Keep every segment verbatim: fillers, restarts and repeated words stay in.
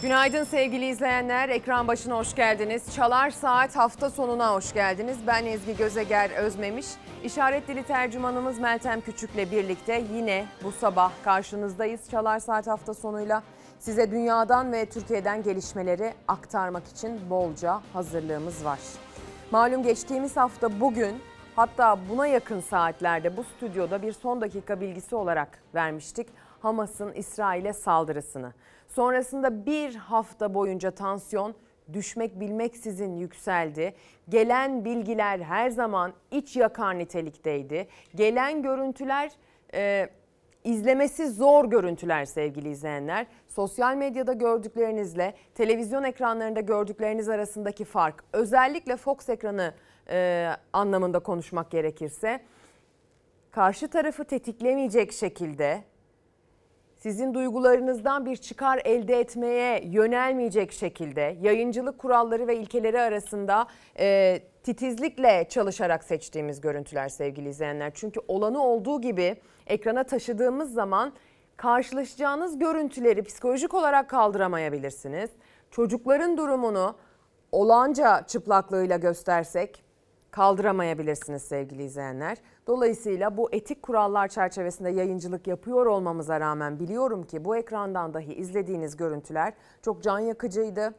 Günaydın sevgili izleyenler. Ekran başına hoş geldiniz. Çalar Saat hafta sonuna hoş geldiniz. Ben Ezgi Gözeger Özmemiş. İşaret dili tercümanımız Meltem Küçük'le birlikte yine bu sabah karşınızdayız. Çalar Saat hafta sonuyla size dünyadan ve Türkiye'den gelişmeleri aktarmak için bolca hazırlığımız var. Malum geçtiğimiz hafta bugün, hatta buna yakın saatlerde bu stüdyoda bir son dakika bilgisi olarak vermiştik. Hamas'ın İsrail'e saldırısını. Sonrasında bir hafta boyunca tansiyon düşmek bilmeksizin yükseldi. Gelen bilgiler her zaman iç yakar nitelikteydi. Gelen görüntüler e, izlemesi zor görüntüler sevgili izleyenler. Sosyal medyada gördüklerinizle televizyon ekranlarında gördükleriniz arasındaki fark, özellikle Fox ekranı e, anlamında konuşmak gerekirse, karşı tarafı tetiklemeyecek şekilde, sizin duygularınızdan bir çıkar elde etmeye yönelmeyecek şekilde yayıncılık kuralları ve ilkeleri arasında e, titizlikle çalışarak seçtiğimiz görüntüler sevgili izleyenler. Çünkü olanı olduğu gibi ekrana taşıdığımız zaman karşılaşacağınız görüntüleri psikolojik olarak kaldıramayabilirsiniz. Çocukların durumunu olanca çıplaklığıyla göstersek kaldıramayabilirsiniz sevgili izleyenler. Dolayısıyla bu etik kurallar çerçevesinde yayıncılık yapıyor olmamıza rağmen biliyorum ki bu ekrandan dahi izlediğiniz görüntüler çok can yakıcıydı.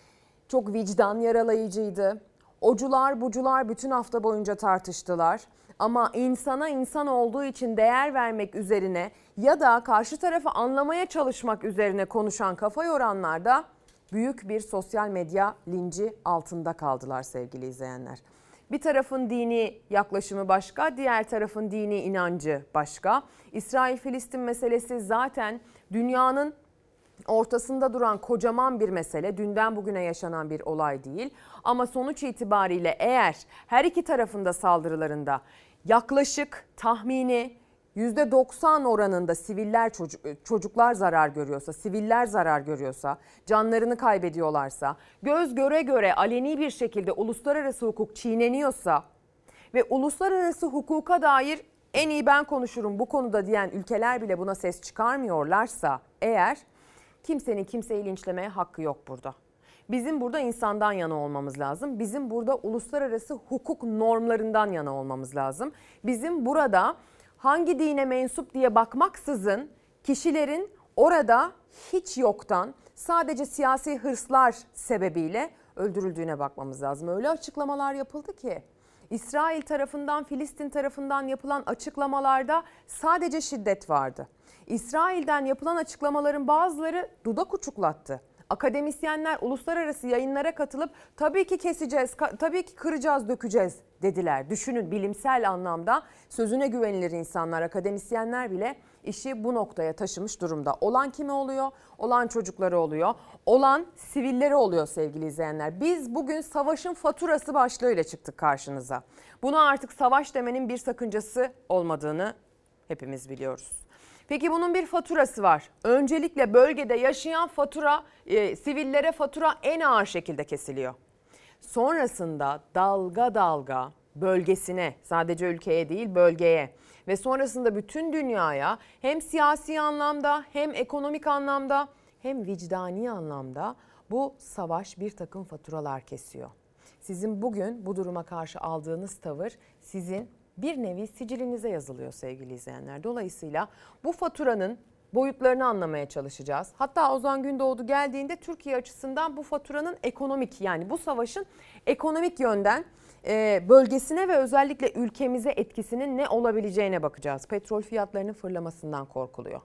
Çok vicdan yaralayıcıydı. Ocular bucular bütün hafta boyunca tartıştılar. Ama insana insan olduğu için değer vermek üzerine ya da karşı tarafı anlamaya çalışmak üzerine konuşan kafa yoranlar da büyük bir sosyal medya linci altında kaldılar sevgili izleyenler. Bir tarafın dini yaklaşımı başka, diğer tarafın dini inancı başka. İsrail-Filistin meselesi zaten dünyanın ortasında duran kocaman bir mesele. Dünden bugüne yaşanan bir olay değil. Ama sonuç itibariyle eğer her iki tarafın da saldırılarında yaklaşık tahmini yüzde doksan oranında siviller çocuk, çocuklar zarar görüyorsa, siviller zarar görüyorsa, canlarını kaybediyorlarsa, göz göre göre aleni bir şekilde uluslararası hukuk çiğneniyorsa ve uluslararası hukuka dair en iyi ben konuşurum bu konuda diyen ülkeler bile buna ses çıkarmıyorlarsa eğer, kimsenin kimseyi linçlemeye hakkı yok burada. Bizim burada insandan yana olmamız lazım. Bizim burada uluslararası hukuk normlarından yana olmamız lazım. Bizim burada hangi dine mensup diye bakmaksızın kişilerin orada hiç yoktan sadece siyasi hırslar sebebiyle öldürüldüğüne bakmamız lazım. Öyle açıklamalar yapıldı ki İsrail tarafından, Filistin tarafından yapılan açıklamalarda sadece şiddet vardı. İsrail'den yapılan açıklamaların bazıları dudak uçuklattı. Akademisyenler uluslararası yayınlara katılıp tabii ki keseceğiz, tabii ki kıracağız, dökeceğiz dediler. Düşünün, bilimsel anlamda sözüne güvenilir insanlar, akademisyenler bile işi bu noktaya taşımış durumda. Olan kime oluyor? Olan çocukları oluyor. Olan sivilleri oluyor sevgili izleyenler. Biz bugün savaşın faturası başlığıyla çıktık karşınıza. Buna artık savaş demenin bir sakıncası olmadığını hepimiz biliyoruz. Peki bunun bir faturası var. Öncelikle bölgede yaşayan fatura, e, sivillere fatura en ağır şekilde kesiliyor. Sonrasında dalga dalga bölgesine, sadece ülkeye değil bölgeye ve sonrasında bütün dünyaya hem siyasi anlamda hem ekonomik anlamda hem vicdani anlamda bu savaş bir takım faturalar kesiyor. Sizin bugün bu duruma karşı aldığınız tavır sizin bir nevi sicilinize yazılıyor sevgili izleyenler. Dolayısıyla bu faturanın boyutlarını anlamaya çalışacağız. Hatta Ozan Gündoğdu geldiğinde Türkiye açısından bu faturanın ekonomik, yani bu savaşın ekonomik yönden bölgesine ve özellikle ülkemize etkisinin ne olabileceğine bakacağız. Petrol fiyatlarının fırlamasından korkuluyor.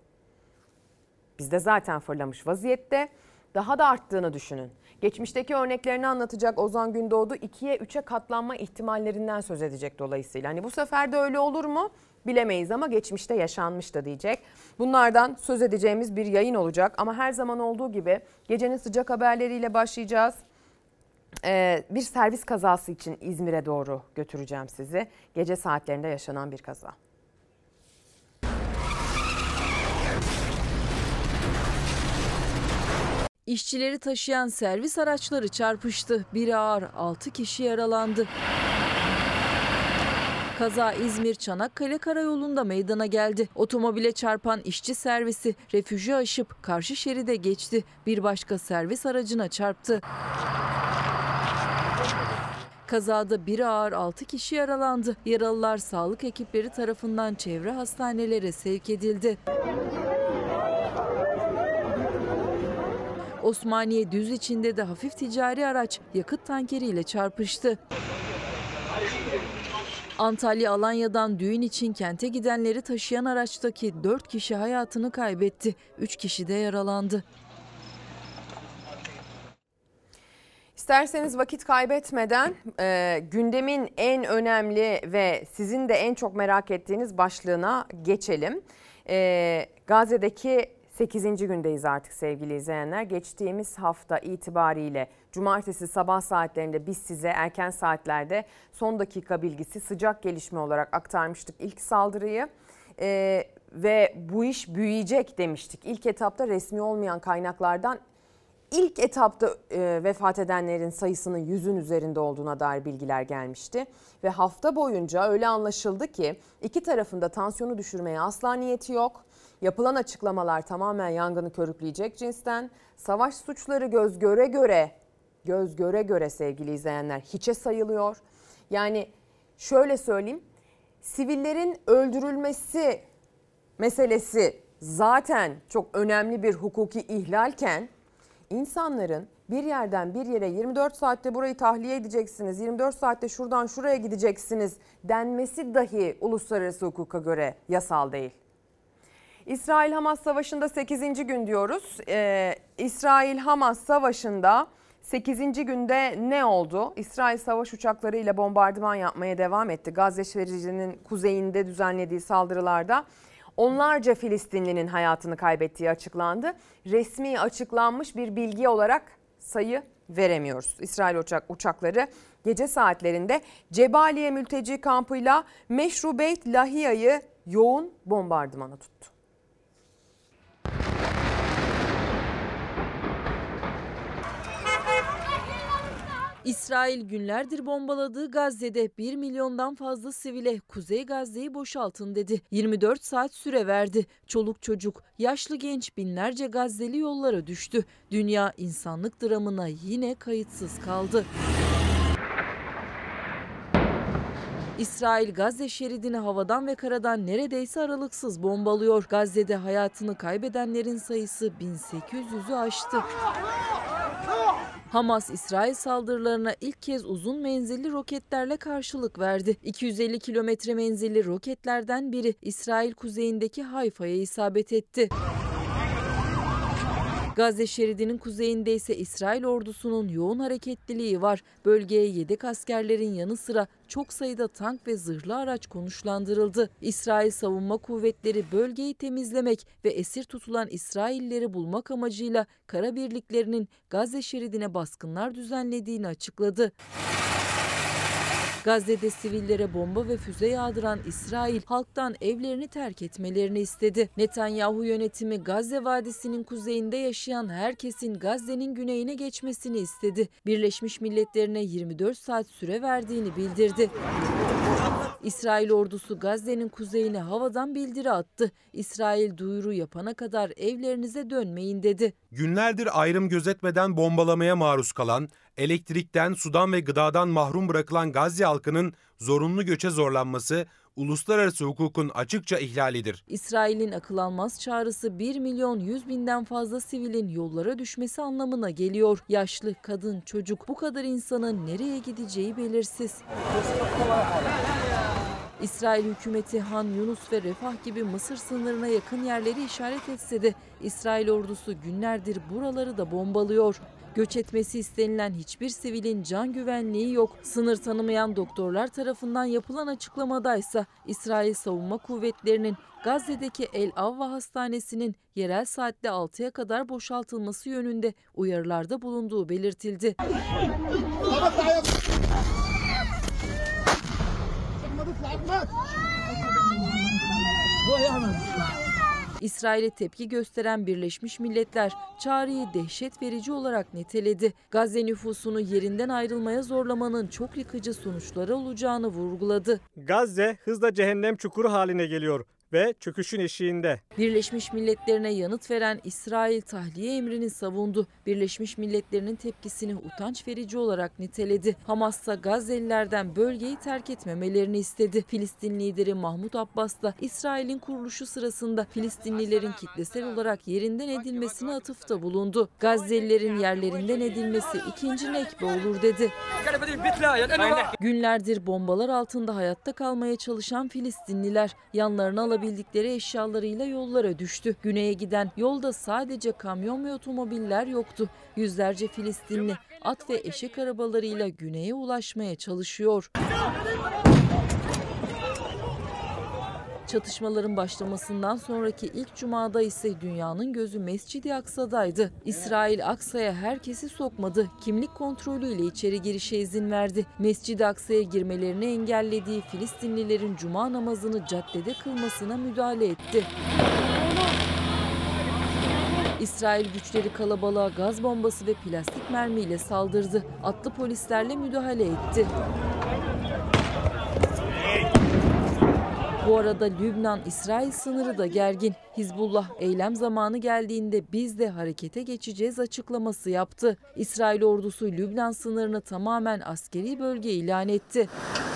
Bizde zaten fırlamış vaziyette. Daha da arttığını düşünün. Geçmişteki örneklerini anlatacak Ozan Gündoğdu ikiye üçe katlanma ihtimallerinden söz edecek dolayısıyla. Hani bu sefer de öyle olur mu bilemeyiz ama geçmişte yaşanmış da diyecek. Bunlardan söz edeceğimiz bir yayın olacak ama her zaman olduğu gibi gecenin sıcak haberleriyle başlayacağız. Ee, bir servis kazası için İzmir'e doğru götüreceğim sizi. Gece saatlerinde yaşanan bir kaza. İşçileri taşıyan servis araçları çarpıştı. Biri ağır, altı kişi yaralandı. Kaza İzmir-Çanakkale Karayolu'nda meydana geldi. Otomobile çarpan işçi servisi refüjü aşıp karşı şeride geçti. Bir başka servis aracına çarptı. Kazada biri ağır altı kişi yaralandı. Yaralılar sağlık ekipleri tarafından çevre hastanelere sevk edildi. Osmaniye Düz içinde de hafif ticari araç yakıt tankeriyle çarpıştı. Antalya Alanya'dan düğün için kente gidenleri taşıyan araçtaki dört kişi hayatını kaybetti. üç kişi de yaralandı. İsterseniz vakit kaybetmeden e, gündemin en önemli ve sizin de en çok merak ettiğiniz başlığına geçelim. E, Gazze'deki sekizinci gündeyiz artık sevgili izleyenler. Geçtiğimiz hafta itibariyle cumartesi sabah saatlerinde biz size erken saatlerde son dakika bilgisi sıcak gelişme olarak aktarmıştık ilk saldırıyı. E, ve bu iş büyüyecek demiştik. İlk etapta resmi olmayan kaynaklardan İlk etapta e, vefat edenlerin sayısının yüzün üzerinde olduğuna dair bilgiler gelmişti. Ve hafta boyunca öyle anlaşıldı ki iki tarafında tansiyonu düşürmeye asla niyeti yok. Yapılan açıklamalar tamamen yangını körükleyecek cinsten. Savaş suçları göz göre göre, göz göre göre sevgili izleyenler hiçe sayılıyor. Yani şöyle söyleyeyim, sivillerin öldürülmesi meselesi zaten çok önemli bir hukuki ihlalken İnsanların bir yerden bir yere yirmi dört saatte burayı tahliye edeceksiniz, yirmi dört saatte şuradan şuraya gideceksiniz denmesi dahi uluslararası hukuka göre yasal değil. İsrail-Hamas savaşında sekizinci gün diyoruz. Ee, İsrail-Hamas savaşında sekizinci günde ne oldu? İsrail savaş uçaklarıyla bombardıman yapmaya devam etti. Gazze şeridinin kuzeyinde düzenlediği saldırılarda onlarca Filistinlinin hayatını kaybettiği açıklandı. Resmi açıklanmış bir bilgi olarak sayı veremiyoruz. İsrail uçak, uçakları gece saatlerinde Cebaliye mülteci kampıyla Meşrubeyt Lahiya'yı yoğun bombardımana tuttu. İsrail günlerdir bombaladığı Gazze'de bir milyondan fazla sivile Kuzey Gazze'yi boşaltın dedi. yirmi dört saat süre verdi. Çoluk çocuk, yaşlı genç binlerce Gazze'li yollara düştü. Dünya insanlık dramına yine kayıtsız kaldı. İsrail Gazze şeridini havadan ve karadan neredeyse aralıksız bombalıyor. Gazze'de hayatını kaybedenlerin sayısı bin sekiz yüzü aştı. Hamas, İsrail saldırılarına ilk kez uzun menzilli roketlerle karşılık verdi. iki yüz elli kilometre menzilli roketlerden biri İsrail kuzeyindeki Hayfa'ya isabet etti. Gazze şeridinin kuzeyinde ise İsrail ordusunun yoğun hareketliliği var. Bölgeye yedek askerlerin yanı sıra çok sayıda tank ve zırhlı araç konuşlandırıldı. İsrail Savunma Kuvvetleri bölgeyi temizlemek ve esir tutulan İsraillileri bulmak amacıyla kara birliklerinin Gazze şeridine baskınlar düzenlediğini açıkladı. Gazze'de sivillere bomba ve füze yağdıran İsrail halktan evlerini terk etmelerini istedi. Netanyahu yönetimi Gazze Vadisi'nin kuzeyinde yaşayan herkesin Gazze'nin güneyine geçmesini istedi. Birleşmiş Milletler'e yirmi dört saat süre verdiğini bildirdi. İsrail ordusu Gazze'nin kuzeyine havadan bildiri attı. İsrail duyuru yapana kadar evlerinize dönmeyin dedi. Günlerdir ayrım gözetmeden bombalamaya maruz kalan, elektrikten, sudan ve gıdadan mahrum bırakılan Gazze halkının zorunlu göçe zorlanması uluslararası hukukun açıkça ihlalidir. İsrail'in akıl almaz çağrısı bir milyon yüz binden fazla sivilin yollara düşmesi anlamına geliyor. Yaşlı, kadın, çocuk, bu kadar insanın nereye gideceği belirsiz. İsrail hükümeti Han Yunus ve Refah gibi Mısır sınırına yakın yerleri işaret etse de İsrail ordusu günlerdir buraları da bombalıyor. Göç etmesi istenilen hiçbir sivilin can güvenliği yok. Sınır tanımayan doktorlar tarafından yapılan açıklamadaysa İsrail Savunma Kuvvetleri'nin Gazze'deki El Avva Hastanesi'nin yerel saatte altıya kadar boşaltılması yönünde uyarılarda bulunduğu belirtildi. İsrail'e tepki gösteren Birleşmiş Milletler çağrıyı dehşet verici olarak niteledi. Gazze nüfusunu yerinden ayrılmaya zorlamanın çok yıkıcı sonuçları olacağını vurguladı. Gazze hızla cehennem çukuru haline geliyor ve çöküşün eşiğinde. Birleşmiş Milletler'ine yanıt veren İsrail tahliye emrini savundu. Birleşmiş Milletler'in tepkisini utanç verici olarak niteledi. Hamas ise Gazze'lilerden bölgeyi terk etmemelerini istedi. Filistin lideri Mahmut Abbas da İsrail'in kuruluşu sırasında Filistinlilerin kitlesel olarak yerinden edilmesine atıfta bulundu. Gazze'lilerin yerlerinden edilmesi ikinci nekbe olur dedi. Günlerdir bombalar altında hayatta kalmaya çalışan Filistinliler yanlarına alabildikleri eşyalarıyla yollara düştü. Güneye giden yolda sadece kamyon ve otomobiller yoktu. Yüzlerce Filistinli at ve eşek arabalarıyla güneye ulaşmaya çalışıyor. Çatışmaların başlamasından sonraki ilk cumada ise dünyanın gözü Mescid-i Aksa'daydı. İsrail Aksa'ya herkesi sokmadı. Kimlik kontrolüyle içeri girişe izin verdi. Mescid-i Aksa'ya girmelerini engellediği Filistinlilerin cuma namazını caddede kılmasına müdahale etti. İsrail güçleri kalabalığa gaz bombası ve plastik mermiyle saldırdı. Atlı polislerle müdahale etti. Bu arada Lübnan-İsrail sınırı da gergin. Hizbullah eylem zamanı geldiğinde biz de harekete geçeceğiz açıklaması yaptı. İsrail ordusu Lübnan sınırını tamamen askeri bölge ilan etti.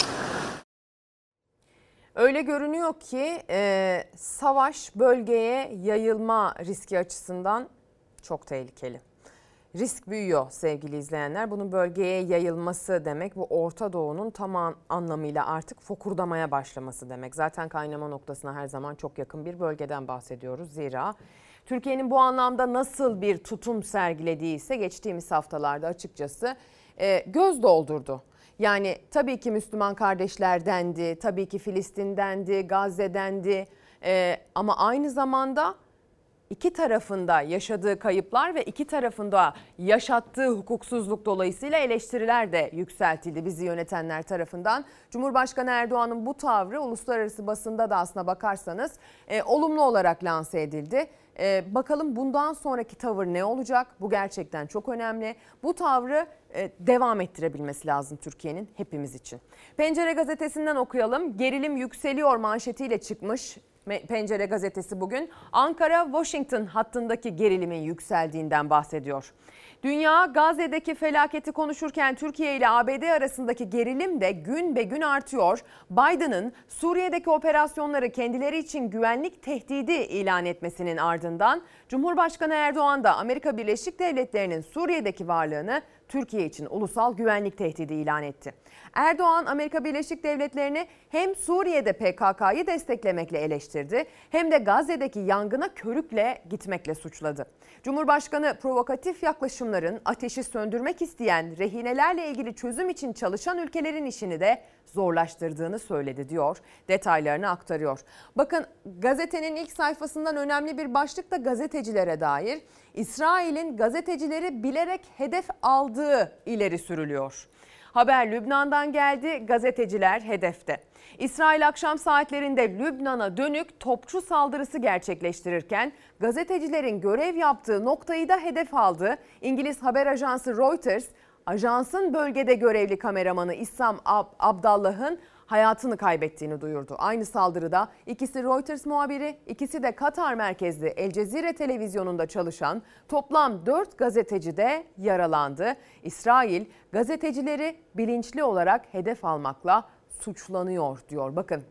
Öyle görünüyor ki e, savaş bölgeye yayılma riski açısından çok tehlikeli. Risk büyüyor sevgili izleyenler. Bunun bölgeye yayılması demek bu Orta Doğu'nun tam anlamıyla artık fokurdamaya başlaması demek. Zaten kaynama noktasına her zaman çok yakın bir bölgeden bahsediyoruz. Zira Türkiye'nin bu anlamda nasıl bir tutum sergilediği ise geçtiğimiz haftalarda açıkçası e, göz doldurdu. Yani tabii ki Müslüman kardeşlerdendi, tabii ki Filistin'dendi, Gazze'dendi e, ama aynı zamanda İki tarafında yaşadığı kayıplar ve iki tarafında yaşattığı hukuksuzluk dolayısıyla eleştiriler de yükseltildi bizi yönetenler tarafından. Cumhurbaşkanı Erdoğan'ın bu tavrı uluslararası basında da aslına bakarsanız e, olumlu olarak lanse edildi. E, bakalım bundan sonraki tavır ne olacak? Bu gerçekten çok önemli. Bu tavrı e, devam ettirebilmesi lazım Türkiye'nin hepimiz için. Pencere gazetesinden okuyalım. Gerilim yükseliyor manşetiyle çıkmış. Pencere gazetesi bugün Ankara-Washington hattındaki gerilimin yükseldiğinden bahsediyor. Dünya Gazze'deki felaketi konuşurken Türkiye ile A B D arasındaki gerilim de gün be gün artıyor. Biden'ın Suriye'deki operasyonları kendileri için güvenlik tehdidi ilan etmesinin ardından Cumhurbaşkanı Erdoğan da Amerika Birleşik Devletleri'nin Suriye'deki varlığını Türkiye için ulusal güvenlik tehdidi ilan etti. Erdoğan Amerika Birleşik Devletleri'ni hem Suriye'de P K K'yı desteklemekle eleştirdi hem de Gazze'deki yangına körükle gitmekle suçladı. Cumhurbaşkanı provokatif yaklaşımların ateşi söndürmek isteyen rehinelerle ilgili çözüm için çalışan ülkelerin işini de zorlaştırdığını söyledi diyor. Detaylarını aktarıyor. Bakın gazetenin ilk sayfasından önemli bir başlık da gazetecilere dair. İsrail'in gazetecileri bilerek hedef aldığı ileri sürülüyor. Haber Lübnan'dan geldi, gazeteciler hedefte. İsrail akşam saatlerinde Lübnan'a dönük topçu saldırısı gerçekleştirirken gazetecilerin görev yaptığı noktayı da hedef aldı. İngiliz haber ajansı Reuters, ajansın bölgede görevli kameramanı İssam Ab- Abdallah'ın hayatını kaybettiğini duyurdu. Aynı saldırıda ikisi Reuters muhabiri, ikisi de Katar merkezli El Cezire televizyonunda çalışan toplam dört gazeteci de yaralandı. İsrail gazetecileri bilinçli olarak hedef almakla suçlanıyor diyor. Bakın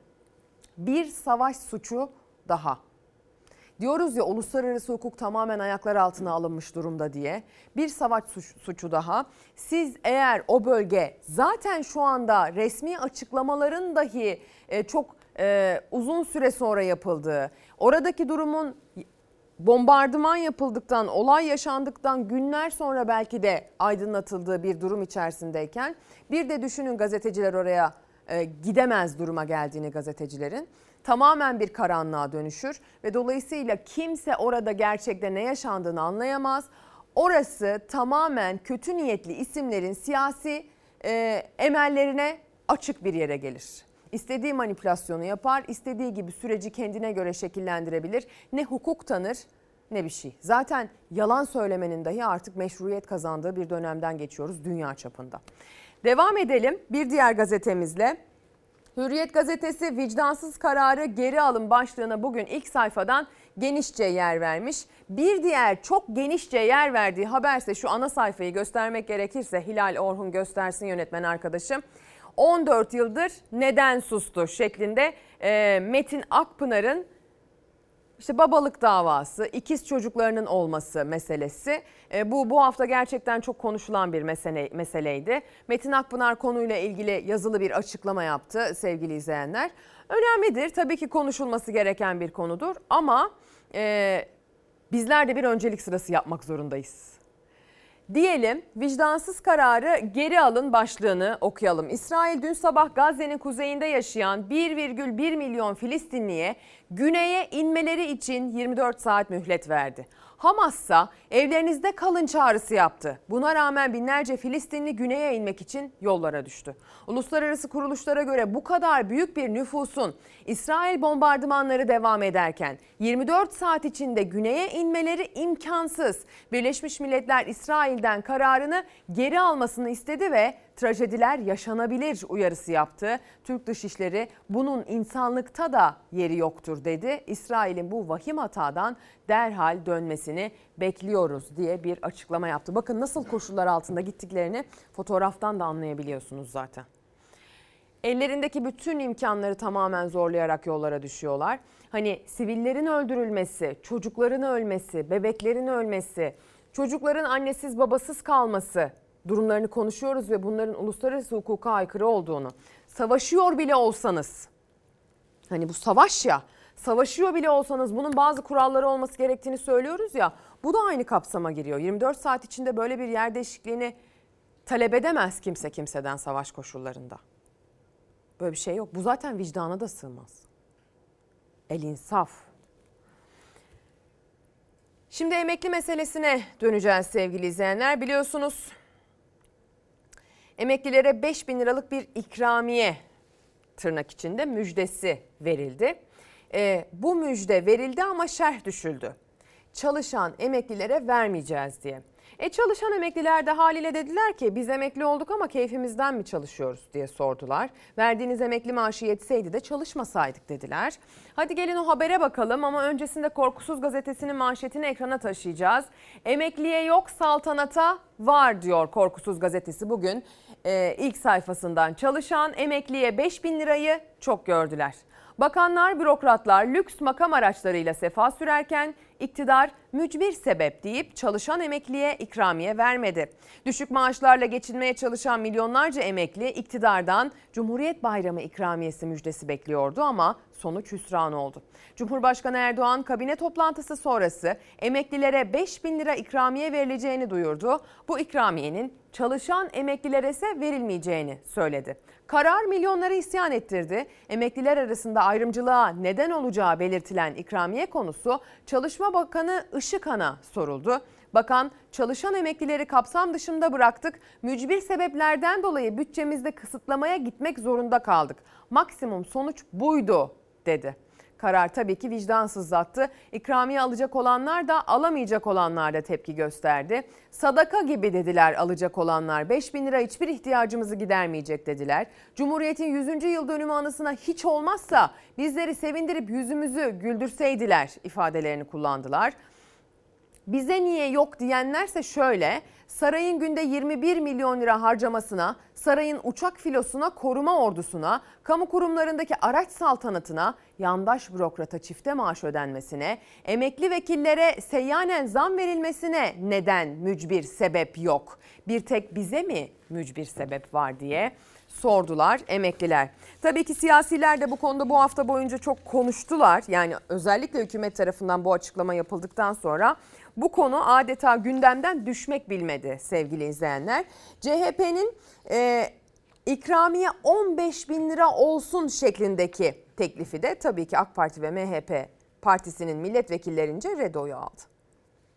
bir savaş suçu daha. Diyoruz ya uluslararası hukuk tamamen ayaklar altına alınmış durumda diye. Bir savaş suçu daha. Siz eğer o bölge zaten şu anda resmi açıklamaların dahi çok uzun süre sonra yapıldığı, oradaki durumun bombardıman yapıldıktan, olay yaşandıktan günler sonra belki de aydınlatıldığı bir durum içerisindeyken bir de düşünün gazeteciler oraya gidemez duruma geldiğini gazetecilerin. Tamamen bir karanlığa dönüşür ve dolayısıyla kimse orada gerçekte ne yaşandığını anlayamaz. Orası tamamen kötü niyetli isimlerin siyasi e, emellerine açık bir yere gelir. İstediği manipülasyonu yapar, istediği gibi süreci kendine göre şekillendirebilir. Ne hukuk tanır ne bir şey. Zaten yalan söylemenin dahi artık meşruiyet kazandığı bir dönemden geçiyoruz dünya çapında. Devam edelim bir diğer gazetemizle. Hürriyet gazetesi vicdansız kararı geri alın başlığına bugün ilk sayfadan genişçe yer vermiş. Bir diğer çok genişçe yer verdiği haberse şu ana sayfayı göstermek gerekirse Hilal Orhun göstersin yönetmen arkadaşım. on dört yıldır neden sustu şeklinde e, Metin Akpınar'ın işte babalık davası, ikiz çocuklarının olması meselesi. E, bu bu hafta gerçekten çok konuşulan bir mesele, meseleydi. Metin Akpınar konuyla ilgili yazılı bir açıklama yaptı sevgili izleyenler. Önemlidir, tabii ki konuşulması gereken bir konudur ama e, bizler de bir öncelik sırası yapmak zorundayız. Diyelim vicdansız kararı geri alın başlığını okuyalım. İsrail dün sabah Gazze'nin kuzeyinde yaşayan bir virgül bir milyon Filistinliye güneye inmeleri için yirmi dört saat mühlet verdi. Hamas ise evlerinizde kalın çağrısı yaptı. Buna rağmen binlerce Filistinli güneye inmek için yollara düştü. Uluslararası kuruluşlara göre bu kadar büyük bir nüfusun İsrail bombardımanları devam ederken yirmi dört saat içinde güneye inmeleri imkansız. Birleşmiş Milletler İsrail'den kararını geri almasını istedi ve trajediler yaşanabilir uyarısı yaptı. Türk Dışişleri bunun insanlıkta da yeri yoktur dedi. İsrail'in bu vahim hatadan derhal dönmesini bekliyoruz diye bir açıklama yaptı. Bakın nasıl koşullar altında gittiklerini fotoğraftan da anlayabiliyorsunuz zaten. Ellerindeki bütün imkanları tamamen zorlayarak yollara düşüyorlar. Hani sivillerin öldürülmesi, çocukların ölmesi, bebeklerin ölmesi, çocukların annesiz babasız kalması durumlarını konuşuyoruz ve bunların uluslararası hukuka aykırı olduğunu, savaşıyor bile olsanız, hani bu savaş ya, savaşıyor bile olsanız bunun bazı kuralları olması gerektiğini söylüyoruz ya, bu da aynı kapsama giriyor. yirmi dört saat içinde böyle bir yer değişikliğini talep edemez kimse kimseden savaş koşullarında. Böyle bir şey yok. Bu zaten vicdana da sığmaz. El insaf. Şimdi emekli meselesine döneceğiz sevgili izleyenler. Biliyorsunuz emeklilere beş bin liralık bir ikramiye tırnak içinde müjdesi verildi. E, bu müjde verildi ama şerh düşüldü. Çalışan emeklilere vermeyeceğiz diye. E çalışan emekliler de haliyle dediler ki biz emekli olduk ama keyfimizden mi çalışıyoruz diye sordular. Verdiğiniz emekli maaşı yetseydi de çalışmasaydık dediler. Hadi gelin o habere bakalım ama öncesinde Korkusuz Gazetesi'nin manşetini ekrana taşıyacağız. Emekliye yok saltanata var diyor Korkusuz Gazetesi bugün e, ilk sayfasından. Çalışan emekliye beş bin lirayı çok gördüler. Bakanlar, bürokratlar lüks makam araçlarıyla sefa sürerken iktidar mücbir sebep deyip çalışan emekliye ikramiye vermedi. Düşük maaşlarla geçinmeye çalışan milyonlarca emekli iktidardan Cumhuriyet Bayramı ikramiyesi müjdesi bekliyordu ama sonuç hüsran oldu. Cumhurbaşkanı Erdoğan kabine toplantısı sonrası emeklilere beş bin lira ikramiye verileceğini duyurdu. Bu ikramiyenin çalışan emeklilere ise verilmeyeceğini söyledi. Karar milyonları isyan ettirdi. Emekliler arasında ayrımcılığa neden olacağı belirtilen ikramiye konusu Çalışma Bakanı Işıkhan'a soruldu. Bakan, çalışan emeklileri kapsam dışında bıraktık. Mücbir sebeplerden dolayı bütçemizde kısıtlamaya gitmek zorunda kaldık. Maksimum sonuç buydu dedi. Karar tabii ki vicdan sızlattı. İkramiye alacak olanlar da alamayacak olanlar da tepki gösterdi. Sadaka gibi dediler alacak olanlar. beş bin lira hiçbir ihtiyacımızı gidermeyecek dediler. Cumhuriyet'in yüzüncü yıl dönümü anısına hiç olmazsa bizleri sevindirip yüzümüzü güldürseydiler ifadelerini kullandılar. Bize niye yok diyenlerse şöyle, sarayın günde yirmi bir milyon lira harcamasına, sarayın uçak filosuna, koruma ordusuna, kamu kurumlarındaki araç saltanatına, yandaş bürokrata çifte maaş ödenmesine, emekli vekillere seyyanen zam verilmesine neden mücbir sebep yok? Bir tek bize mi mücbir sebep var diye sordular emekliler. Tabii ki siyasiler de bu konuda bu hafta boyunca çok konuştular. Yani özellikle hükümet tarafından bu açıklama yapıldıktan sonra bu konu adeta gündemden düşmek bilmedi sevgili izleyenler. C H P'nin e, ikramiye on beş bin lira olsun şeklindeki teklifi de tabii ki AK Parti ve M H P partisinin milletvekillerince redoyu aldı.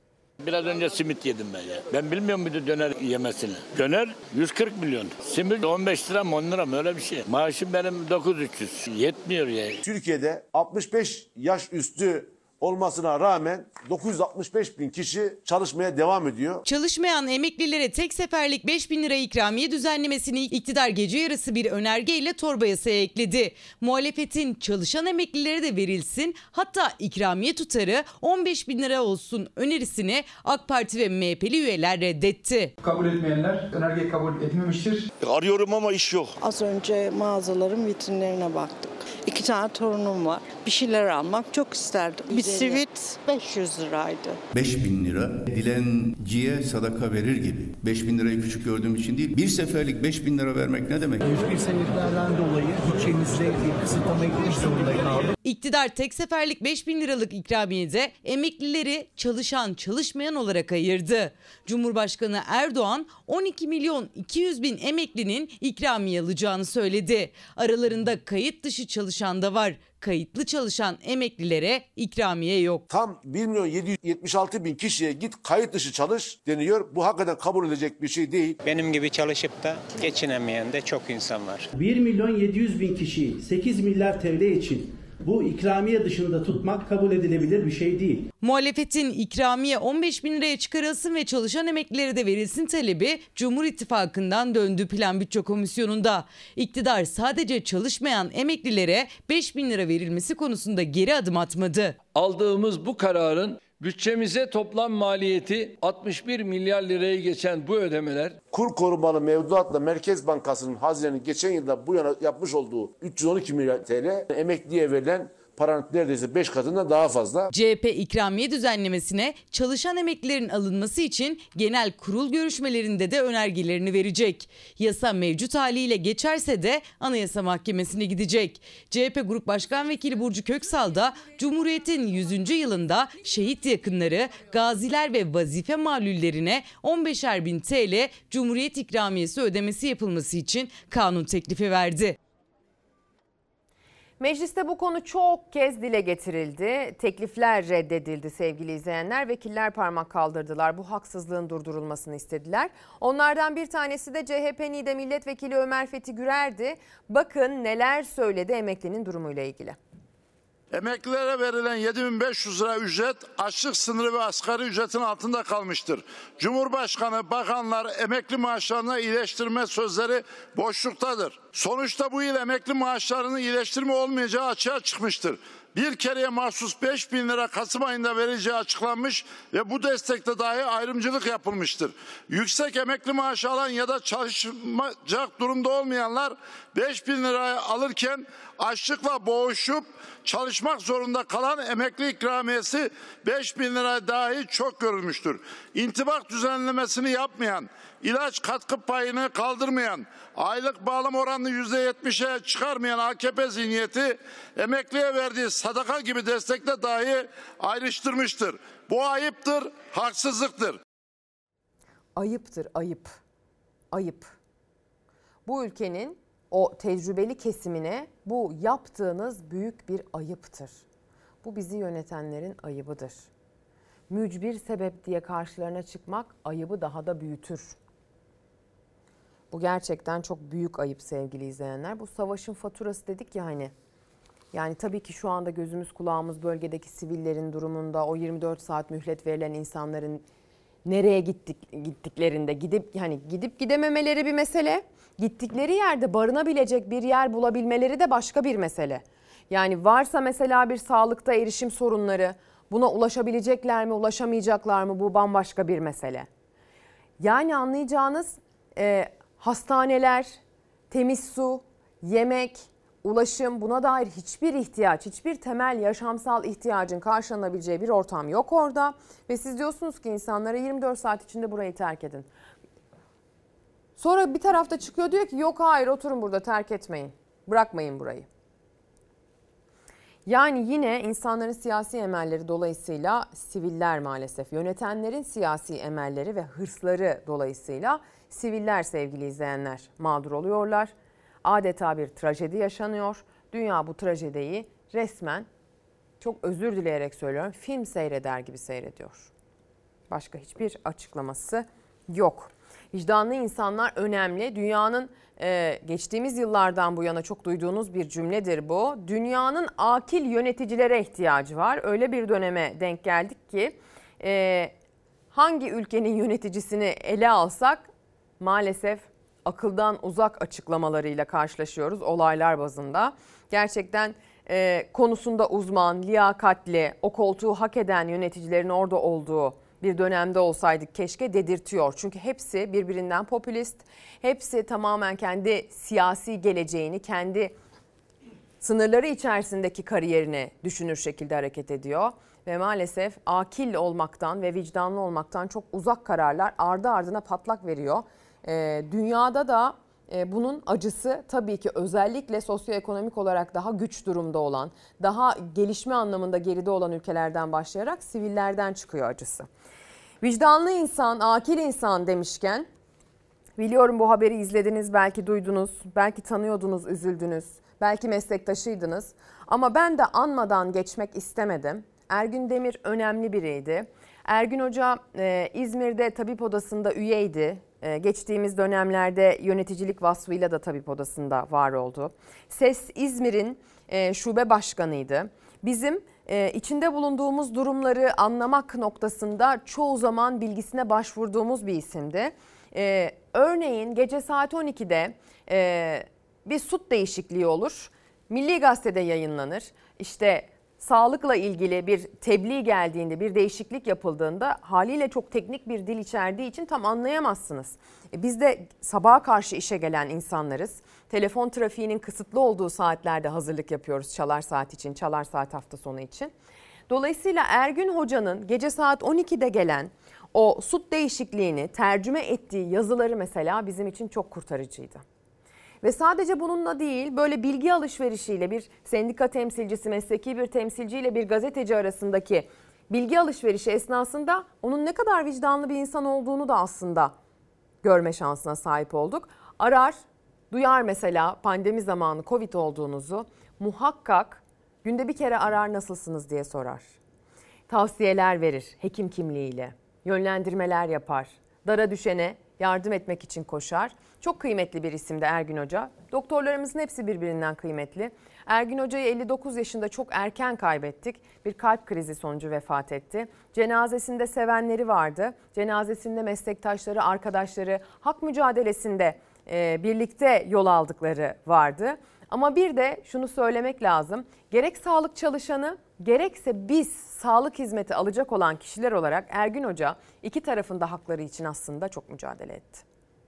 Biraz önce simit yedim ben ya. Ben bilmiyorum muydu döner yemesini. Döner yüz kırk milyon. Simit on beş lira mı on lira mı öyle bir şey. Maaşım benim dokuz bin üç yüz. Yetmiyor ya. Türkiye'de altmış beş yaş üstü olmasına rağmen dokuz yüz altmış beş bin kişi çalışmaya devam ediyor. Çalışmayan emeklilere tek seferlik beş bin lira ikramiye düzenlemesini iktidar gece yarısı bir önergeyle torba yasaya ekledi. Muhalefetin çalışan emeklilere de verilsin, hatta ikramiye tutarı on beş bin lira olsun önerisini AK Parti ve M H P'li üyeler reddetti. Kabul etmeyenler önergeyi kabul etmemiştir. Arıyorum ama iş yok. Az önce mağazaların vitrinlerine baktık. İki tane torunum var. Bir şeyler almak çok isterdim. Bir sivit beş yüz liraydı. beş bin lira dilenciye sadaka verir gibi. beş bin lirayı küçük gördüğüm için değil. Bir seferlik beş bin lira vermek ne demek? yüz bir sebeplerden dolayı bütçemizde bir kısıtlama gitmek zorunda kaldık. İktidar tek seferlik beş bin liralık ikramiyede emeklileri çalışan çalışmayan olarak ayırdı. Cumhurbaşkanı Erdoğan on iki milyon iki yüz bin emeklinin ikramiye alacağını söyledi. Aralarında kayıt dışı çalışan da var. Kayıtlı çalışan emeklilere ikramiye yok. Tam bir milyon yedi yüz yetmiş altı bin kişiye git kayıt dışı çalış deniyor. Bu hakikaten kabul edilecek bir şey değil. Benim gibi çalışıp da geçinemeyen de çok insan var. bir milyon yedi yüz bin kişiyi sekiz milyar T L için bu ikramiye dışında tutmak kabul edilebilir bir şey değil. Muhalefetin ikramiye on beş bin liraya çıkarılsın ve çalışan emeklilere de verilsin talebi Cumhur İttifakı'ndan döndü Plan Bütçe Komisyonu'nda. İktidar sadece çalışmayan emeklilere beş bin lira verilmesi konusunda geri adım atmadı. Aldığımız bu kararın bütçemize toplam maliyeti altmış bir milyar lirayı geçen bu ödemeler. Kur korumalı mevduatla Merkez Bankası'nın hazinenin geçen yılda bu yana yapmış olduğu üç yüz on iki milyar T L emekliye verilen paranın neredeyse beş katından daha fazla. C H P ikramiye düzenlemesine çalışan emeklilerin alınması için genel kurul görüşmelerinde de önergelerini verecek. Yasa mevcut haliyle geçerse de Anayasa Mahkemesi'ne gidecek. C H P Grup Başkan Vekili Burcu Köksal da Cumhuriyet'in yüzüncü yılında şehit yakınları, gaziler ve vazife malullerine on beşer bin T L Cumhuriyet ikramiyesi ödemesi yapılması için kanun teklifi verdi. Mecliste bu konu çok kez dile getirildi. Teklifler reddedildi sevgili izleyenler. Vekiller parmak kaldırdılar. Bu haksızlığın durdurulmasını istediler. Onlardan bir tanesi de C H P Niğde Milletvekili Ömer Fethi Gürer'di. Bakın neler söyledi emeklinin durumuyla ilgili. Emeklilere verilen yedi bin beş yüz lira ücret açlık sınırı ve asgari ücretin altında kalmıştır. Cumhurbaşkanı, bakanlar emekli maaşlarına iyileştirme sözleri boşluktadır. Sonuçta bu yıl emekli maaşlarının iyileştirme olmayacağı açığa çıkmıştır. Bir kereye mahsus beş bin lira Kasım ayında verileceği açıklanmış ve bu destekte dahi ayrımcılık yapılmıştır. Yüksek emekli maaşı alan ya da çalışacak durumda olmayanlar beş bin lirayı alırken açlıkla boğuşup çalışmak zorunda kalan emekli ikramiyesi beş bin lira dahi çok görülmüştür. İntibak düzenlemesini yapmayan, ilaç katkı payını kaldırmayan, aylık bağlam oranını yüzde yetmişe çıkarmayan A K P zihniyeti emekliye verdiği sadaka gibi destekle dahi ayrıştırmıştır. Bu ayıptır, haksızlıktır. Ayıptır, ayıp. Ayıp. Bu ülkenin o tecrübeli kesimine bu yaptığınız büyük bir ayıptır. Bu bizi yönetenlerin ayıbıdır. Mücbir sebep diye karşılarına çıkmak ayıbı daha da büyütür. Bu gerçekten çok büyük ayıp sevgili izleyenler. Bu savaşın faturası dedik ya hani. Yani tabii ki şu anda gözümüz kulağımız bölgedeki sivillerin durumunda, o yirmi dört saat mühlet verilen insanların nereye gittik gittiklerinde gidip hani gidip gidememeleri bir mesele. Gittikleri yerde barınabilecek bir yer bulabilmeleri de başka bir mesele. Yani varsa mesela bir sağlıkta erişim sorunları, buna ulaşabilecekler mi, ulaşamayacaklar mı, bu bambaşka bir mesele. Yani anlayacağınız e, hastaneler, temiz su, yemek, ulaşım, buna dair hiçbir ihtiyaç, hiçbir temel yaşamsal ihtiyacın karşılanabileceği bir ortam yok orada. Ve siz diyorsunuz ki insanlara yirmi dört saat içinde burayı terk edin. Sonra bir tarafta çıkıyor diyor ki yok hayır oturun burada, terk etmeyin, bırakmayın burayı. Yani yine insanların siyasi emelleri dolayısıyla siviller maalesef, yönetenlerin siyasi emelleri ve hırsları dolayısıyla siviller sevgili izleyenler mağdur oluyorlar. Adeta bir trajedi yaşanıyor. Dünya bu trajediyi resmen, çok özür dileyerek söylüyorum, film seyreder gibi seyrediyor. Başka hiçbir açıklaması yok. Vicdanlı insanlar önemli. Dünyanın e, geçtiğimiz yıllardan bu yana çok duyduğunuz bir cümledir bu. Dünyanın akil yöneticilere ihtiyacı var. Öyle bir döneme denk geldik ki e, hangi ülkenin yöneticisini ele alsak maalesef akıldan uzak açıklamalarıyla karşılaşıyoruz olaylar bazında. Gerçekten e, konusunda uzman, liyakatli, o koltuğu hak eden yöneticilerin orada olduğu bir dönemde olsaydık keşke dedirtiyor. Çünkü hepsi birbirinden popülist, hepsi tamamen kendi siyasi geleceğini, kendi sınırları içerisindeki kariyerini düşünür şekilde hareket ediyor. Ve maalesef akil olmaktan ve vicdanlı olmaktan çok uzak kararlar ardı ardına patlak veriyor. Ee, dünyada da e, bunun acısı tabii ki özellikle sosyoekonomik olarak daha güç durumda olan, daha gelişme anlamında geride olan ülkelerden başlayarak sivillerden çıkıyor acısı. Vicdanlı insan, akil insan demişken biliyorum bu haberi izlediniz, belki duydunuz, belki tanıyordunuz, üzüldünüz, belki meslektaşıydınız. Ama ben de anmadan geçmek istemedim. Ergün Demir önemli biriydi. Ergün Hoca e, İzmir'de tabip odasında üyeydi. E, geçtiğimiz dönemlerde yöneticilik vasfıyla da tabip odasında var oldu. Ses İzmir'in e, şube başkanıydı. Bizim e, içinde bulunduğumuz durumları anlamak noktasında çoğu zaman bilgisine başvurduğumuz bir isimdi. E, örneğin gece saat on ikide e, bir SUT değişikliği olur. Milli Gazete'de yayınlanır. İşte sağlıkla ilgili bir tebliğ geldiğinde, bir değişiklik yapıldığında haliyle çok teknik bir dil içerdiği için tam anlayamazsınız. E biz de sabaha karşı işe gelen insanlarız. Telefon trafiğinin kısıtlı olduğu saatlerde hazırlık yapıyoruz Çalar Saat için, Çalar Saat hafta sonu için. Dolayısıyla Ergün Hoca'nın gece saat on ikide gelen o SUT değişikliğini tercüme ettiği yazıları mesela bizim için çok kurtarıcıydı. Ve sadece bununla değil, böyle bilgi alışverişiyle bir sendika temsilcisi, mesleki bir temsilciyle bir gazeteci arasındaki bilgi alışverişi esnasında onun ne kadar vicdanlı bir insan olduğunu da aslında görme şansına sahip olduk. Arar, duyar mesela pandemi zamanı Covid olduğunuzu, muhakkak günde bir kere arar, nasılsınız diye sorar. Tavsiyeler verir hekim kimliğiyle, yönlendirmeler yapar, dara düşene yardım etmek için koşar. Çok kıymetli bir isimdi Ergün Hoca. Doktorlarımızın hepsi birbirinden kıymetli. Ergün Hoca'yı elli dokuz yaşında çok erken kaybettik. Bir kalp krizi sonucu vefat etti. Cenazesinde sevenleri vardı. Cenazesinde meslektaşları, arkadaşları, hak mücadelesinde e, birlikte yol aldıkları vardı. Ama bir de şunu söylemek lazım. Gerek sağlık çalışanı, gerekse biz sağlık hizmeti alacak olan kişiler olarak Ergün Hoca iki tarafında hakları için aslında çok mücadele etti.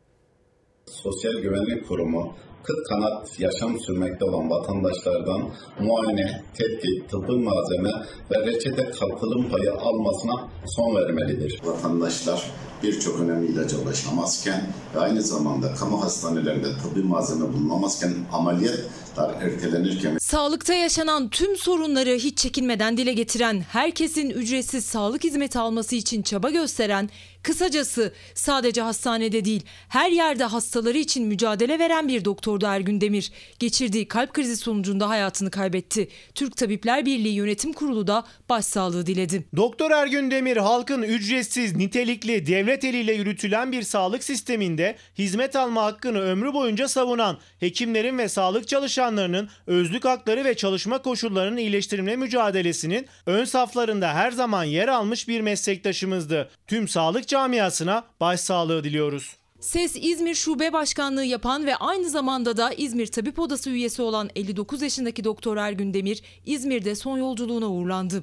Sosyal Güvenlik Kurumu kıt kanat yaşam sürmekte olan vatandaşlardan muayene, tetkik, tıbbi malzeme ve reçete katılım payı almasına son vermelidir. Vatandaşlar birçok önemli ilaca ulaşamazken ve aynı zamanda kamu hastanelerinde tıbbi malzeme bulunamazken ameliyatlar ertelenirken... Sağlıkta yaşanan tüm sorunları hiç çekinmeden dile getiren, herkesin ücretsiz sağlık hizmeti alması için çaba gösteren, kısacası sadece hastanede değil her yerde hastaları için mücadele veren bir doktordu Ergün Demir. Geçirdiği kalp krizi sonucunda hayatını kaybetti. Türk Tabipler Birliği Yönetim Kurulu da başsağlığı diledi. Doktor Ergün Demir halkın ücretsiz, nitelikli, devlet eliyle yürütülen bir sağlık sisteminde hizmet alma hakkını ömrü boyunca savunan, hekimlerin ve sağlık çalışanlarının özlük hakları ve çalışma koşullarının iyileştirilme mücadelesinin ön saflarında her zaman yer almış bir meslektaşımızdı. Tüm sağlık camiasına başsağlığı diliyoruz. Ses İzmir Şube Başkanlığı yapan ve aynı zamanda da İzmir Tabip Odası üyesi olan elli dokuz yaşındaki Doktor Ergün Demir İzmir'de son yolculuğuna uğurlandı.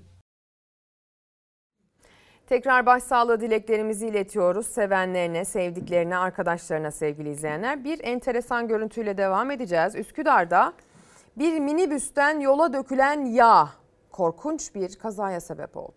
Tekrar başsağlığı dileklerimizi iletiyoruz sevenlerine, sevdiklerine, arkadaşlarına sevgili izleyenler. Bir enteresan görüntüyle devam edeceğiz. Üsküdar'da bir minibüsten yola dökülen yağ korkunç bir kazaya sebep oldu.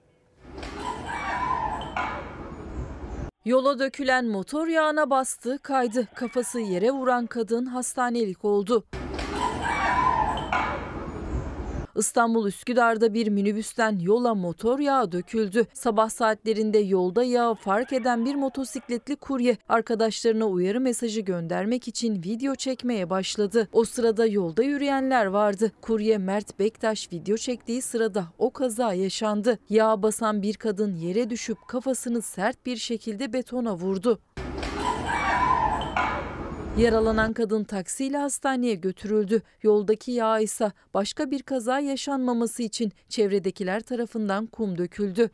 Yola dökülen motor yağına bastı, kaydı. Kafası yere vuran kadın hastanelik oldu. İstanbul Üsküdar'da bir minibüsten yola motor yağı döküldü. Sabah saatlerinde yolda yağı fark eden bir motosikletli kurye arkadaşlarına uyarı mesajı göndermek için video çekmeye başladı. O sırada yolda yürüyenler vardı. Kurye Mert Bektaş video çektiği sırada o kaza yaşandı. Yağa basan bir kadın yere düşüp kafasını sert bir şekilde betona vurdu. Yaralanan kadın taksiyle hastaneye götürüldü. Yoldaki yağa ise başka bir kaza yaşanmaması için çevredekiler tarafından kum döküldü.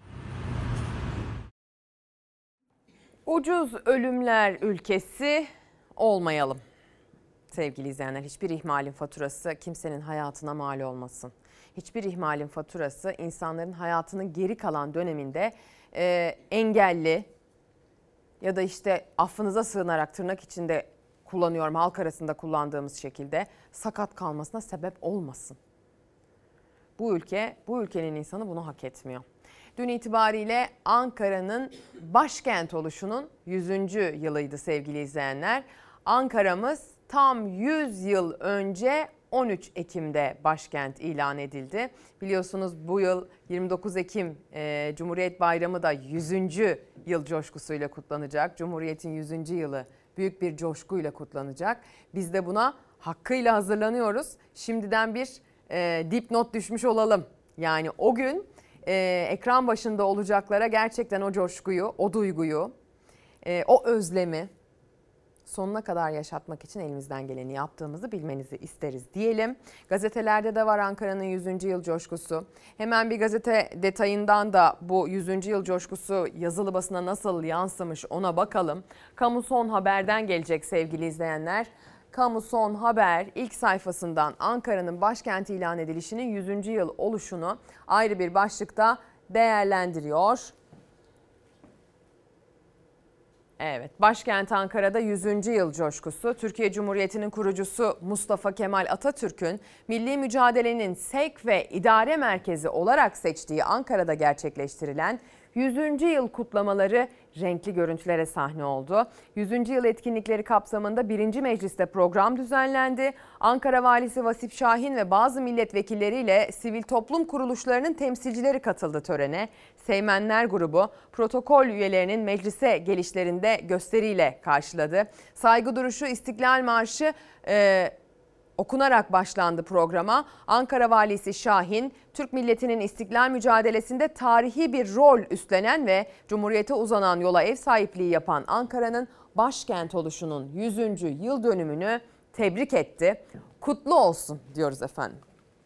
Ucuz ölümler ülkesi olmayalım. Sevgili izleyenler, hiçbir ihmalin faturası kimsenin hayatına mal olmasın. Hiçbir ihmalin faturası insanların hayatının geri kalan döneminde e, engelli ya da işte affınıza sığınarak tırnak içinde kullanıyorum, halk arasında kullandığımız şekilde sakat kalmasına sebep olmasın. Bu ülke, bu ülkenin insanı bunu hak etmiyor. Dün itibariyle Ankara'nın başkent oluşunun yüzüncü yılıydı sevgili izleyenler. Ankara'mız tam yüz yıl önce on üç Ekim'de başkent ilan edildi. Biliyorsunuz bu yıl yirmi dokuz Ekim e, Cumhuriyet Bayramı da yüzüncü yıl coşkusuyla kutlanacak. Cumhuriyet'in yüzüncü yılı büyük bir coşkuyla kutlanacak. Biz de buna hakkıyla hazırlanıyoruz. Şimdiden bir e, dipnot düşmüş olalım. Yani o gün e, ekran başında olacaklara gerçekten o coşkuyu, o duyguyu, e, o özlemi sonuna kadar yaşatmak için elimizden geleni yaptığımızı bilmenizi isteriz diyelim. Gazetelerde de var Ankara'nın yüzüncü yıl coşkusu. Hemen bir gazete detayından da bu yüzüncü yıl coşkusu yazılı basına nasıl yansımış ona bakalım. Kamu Son Haber'den gelecek sevgili izleyenler. Kamu Son Haber ilk sayfasından Ankara'nın başkent ilan edilişinin yüzüncü yıl oluşunu ayrı bir başlıkta değerlendiriyor. Evet, başkent Ankara'da yüzüncü yıl coşkusu. Türkiye Cumhuriyeti'nin kurucusu Mustafa Kemal Atatürk'ün milli mücadelenin sevk ve idare merkezi olarak seçtiği Ankara'da gerçekleştirilen yüzüncü yıl kutlamaları renkli görüntülere sahne oldu. yüzüncü yıl etkinlikleri kapsamında birinci Meclis'te program düzenlendi. Ankara Valisi Vasip Şahin ve bazı milletvekilleriyle sivil toplum kuruluşlarının temsilcileri katıldı törene. Seymenler grubu protokol üyelerinin meclise gelişlerinde gösteriyle karşıladı. Saygı duruşu, İstiklal Marşı e, okunarak başlandı programa. Ankara Valisi Şahin, Türk milletinin istiklal mücadelesinde tarihi bir rol üstlenen ve Cumhuriyete uzanan yola ev sahipliği yapan Ankara'nın başkent oluşunun yüzüncü yıl dönümünü tebrik etti. Kutlu olsun diyoruz efendim.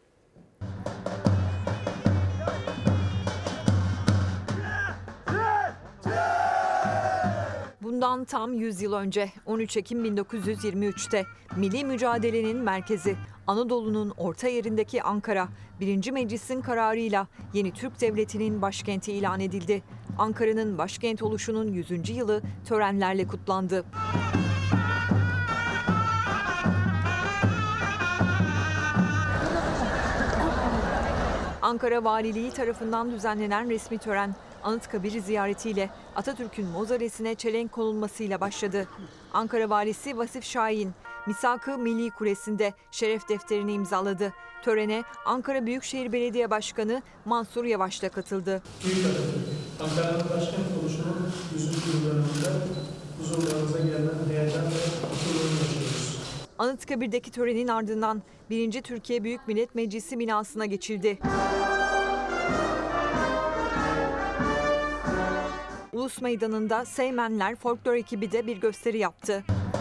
Bundan tam yüz yıl önce on üç Ekim bin dokuz yüz yirmi üç'te milli mücadelenin merkezi Anadolu'nun orta yerindeki Ankara, birinci Meclis'in kararıyla yeni Türk Devleti'nin başkenti ilan edildi. Ankara'nın başkent oluşunun yüzüncü yılı törenlerle kutlandı. Ankara Valiliği tarafından düzenlenen resmi tören, Anıtkabir ziyaretiyle Atatürk'ün mozaresine çelenk konulmasıyla başladı. Ankara Valisi Vasif Şahin, Misak-ı Milli Kulesi'nde şeref defterini imzaladı. Törene Ankara Büyükşehir Belediye Başkanı Mansur Yavaş da katıldı. Büyük Atatürk, Ankara'nın başkent oluşunun yüzüncü yıl dönümünde huzurlarınıza gelen heyecan ve mutluluğunu yaşıyoruz. Anıtkabir'deki törenin ardından birinci Türkiye Büyük Millet Meclisi binasına geçildi. Ulus Meydanı'nda Seymenler folklor ekibi de bir gösteri yaptı.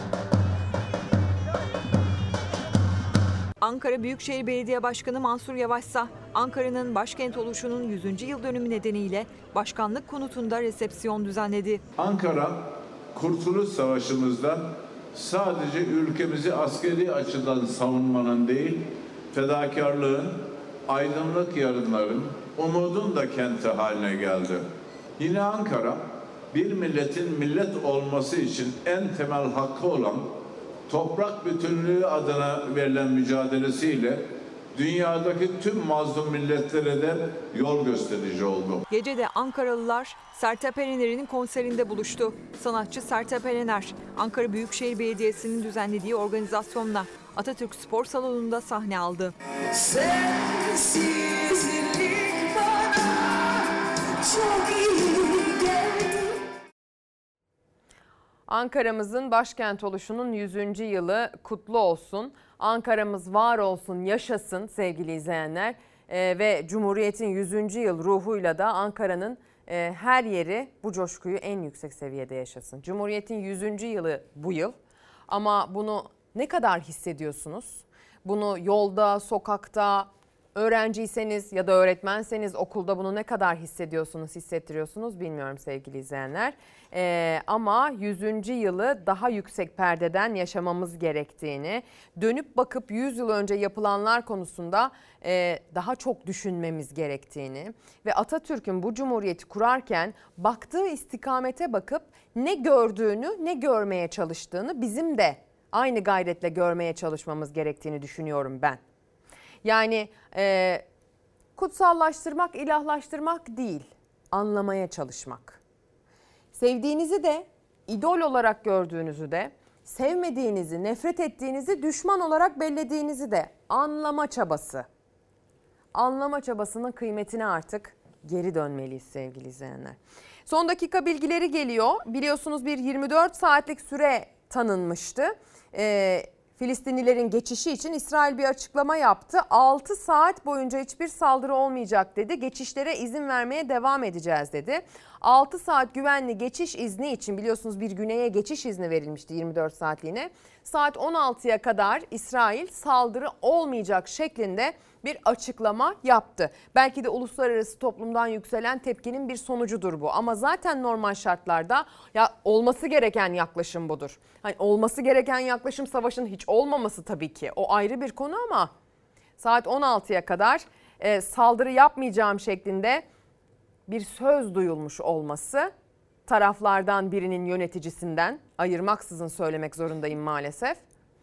Ankara Büyükşehir Belediye Başkanı Mansur Yavaş ise Ankara'nın başkent oluşunun yüzüncü yıl dönümü nedeniyle başkanlık konutunda resepsiyon düzenledi. Ankara, Kurtuluş Savaşı'mızda sadece ülkemizi askeri açıdan savunmanın değil, fedakarlığın, aydınlık yarınların, umudun da kenti haline geldi. Yine Ankara, bir milletin millet olması için en temel hakkı olan toprak bütünlüğü adına verilen mücadelesiyle dünyadaki tüm mazlum milletlere de yol gösterici oldu. Gecede Ankaralılar Sertab Erener'in konserinde buluştu. Sanatçı Sertab Erener, Ankara Büyükşehir Belediyesi'nin düzenlediği organizasyonla Atatürk Spor Salonu'nda sahne aldı. Sensizlik bana çok iyi geldi. Ankara'mızın başkent oluşunun yüzüncü yılı kutlu olsun. Ankara'mız var olsun, yaşasın sevgili izleyenler. Ee, ve Cumhuriyet'in yüzüncü yıl ruhuyla da Ankara'nın e, her yeri bu coşkuyu en yüksek seviyede yaşasın. Cumhuriyet'in yüzüncü yılı bu yıl ama bunu ne kadar hissediyorsunuz? Bunu yolda, sokakta, öğrenciyseniz ya da öğretmenseniz okulda bunu ne kadar hissediyorsunuz, hissettiriyorsunuz bilmiyorum sevgili izleyenler. Ee, ama yüzüncü yılı daha yüksek perdeden yaşamamız gerektiğini, dönüp bakıp yüz yıl önce yapılanlar konusunda e, daha çok düşünmemiz gerektiğini ve Atatürk'ün bu cumhuriyeti kurarken baktığı istikamete bakıp ne gördüğünü, ne görmeye çalıştığını bizim de aynı gayretle görmeye çalışmamız gerektiğini düşünüyorum ben. Yani e, kutsallaştırmak, ilahlaştırmak değil, anlamaya çalışmak. Sevdiğinizi de, idol olarak gördüğünüzü de, sevmediğinizi, nefret ettiğinizi, düşman olarak bellediğinizi de anlama çabası. Anlama çabasının kıymetine artık geri dönmeliyiz sevgili izleyenler. Son dakika bilgileri geliyor. Biliyorsunuz bir yirmi dört saatlik süre tanınmıştı. Ee, Filistinlilerin geçişi için İsrail bir açıklama yaptı. altı saat boyunca hiçbir saldırı olmayacak dedi. Geçişlere izin vermeye devam edeceğiz dedi. altı saat güvenli geçiş izni için biliyorsunuz bir güneye geçiş izni verilmişti yirmi dört saatliğine. Saat on altıya kadar İsrail saldırı olmayacak şeklinde bir açıklama yaptı. Belki de uluslararası toplumdan yükselen tepkinin bir sonucudur bu. Ama zaten normal şartlarda ya olması gereken yaklaşım budur. Hani olması gereken yaklaşım savaşın hiç olmaması tabii ki. O ayrı bir konu ama saat on altıya kadar e, saldırı yapmayacağım şeklinde bir söz duyulmuş olması taraflardan birinin yöneticisinden ayırmaksızın söylemek zorundayım maalesef.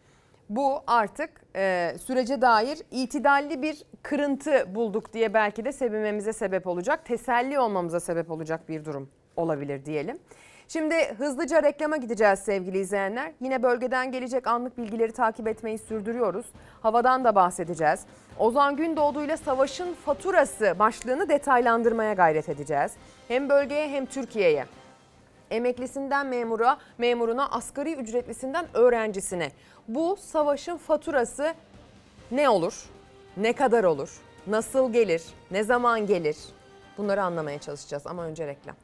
Bu artık e, sürece dair itidalli bir kırıntı bulduk diye belki de sevinmemize sebep olacak, teselli olmamıza sebep olacak bir durum olabilir diyelim. Şimdi hızlıca reklama gideceğiz sevgili izleyenler. Yine bölgeden gelecek anlık bilgileri takip etmeyi sürdürüyoruz. Havadan da bahsedeceğiz. Ozan Gündoğdu ile savaşın faturası başlığını detaylandırmaya gayret edeceğiz. Hem bölgeye hem Türkiye'ye. Emeklisinden memura, memuruna, asgari ücretlisinden öğrencisine. Bu savaşın faturası ne olur? Ne kadar olur? Nasıl gelir? Ne zaman gelir? Bunları anlamaya çalışacağız ama önce reklam.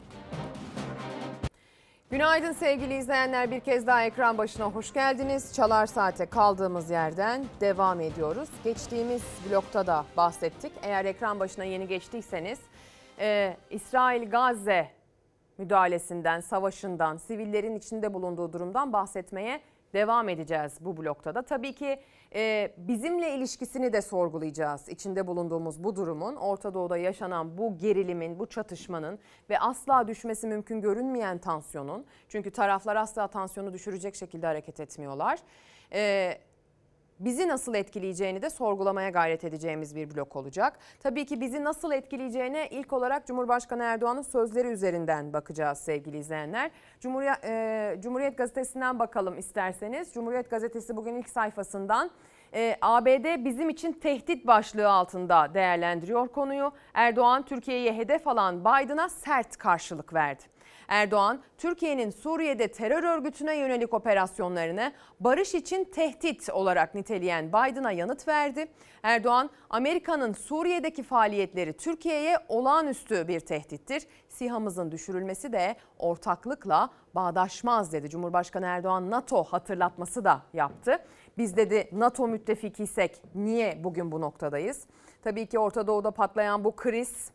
Günaydın sevgili izleyenler, bir kez daha ekran başına hoş geldiniz. Çalar Saat'e kaldığımız yerden devam ediyoruz. Geçtiğimiz blokta da bahsettik. Eğer ekran başına yeni geçtiyseniz e, İsrail-Gazze müdahalesinden, savaşından, sivillerin içinde bulunduğu durumdan bahsetmeye devam edeceğiz bu blokta da. Tabii ki e, bizimle ilişkisini de sorgulayacağız. İçinde bulunduğumuz bu durumun, Orta Doğu'da yaşanan bu gerilimin, bu çatışmanın ve asla düşmesi mümkün görünmeyen tansiyonun. Çünkü taraflar asla tansiyonu düşürecek şekilde hareket etmiyorlar. E, bizi nasıl etkileyeceğini de sorgulamaya gayret edeceğimiz bir blok olacak. Tabii ki bizi nasıl etkileyeceğine ilk olarak Cumhurbaşkanı Erdoğan'ın sözleri üzerinden bakacağız sevgili izleyenler. Cumhuriyet, e, Cumhuriyet Gazetesi'nden bakalım isterseniz. Cumhuriyet Gazetesi bugün ilk sayfasından e, A B D bizim için tehdit başlığı altında değerlendiriyor konuyu. Erdoğan Türkiye'yi hedef alan Biden'a sert karşılık verdi. Erdoğan, Türkiye'nin Suriye'de terör örgütüne yönelik operasyonlarını barış için tehdit olarak niteleyen Biden'a yanıt verdi. Erdoğan, Amerika'nın Suriye'deki faaliyetleri Türkiye'ye olağanüstü bir tehdittir. SİHA'mızın düşürülmesi de ortaklıkla bağdaşmaz dedi. Cumhurbaşkanı Erdoğan NATO hatırlatması da yaptı. Biz dedi NATO müttefikiysek niye bugün bu noktadayız? Tabii ki Orta Doğu'da patlayan bu kriz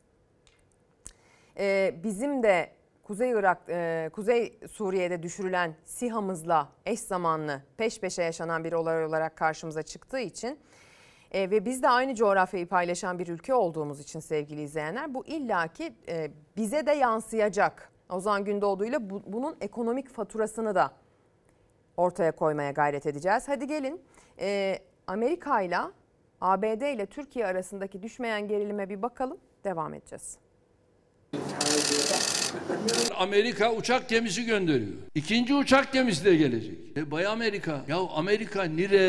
e, bizim de Kuzey Irak, e, Kuzey Suriye'de düşürülen SİHA'mızla eş zamanlı peş peşe yaşanan bir olay olarak karşımıza çıktığı için e, ve biz de aynı coğrafyayı paylaşan bir ülke olduğumuz için sevgili izleyenler bu illaki e, bize de yansıyacak. Ozan Gündoğdu ile bu, bunun ekonomik faturasını da ortaya koymaya gayret edeceğiz. Hadi gelin e, Amerika ile A B D ile Türkiye arasındaki düşmeyen gerilime bir bakalım, devam edeceğiz. Amerika uçak gemisi gönderiyor. İkinci uçak gemisi de gelecek. E bay Amerika. Ya Amerika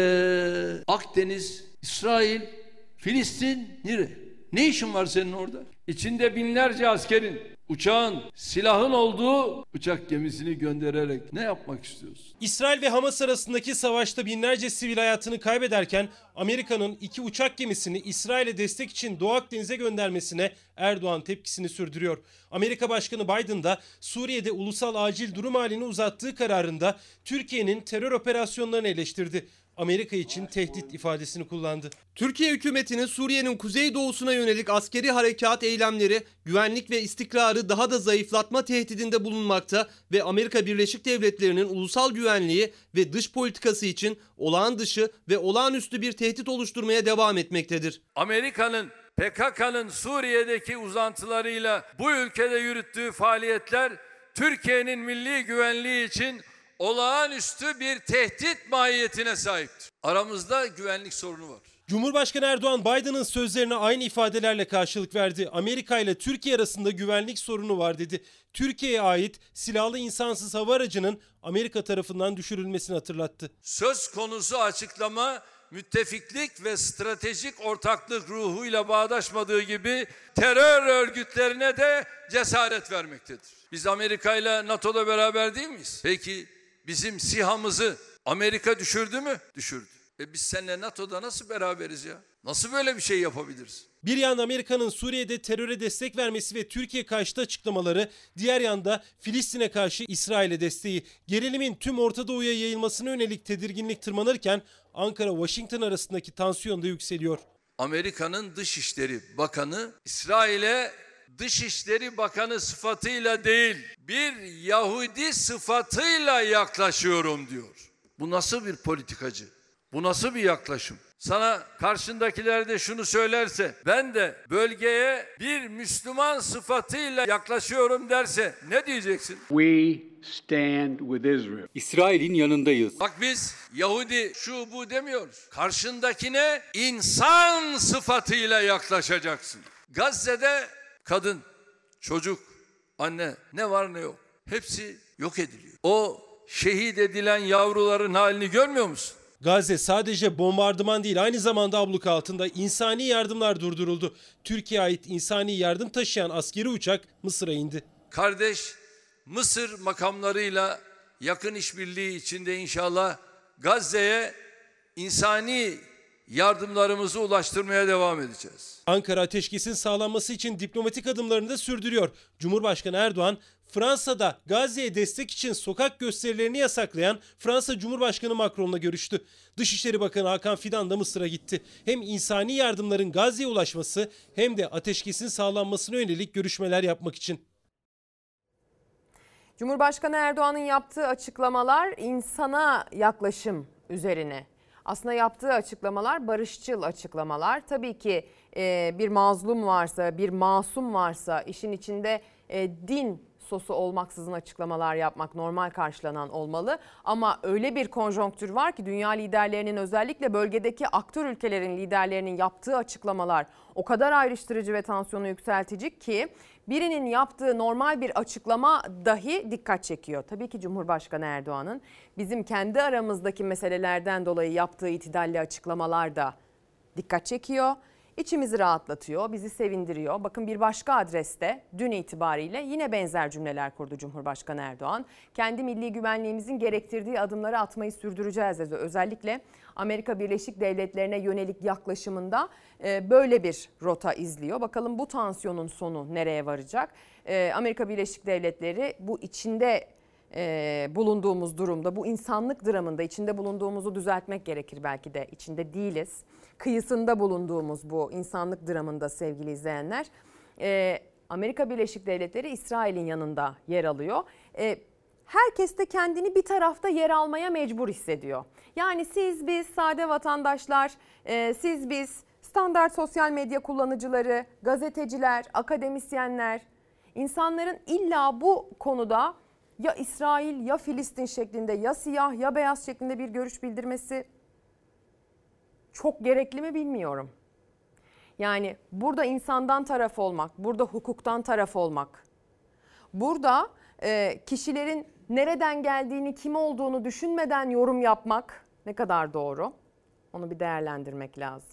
nire? Akdeniz, İsrail, Filistin nire? Ne işin var senin orada? İçinde binlerce askerin, uçağın, silahın olduğu uçak gemisini göndererek ne yapmak istiyorsun? İsrail ve Hamas arasındaki savaşta binlerce sivil hayatını kaybederken Amerika'nın iki uçak gemisini İsrail'e destek için Doğu Akdeniz'e göndermesine Erdoğan tepkisini sürdürüyor. Amerika Başkanı Biden da Suriye'de ulusal acil durum halini uzattığı kararında Türkiye'nin terör operasyonlarını eleştirdi. Amerika için tehdit ifadesini kullandı. Türkiye hükümetinin Suriye'nin kuzeydoğusuna yönelik askeri harekat eylemleri güvenlik ve istikrarı daha da zayıflatma tehdidinde bulunmakta ve Amerika Birleşik Devletleri'nin ulusal güvenliği ve dış politikası için olağan dışı ve olağanüstü bir tehdit oluşturmaya devam etmektedir. Amerika'nın P K K'nın Suriye'deki uzantılarıyla bu ülkede yürüttüğü faaliyetler Türkiye'nin milli güvenliği için olağanüstü bir tehdit mahiyetine sahiptir. Aramızda güvenlik sorunu var. Cumhurbaşkanı Erdoğan Biden'ın sözlerine aynı ifadelerle karşılık verdi. Amerika ile Türkiye arasında güvenlik sorunu var dedi. Türkiye'ye ait silahlı insansız hava aracının Amerika tarafından düşürülmesini hatırlattı. Söz konusu açıklama müttefiklik ve stratejik ortaklık ruhuyla bağdaşmadığı gibi terör örgütlerine de cesaret vermektedir. Biz Amerika ile NATO'da beraber değil miyiz? Peki bizim SİHA'mızı Amerika düşürdü mü? Düşürdü. E biz seninle NATO'da nasıl beraberiz ya? Nasıl böyle bir şey yapabiliriz? Bir yanda Amerika'nın Suriye'de teröre destek vermesi ve Türkiye karşıtı açıklamaları, diğer yanda Filistin'e karşı İsrail'e desteği, gerilimin tüm Orta Doğu'ya yayılmasına yönelik tedirginlik tırmanırken Ankara-Washington arasındaki tansiyon da yükseliyor. Amerika'nın Dışişleri Bakanı İsrail'e Dışişleri Bakanı sıfatıyla değil, bir Yahudi sıfatıyla yaklaşıyorum diyor. Bu nasıl bir politikacı? Bu nasıl bir yaklaşım? Sana karşındakiler de şunu söylerse, ben de bölgeye bir Müslüman sıfatıyla yaklaşıyorum derse ne diyeceksin? We stand with Israel. İsrail'in yanındayız. Bak biz Yahudi şu bu demiyoruz. Karşındakine insan sıfatıyla yaklaşacaksın. Gazze'de kadın, çocuk, anne ne var ne yok hepsi yok ediliyor. O şehit edilen yavruların halini görmüyor musun? Gazze sadece bombardıman değil, aynı zamanda abluka altında insani yardımlar durduruldu. Türkiye'ye ait insani yardım taşıyan askeri uçak Mısır'a indi. Kardeş Mısır makamlarıyla yakın işbirliği içinde inşallah Gazze'ye insani yardımlarımızı ulaştırmaya devam edeceğiz. Ankara ateşkesin sağlanması için diplomatik adımlarını da sürdürüyor. Cumhurbaşkanı Erdoğan, Fransa'da Gazze'ye destek için sokak gösterilerini yasaklayan Fransa Cumhurbaşkanı Macron'la görüştü. Dışişleri Bakanı Hakan Fidan da Mısır'a gitti. Hem insani yardımların Gazze'ye ulaşması hem de ateşkesin sağlanmasına yönelik görüşmeler yapmak için. Cumhurbaşkanı Erdoğan'ın yaptığı açıklamalar insana yaklaşım üzerine. Aslında yaptığı açıklamalar barışçıl açıklamalar. Tabii ki e, bir mazlum varsa, bir masum varsa işin içinde e, din sosu olmaksızın açıklamalar yapmak normal karşılanan olmalı. Ama öyle bir konjonktür var ki dünya liderlerinin, özellikle bölgedeki aktör ülkelerin liderlerinin yaptığı açıklamalar o kadar ayrıştırıcı ve tansiyonu yükseltici ki birinin yaptığı normal bir açıklama dahi dikkat çekiyor. Tabii ki Cumhurbaşkanı Erdoğan'ın bizim kendi aramızdaki meselelerden dolayı yaptığı itidalli açıklamalar da dikkat çekiyor. İçimizi rahatlatıyor, bizi sevindiriyor. Bakın bir başka adreste dün itibariyle yine benzer cümleler kurdu Cumhurbaşkanı Erdoğan. Kendi milli güvenliğimizin gerektirdiği adımları atmayı sürdüreceğiz dedi. Özellikle Amerika Birleşik Devletleri'ne yönelik yaklaşımında böyle bir rota izliyor. Bakalım bu tansiyonun sonu nereye varacak? Amerika Birleşik Devletleri bu içinde bulunduğumuz durumda, bu insanlık dramında içinde bulunduğumuzu düzeltmek gerekir belki de. İçinde değiliz. Kıyısında bulunduğumuz bu insanlık dramında sevgili izleyenler, Amerika Birleşik Devletleri İsrail'in yanında yer alıyor. Herkes de kendini bir tarafta yer almaya mecbur hissediyor. Yani siz biz sade vatandaşlar, siz biz standart sosyal medya kullanıcıları, gazeteciler, akademisyenler, insanların illa bu konuda ya İsrail ya Filistin şeklinde, ya siyah ya beyaz şeklinde bir görüş bildirmesi çok gerekli mi bilmiyorum. Yani burada insandan taraf olmak, burada hukuktan taraf olmak, Burada e, kişilerin nereden geldiğini, kim olduğunu düşünmeden yorum yapmak ne kadar doğru? Onu bir değerlendirmek lazım.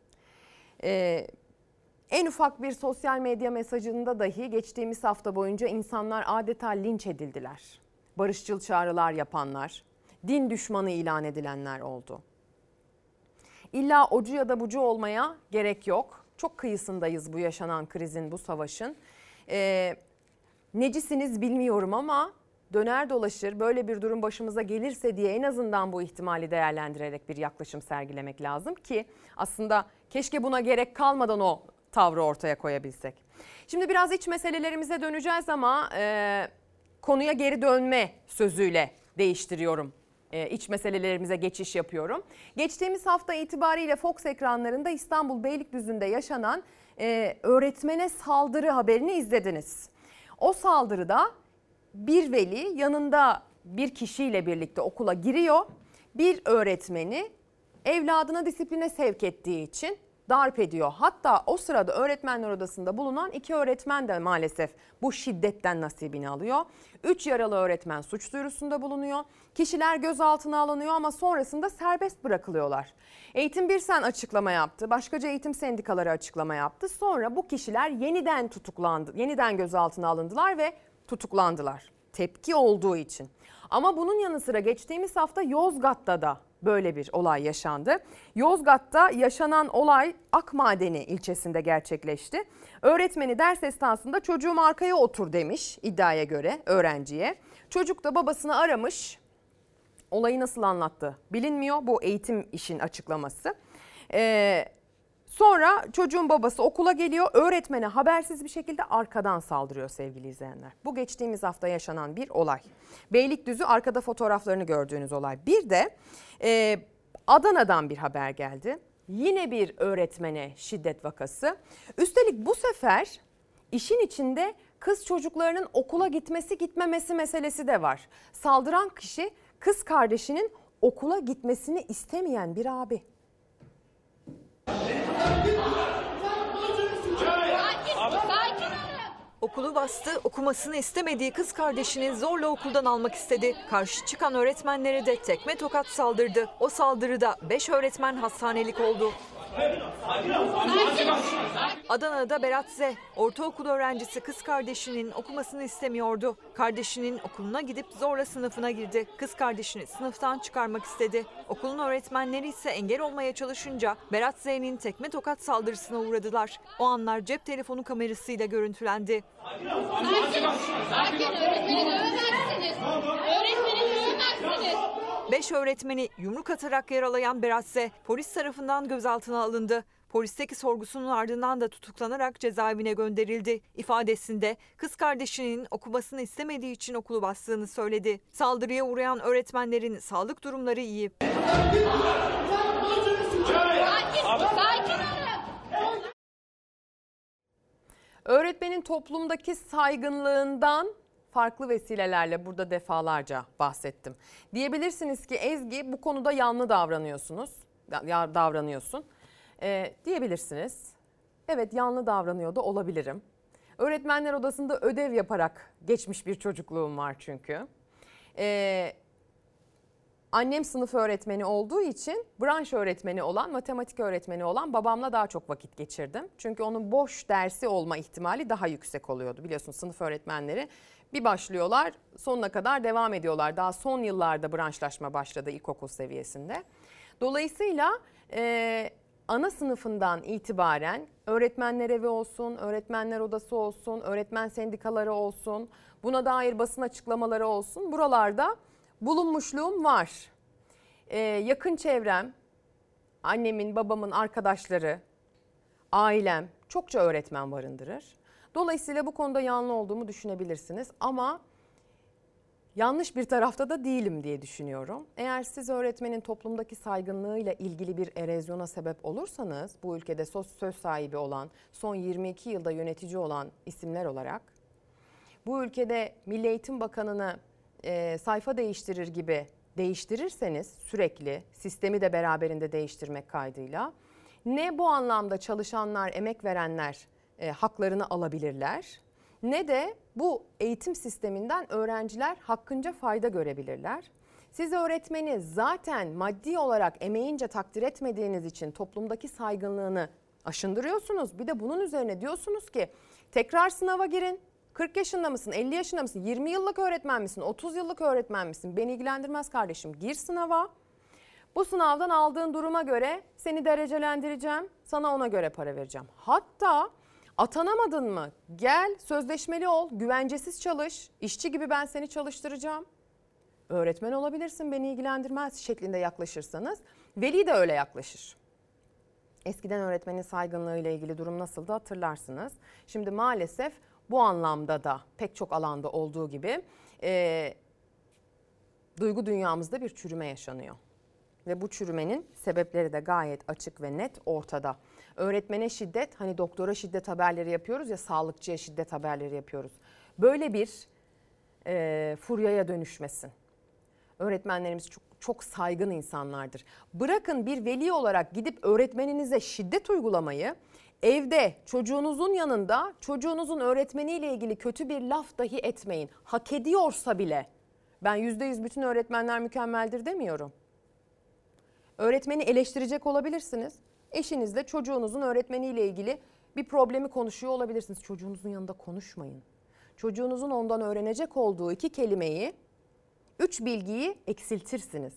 Ee, en ufak bir sosyal medya mesajında dahi geçtiğimiz hafta boyunca insanlar adeta linç edildiler. Barışçıl çağrılar yapanlar, din düşmanı ilan edilenler oldu. İlla ocu ya da bucu olmaya gerek yok. Çok kıyısındayız bu yaşanan krizin, bu savaşın. Ee, necisiniz bilmiyorum ama döner dolaşır böyle bir durum başımıza gelirse diye en azından bu ihtimali değerlendirerek bir yaklaşım sergilemek lazım ki aslında keşke buna gerek kalmadan o tavrı ortaya koyabilsek. Şimdi biraz iç meselelerimize döneceğiz ama e, konuya geri dönme sözüyle değiştiriyorum. E, iç meselelerimize geçiş yapıyorum. Geçtiğimiz hafta itibariyle Fox ekranlarında İstanbul Beylikdüzü'nde yaşanan e, öğretmene saldırı haberini izlediniz. O saldırıda bir veli yanında bir kişiyle birlikte okula giriyor. Bir öğretmeni evladına disipline sevk ettiği için darp ediyor. Hatta o sırada öğretmenler odasında bulunan iki öğretmen de maalesef bu şiddetten nasibini alıyor. Üç yaralı öğretmen suç duyurusunda bulunuyor. Kişiler gözaltına alınıyor ama sonrasında serbest bırakılıyorlar. Eğitim Birsen açıklama yaptı. Başkaca eğitim sendikaları açıklama yaptı. Sonra bu kişiler yeniden tutuklandı, yeniden gözaltına alındılar ve tutuklandılar. Tepki olduğu için. Ama bunun yanı sıra geçtiğimiz hafta Yozgat'ta da böyle bir olay yaşandı. Yozgat'ta yaşanan olay Akmadeni ilçesinde gerçekleşti. Öğretmeni ders esnasında çocuğum arkaya otur demiş iddiaya göre öğrenciye. Çocuk da babasını aramış. Olayı nasıl anlattı bilinmiyor. Bu eğitim işin açıklaması. Ee, Sonra çocuğun babası okula geliyor, öğretmene habersiz bir şekilde arkadan saldırıyor sevgili izleyenler. Bu geçtiğimiz hafta yaşanan bir olay. Beylikdüzü, arkada fotoğraflarını gördüğünüz olay. Bir de e, Adana'dan bir haber geldi. Yine bir öğretmene şiddet vakası. Üstelik bu sefer işin içinde kız çocuklarının okula gitmesi gitmemesi meselesi de var. Saldıran kişi kız kardeşinin okula gitmesini istemeyen bir abi. Okulu bastı, okumasını istemediği kız kardeşini zorla okuldan almak istedi. Karşı çıkan öğretmenlere de tekme tokat saldırdı. O saldırıda beş öğretmen hastanelik oldu. Adana'da Berat Z, ortaokul öğrencisi kız kardeşinin okumasını istemiyordu. Kardeşinin okuluna gidip zorla sınıfına girdi. Kız kardeşini sınıftan çıkarmak istedi. Okulun öğretmenleri ise engel olmaya çalışınca Berat Z'nin tekme tokat saldırısına uğradılar. O anlar cep telefonu kamerasıyla görüntülendi. Sakin, sakin, öğretmeni dövemezsiniz. Öğretmeni dövemezsiniz. Beş öğretmeni yumruk atarak yaralayan Berat Z polis tarafından gözaltına alındı. Polisteki sorgusunun ardından da tutuklanarak cezaevine gönderildi. İfadesinde kız kardeşinin okumasını istemediği için okulu bastığını söyledi. Saldırıya uğrayan öğretmenlerin sağlık durumları iyi. Sakin, sakin olun. Öğretmenin toplumdaki saygınlığından farklı vesilelerle burada defalarca bahsettim. Diyebilirsiniz ki Ezgi bu konuda yanlı davranıyorsunuz, davranıyorsun. Ee, diyebilirsiniz. Evet, yanlı davranıyor da olabilirim. Öğretmenler odasında ödev yaparak geçmiş bir çocukluğum var çünkü. Ee, annem sınıf öğretmeni olduğu için branş öğretmeni olan, matematik öğretmeni olan babamla daha çok vakit geçirdim. Çünkü onun boş dersi olma ihtimali daha yüksek oluyordu. Biliyorsun sınıf öğretmenleri bir başlıyorlar, sonuna kadar devam ediyorlar. Daha son yıllarda branşlaşma başladı ilkokul seviyesinde. Dolayısıyla e, ana sınıfından itibaren öğretmenler evi olsun, öğretmenler odası olsun, öğretmen sendikaları olsun, buna dair basın açıklamaları olsun, buralarda bulunmuşluğum var. Ee, yakın çevrem, annemin, babamın arkadaşları, ailem çokça öğretmen barındırır. Dolayısıyla bu konuda yanlı olduğumu düşünebilirsiniz ama yanlış bir tarafta da değilim diye düşünüyorum. Eğer siz öğretmenin toplumdaki saygınlığıyla ilgili bir erozyona sebep olursanız, bu ülkede söz sahibi olan, son yirmi iki yılda yönetici olan isimler olarak, bu ülkede Milli Eğitim Bakanı'nı e, sayfa değiştirir gibi değiştirirseniz sürekli, sistemi de beraberinde değiştirmek kaydıyla, ne bu anlamda çalışanlar, emek verenler e, haklarını alabilirler, ne de bu eğitim sisteminden öğrenciler hakkınca fayda görebilirler. Siz öğretmeni zaten maddi olarak emeğince takdir etmediğiniz için toplumdaki saygınlığını aşındırıyorsunuz. Bir de bunun üzerine diyorsunuz ki tekrar sınava girin. kırk yaşında mısın, elli yaşında mısın, yirmi yıllık öğretmen misin, otuz yıllık öğretmen misin? Beni ilgilendirmez kardeşim. Gir sınava. Bu sınavdan aldığın duruma göre seni derecelendireceğim. Sana ona göre para vereceğim. Hatta atanamadın mı? Gel sözleşmeli ol, güvencesiz çalış. İşçi gibi ben seni çalıştıracağım. Öğretmen olabilirsin, beni ilgilendirmez şeklinde yaklaşırsanız veli de öyle yaklaşır. Eskiden öğretmenin saygınlığıyla ilgili durum nasıldı hatırlarsınız. Şimdi maalesef bu anlamda da pek çok alanda olduğu gibi e, duygu dünyamızda bir çürüme yaşanıyor. Ve bu çürümenin sebepleri de gayet açık ve net ortada. Öğretmene şiddet, hani doktora şiddet haberleri yapıyoruz ya, sağlıkçıya şiddet haberleri yapıyoruz. Böyle bir e, furyaya dönüşmesin. Öğretmenlerimiz çok, çok saygın insanlardır. Bırakın bir veli olarak gidip öğretmeninize şiddet uygulamayı, evde çocuğunuzun yanında çocuğunuzun öğretmeniyle ilgili kötü bir laf dahi etmeyin. Hak ediyorsa bile. Ben yüzde yüz bütün öğretmenler mükemmeldir demiyorum. Öğretmeni eleştirecek olabilirsiniz. Eşinizle çocuğunuzun öğretmeniyle ilgili bir problemi konuşuyor olabilirsiniz. Çocuğunuzun yanında konuşmayın. Çocuğunuzun ondan öğrenecek olduğu iki kelimeyi, üç bilgiyi eksiltirsiniz.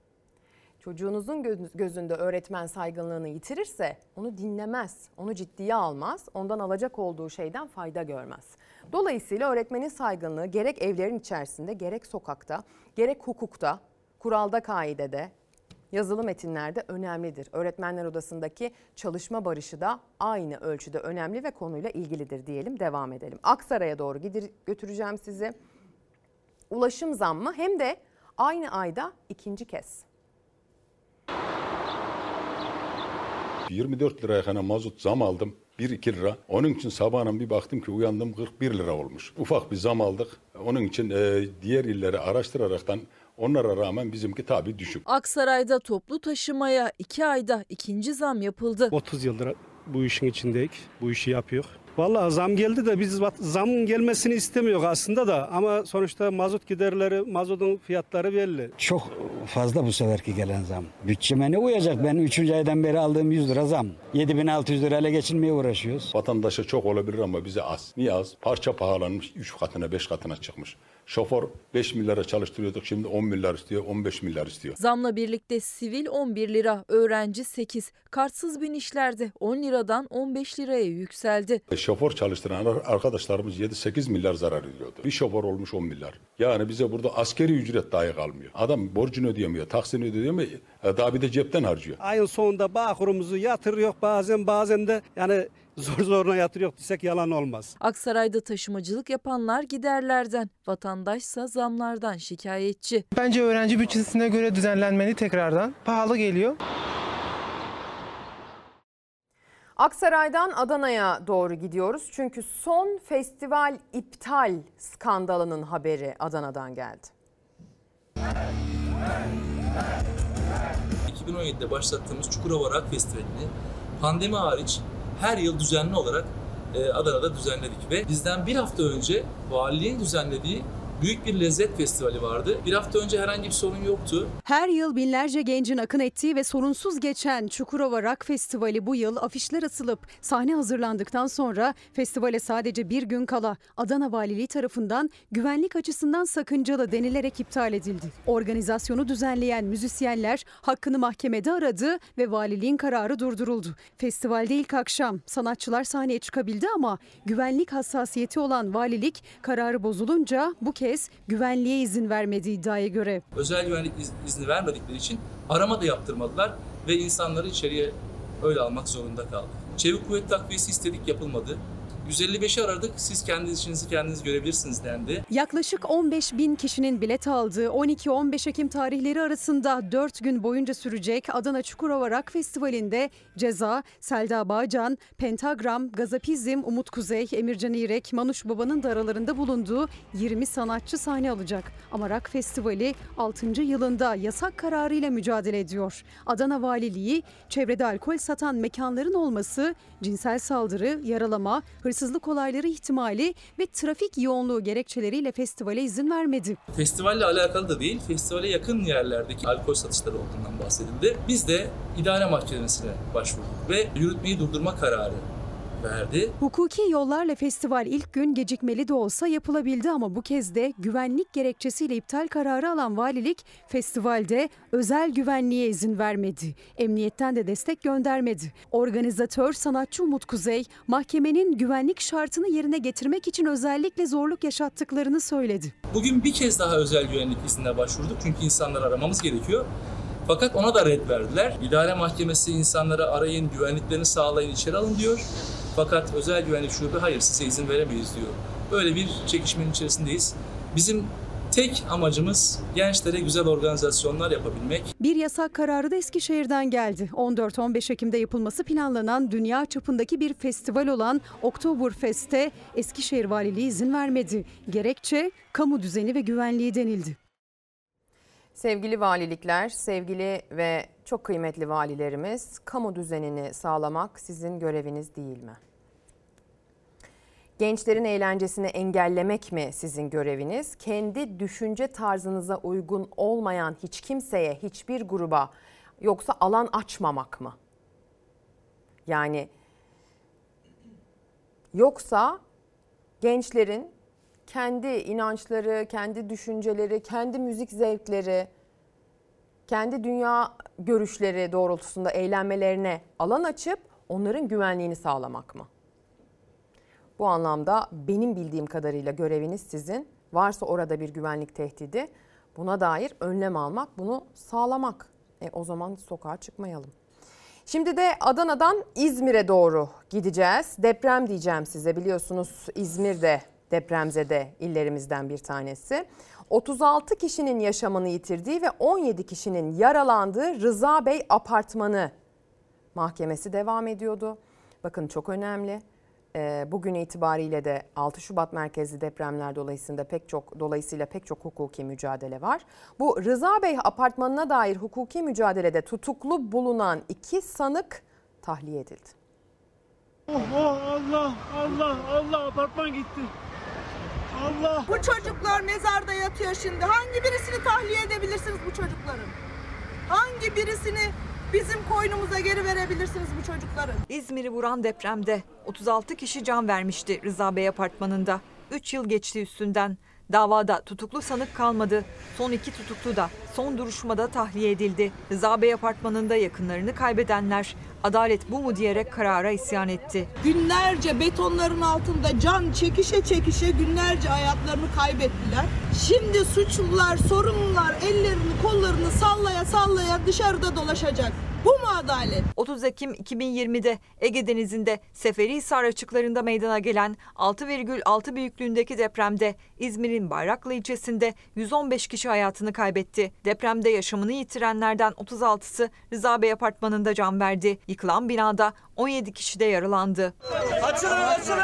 Çocuğunuzun gözünde öğretmen saygınlığını yitirirse onu dinlemez, onu ciddiye almaz, ondan alacak olduğu şeyden fayda görmez. Dolayısıyla öğretmenin saygınlığı gerek evlerin içerisinde, gerek sokakta, gerek hukukta, kuralda, kaidede, yazılı metinlerde önemlidir. Öğretmenler odasındaki çalışma barışı da aynı ölçüde önemli ve konuyla ilgilidir diyelim, devam edelim. Aksaray'a doğru gidir, götüreceğim sizi. Ulaşım zammı hem de aynı ayda ikinci kez. yirmi dört liraya kadar mazot zam aldım. bir iki lira. Onun için sabahına bir baktım ki uyandım kırk bir lira olmuş. Ufak bir zam aldık. Onun için e, diğer illeri araştıraraktan onlara rağmen bizimki tabii düşük. Aksaray'da toplu taşımaya iki ayda ikinci zam yapıldı. otuz yıldır bu işin içindeyiz. Bu işi yapıyor. Vallahi zam geldi de biz zamın gelmesini istemiyoruz aslında da ama sonuçta mazot giderleri, mazotun fiyatları belli. Çok fazla bu seferki gelen zam. Bütçeme ne uyacak? Ben üçüncü aydan beri aldığım yüz lira zam. yedi bin altı yüz lirayla geçinmeye uğraşıyoruz. Vatandaşa çok olabilir ama bize az. Niye az? Parça pahalanmış, üç katına beş katına çıkmış. Şoför beş milyara çalıştırıyorduk, şimdi on milyar istiyor, on beş milyar istiyor. Zamla birlikte sivil on bir lira, öğrenci sekiz, kartsız binişlerde on liradan on beş liraya yükseldi. Şoför çalıştıran arkadaşlarımız yedi sekiz milyar zarar ediyordu. Bir şoför olmuş on milyar. Yani bize burada askeri ücret dahi kalmıyor. Adam borcunu ödeyemiyor, taksini ödeyemiyor, daha bir de cepten harcıyor. Ayın sonunda Bağkur'umuzu yatırıyor bazen bazen de yani zor zoruna yatırıyor desek yalan olmaz. Aksaray'da taşımacılık yapanlar giderlerden, vatandaşsa zamlardan şikayetçi. Bence öğrenci bütçesine göre düzenlenmeli tekrardan. Pahalı geliyor. Aksaray'dan Adana'ya doğru gidiyoruz. Çünkü son festival iptal skandalının haberi Adana'dan geldi. iki bin on yedide başlattığımız Çukurova Rock Festivali'ni pandemi hariç her yıl düzenli olarak Adana'da düzenledik ve bizden bir hafta önce valiliğin düzenlediği büyük bir lezzet festivali vardı. Bir hafta önce herhangi bir sorun yoktu. Her yıl binlerce gencin akın ettiği ve sorunsuz geçen Çukurova Rock Festivali bu yıl afişler asılıp sahne hazırlandıktan sonra festivale sadece bir gün kala Adana Valiliği tarafından güvenlik açısından sakıncalı denilerek iptal edildi. Organizasyonu düzenleyen müzisyenler hakkını mahkemede aradı ve valiliğin kararı durduruldu. Festivalde ilk akşam sanatçılar sahneye çıkabildi ama güvenlik hassasiyeti olan valilik kararı bozulunca bu kez güvenliğe izin vermediği iddiaya göre. Özel güvenlik izni vermedikleri için arama da yaptırmadılar ve insanları içeriye öyle almak zorunda kaldık. Çevik kuvvet takviyesi istedik, yapılmadı. yüz elli beşi aradık, siz kendi işinizi kendiniz görebilirsiniz dendi. Yaklaşık on beş bin kişinin bilet aldığı on iki on beş Ekim tarihleri arasında dört gün boyunca sürecek Adana Çukurova Rock Festivali'nde Ceza, Selda Bağcan, Pentagram, Gazapizm, Umut Kuzey, Emircan İrek, Manuş Baba'nın da aralarında bulunduğu yirmi sanatçı sahne alacak. Ama Rock Festivali altıncı yılında yasak kararıyla mücadele ediyor. Adana Valiliği çevrede alkol satan mekanların olması, cinsel saldırı, yaralama, hırsızlık hırsızlık olayları ihtimali ve trafik yoğunluğu gerekçeleriyle festivale izin vermedi. Festivalle alakalı da değil, festivale yakın yerlerdeki alkol satışları olduğundan bahsedildi. Biz de idare mahkemesine başvurduk ve yürütmeyi durdurma kararı verdi. Hukuki yollarla festival ilk gün gecikmeli de olsa yapılabildi ama bu kez de güvenlik gerekçesiyle iptal kararı alan valilik festivalde özel güvenliğe izin vermedi. Emniyetten de destek göndermedi. Organizatör sanatçı Umut Kuzey mahkemenin güvenlik şartını yerine getirmek için özellikle zorluk yaşattıklarını söyledi. Bugün bir kez daha özel güvenlik iznine başvurduk çünkü insanları aramamız gerekiyor. Fakat ona da red verdiler. İdare mahkemesi insanlara arayın, güvenliklerini sağlayın, içeri alın diyor. Fakat özel güvenlik şube hayır size izin veremeyiz diyor. Böyle bir çekişmenin içerisindeyiz. Bizim tek amacımız gençlere güzel organizasyonlar yapabilmek. Bir yasak kararı da Eskişehir'den geldi. on dört on beş Ekim'de yapılması planlanan dünya çapındaki bir festival olan Oktoberfest'e Eskişehir Valiliği izin vermedi. Gerekçe kamu düzeni ve güvenliği denildi. Sevgili valilikler, sevgili ve çok kıymetli valilerimiz, kamu düzenini sağlamak sizin göreviniz değil mi? Gençlerin eğlencesini engellemek mi sizin göreviniz? Kendi düşünce tarzınıza uygun olmayan hiç kimseye, hiçbir gruba yoksa alan açmamak mı? Yani yoksa gençlerin kendi inançları, kendi düşünceleri, kendi müzik zevkleri, kendi dünya görüşleri doğrultusunda eğlenmelerine alan açıp onların güvenliğini sağlamak mı? Bu anlamda benim bildiğim kadarıyla göreviniz sizin. Varsa orada bir güvenlik tehdidi, buna dair önlem almak, bunu sağlamak. E, o zaman sokağa çıkmayalım. Şimdi de Adana'dan İzmir'e doğru gideceğiz. Deprem diyeceğim size, biliyorsunuz İzmir'de depremzede illerimizden bir tanesi. otuz altı kişinin yaşamını yitirdiği ve on yedi kişinin yaralandığı Rıza Bey Apartmanı mahkemesi devam ediyordu. Bakın çok önemli. Bugün itibariyle de altı Şubat merkezli depremler dolayısıyla pek çok dolayısıyla pek çok hukuki mücadele var. Bu Rıza Bey Apartmanı'na dair hukuki mücadelede tutuklu bulunan iki sanık tahliye edildi. Oh, oh Allah Allah Allah apartman gitti. Allah. Bu çocuklar mezarda yatıyor şimdi. Hangi birisini tahliye edebilirsiniz bu çocukların? Hangi birisini bizim koynumuza geri verebilirsiniz bu çocukların? İzmir'i vuran depremde otuz altı kişi can vermişti Rıza Bey Apartmanı'nda. üç yıl geçti üstünden. Davada tutuklu sanık kalmadı. Son iki tutuklu da son duruşmada tahliye edildi. Rıza Bey Apartmanı'nda yakınlarını kaybedenler adalet bu mu diyerek karara isyan etti. Günlerce betonların altında can çekişe çekişe günlerce hayatlarını kaybettiler. Şimdi suçlular, sorumlular ellerini kollarını sallaya sallaya dışarıda dolaşacak. Bu mu adalet? otuz Ekim iki bin yirmide Ege Denizi'nde Seferihisar açıklarında meydana gelen altı virgül altı büyüklüğündeki depremde İzmir'in Bayraklı ilçesinde yüz on beş kişi hayatını kaybetti. Depremde yaşamını yitirenlerden otuz altısı Rıza Bey Apartmanı'nda can verdi. Yıkılan binada on yedi kişi de yaralandı. Açılın, açılın.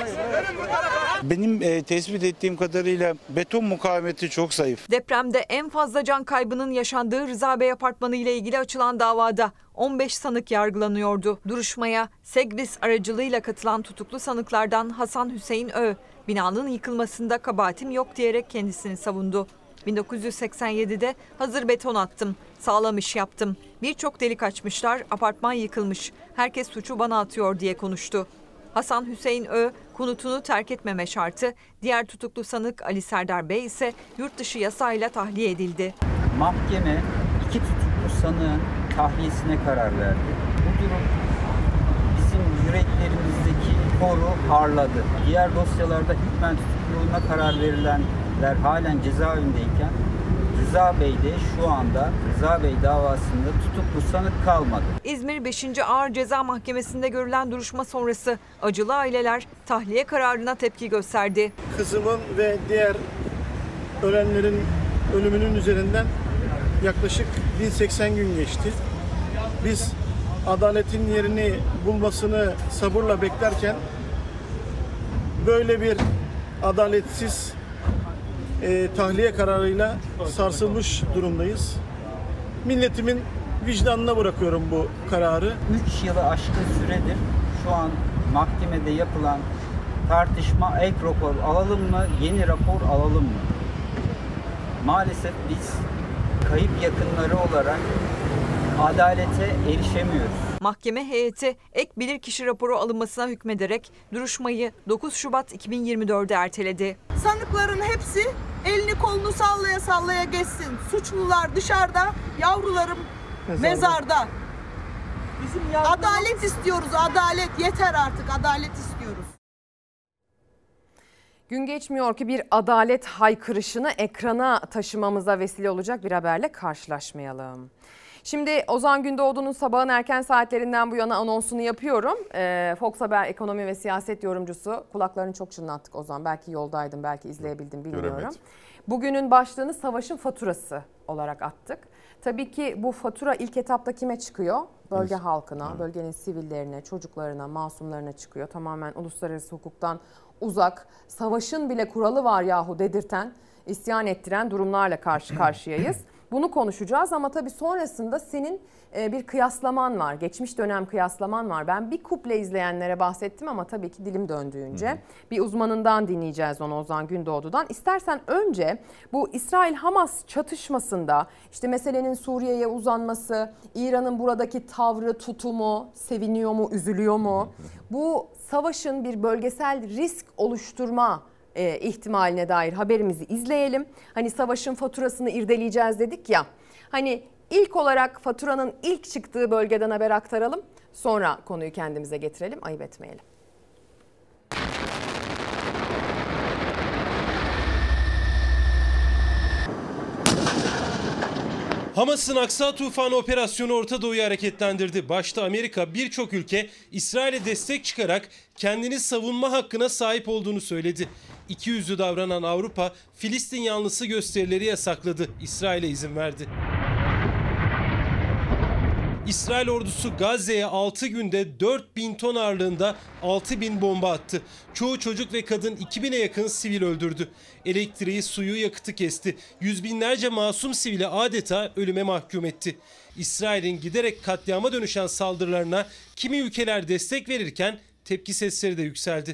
Benim e, tespit ettiğim kadarıyla beton mukavemeti çok zayıf. Depremde en fazla can kaybının yaşandığı Rıza Bey Apartmanı ile ilgili açılan davada on beş sanık yargılanıyordu. Duruşmaya Segvis aracılığıyla katılan tutuklu sanıklardan Hasan Hüseyin Ö, binanın yıkılmasında kabahatim yok diyerek kendisini savundu. bin dokuz yüz seksen yedide hazır beton attım, sağlam iş yaptım. Birçok delik açmışlar, apartman yıkılmış. Herkes suçu bana atıyor diye konuştu. Hasan Hüseyin Ö, konutunu terk etmeme şartı, diğer tutuklu sanık Ali Serdar Bey ise yurt dışı yasayla tahliye edildi. Mahkeme iki tutuklu sanığın tahliyesine karar verdi. Bu durum bizim yüreklerimizdeki koru harladı. Diğer dosyalarda hükmen tutukluluğuna karar verilenler halen cezaevindeyken Rıza Bey de şu anda Rıza Bey davasında tutuklu sanık kalmadı. İzmir beşinci Ağır Ceza Mahkemesi'nde görülen duruşma sonrası acılı aileler tahliye kararına tepki gösterdi. Kızımın ve diğer ölenlerin ölümünün üzerinden yaklaşık bin seksen gün geçti. Biz adaletin yerini bulmasını sabırla beklerken böyle bir adaletsiz e, tahliye kararıyla sarsılmış durumdayız. Milletimin vicdanına bırakıyorum bu kararı. üç yılı aşkın süredir şu an mahkemede yapılan tartışma ek rapor alalım mı, yeni rapor alalım mı? Maalesef biz kayıp yakınları olarak adalete erişemiyoruz. Mahkeme heyeti ek bilirkişi raporu alınmasına hükmederek duruşmayı dokuz Şubat iki bin yirmi dört'e erteledi. Sanıkların hepsi elini kolunu sallaya sallaya geçsin. Suçlular dışarıda, yavrularım mezarda. mezarda. Bizim adalet istiyoruz, adalet. Yeter artık, adalet istiyoruz. Gün geçmiyor ki bir adalet haykırışını ekrana taşımamıza vesile olacak bir haberle karşılaşmayalım. Şimdi Ozan Gündoğdu'nun sabahın erken saatlerinden bu yana anonsunu yapıyorum. Ee, Fox Haber ekonomi ve siyaset yorumcusu. Kulaklarını çok çınlattık Ozan. Belki yoldaydın, belki izleyebildim bilmiyorum. Göremedim. Bugünün başlığını savaşın faturası olarak attık. Tabii ki bu fatura ilk etapta kime çıkıyor? Bölge evet. halkına, evet. bölgenin sivillerine, çocuklarına, masumlarına çıkıyor. Tamamen uluslararası hukuktan uzak, savaşın bile kuralı var yahu dedirten, isyan ettiren durumlarla karşı karşıyayız. Bunu konuşacağız ama tabii sonrasında senin bir kıyaslaman var. Geçmiş dönem kıyaslaman var. Ben bir kuple izleyenlere bahsettim ama tabii ki dilim döndüğünce hı hı. bir uzmanından dinleyeceğiz onu, Ozan Gündoğdu'dan. İstersen önce bu İsrail-Hamas çatışmasında işte meselenin Suriye'ye uzanması, İran'ın buradaki tavrı, tutumu, seviniyor mu, üzülüyor mu? Bu savaşın bir bölgesel risk oluşturma E, ihtimaline dair haberimizi izleyelim. Hani savaşın faturasını irdeleyeceğiz dedik ya. Hani ilk olarak faturanın ilk çıktığı bölgeden haber aktaralım. Sonra konuyu kendimize getirelim, ayıp etmeyelim. Hamas'ın Aksa Tufanı operasyonu Orta Doğu'yu hareketlendirdi. Başta Amerika birçok ülke İsrail'e destek çıkarak kendini savunma hakkına sahip olduğunu söyledi. İkiyüzlü davranan Avrupa Filistin yanlısı gösterileri yasakladı. İsrail'e izin verdi. İsrail ordusu Gazze'ye altı günde dört bin ton ağırlığında altı bin bomba attı. Çoğu çocuk ve kadın iki bine yakın sivil öldürdü. Elektriği, suyu, yakıtı kesti. Yüz binlerce masum sivili adeta ölüme mahkum etti. İsrail'in giderek katliama dönüşen saldırılarına kimi ülkeler destek verirken tepki sesleri de yükseldi.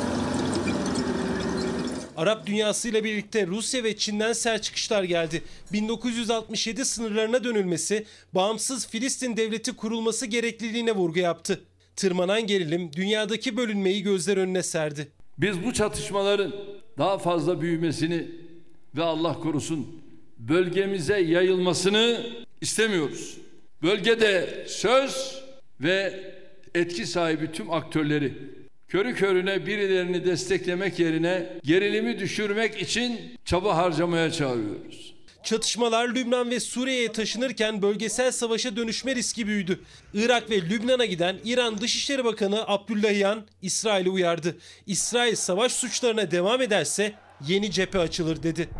Arap dünyasıyla birlikte Rusya ve Çin'den sert çıkışlar geldi. bin dokuz yüz altmış yedi sınırlarına dönülmesi, bağımsız Filistin devleti kurulması gerekliliğine vurgu yaptı. Tırmanan gerilim dünyadaki bölünmeyi gözler önüne serdi. Biz bu çatışmaların daha fazla büyümesini ve Allah korusun bölgemize yayılmasını istemiyoruz. Bölgede söz ve etki sahibi tüm aktörleri körü körüne birilerini desteklemek yerine gerilimi düşürmek için çaba harcamaya çağırıyoruz. Çatışmalar Lübnan ve Suriye'ye taşınırken bölgesel savaşa dönüşme riski büyüdü. Irak ve Lübnan'a giden İran Dışişleri Bakanı Abdullahian İsrail'i uyardı. İsrail savaş suçlarına devam ederse yeni cephe açılır dedi.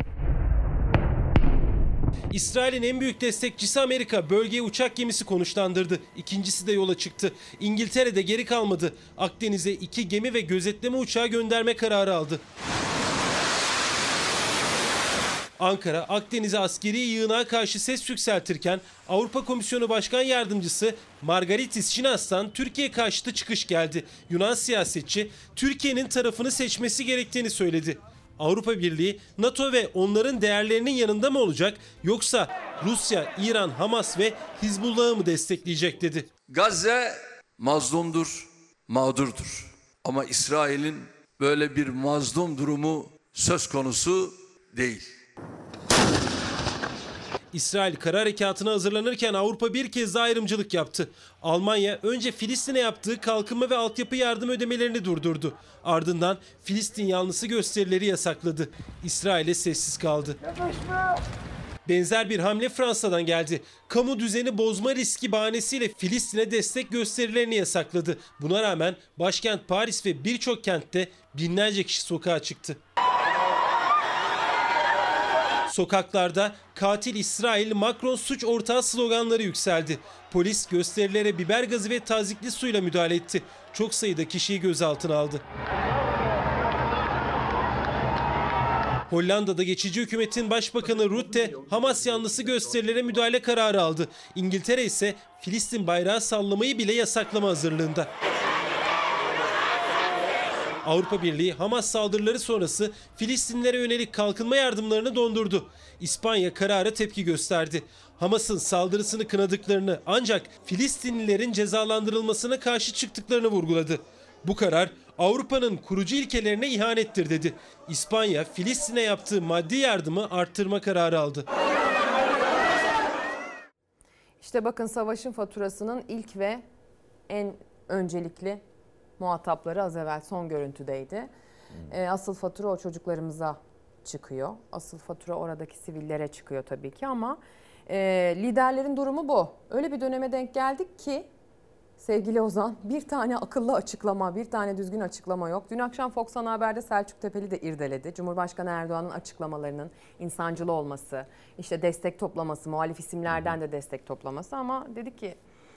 İsrail'in en büyük destekçisi Amerika bölgeye uçak gemisi konuşlandırdı. İkincisi de yola çıktı. İngiltere de geri kalmadı. Akdeniz'e iki gemi ve gözetleme uçağı gönderme kararı aldı. Ankara, Akdeniz'e askeri yığınağa karşı ses yükseltirken Avrupa Komisyonu Başkan Yardımcısı Margaritis Şinas'tan Türkiye karşıtı çıkış geldi. Yunan siyasetçi Türkiye'nin tarafını seçmesi gerektiğini söyledi. Avrupa Birliği, NATO ve onların değerlerinin yanında mı olacak yoksa Rusya, İran, Hamas ve Hizbullah'ı mı destekleyecek dedi. Gazze mazlumdur, mağdurdur. Ama İsrail'in böyle bir mazlum durumu söz konusu değil. İsrail kara harekatına hazırlanırken Avrupa bir kez daha ayrımcılık yaptı. Almanya önce Filistin'e yaptığı kalkınma ve altyapı yardım ödemelerini durdurdu. Ardından Filistin yanlısı gösterileri yasakladı. İsrail'e sessiz kaldı. Benzer bir hamle Fransa'dan geldi. Kamu düzeni bozma riski bahanesiyle Filistin'e destek gösterilerini yasakladı. Buna rağmen başkent Paris ve birçok kentte binlerce kişi sokağa çıktı. Sokaklarda katil İsrail, Macron suç ortağı sloganları yükseldi. Polis gösterilere biber gazı ve tazikli suyla müdahale etti. Çok sayıda kişiyi gözaltına aldı. Hollanda'da geçici hükümetin başbakanı Rutte, Hamas yanlısı gösterilere müdahale kararı aldı. İngiltere ise Filistin bayrağı sallamayı bile yasaklama hazırlığında. Avrupa Birliği Hamas saldırıları sonrası Filistinlilere yönelik kalkınma yardımlarını dondurdu. İspanya karara tepki gösterdi. Hamas'ın saldırısını kınadıklarını ancak Filistinlilerin cezalandırılmasına karşı çıktıklarını vurguladı. Bu karar Avrupa'nın kurucu ilkelerine ihanettir dedi. İspanya, Filistin'e yaptığı maddi yardımı arttırma kararı aldı. İşte bakın, savaşın faturasının ilk ve en öncelikli muhatapları az evvel son görüntüdeydi. E, asıl fatura o çocuklarımıza çıkıyor. Asıl fatura oradaki sivillere çıkıyor tabii ki, ama e, liderlerin durumu bu. Öyle bir döneme denk geldik ki sevgili Ozan, bir tane akıllı açıklama, bir tane düzgün açıklama yok. Dün akşam Fox Ana Haber'de Selçuk Tepeli de irdeledi. Cumhurbaşkanı Erdoğan'ın açıklamalarının insancıl olması, işte destek toplaması, muhalif isimlerden de destek toplaması, ama dedi ki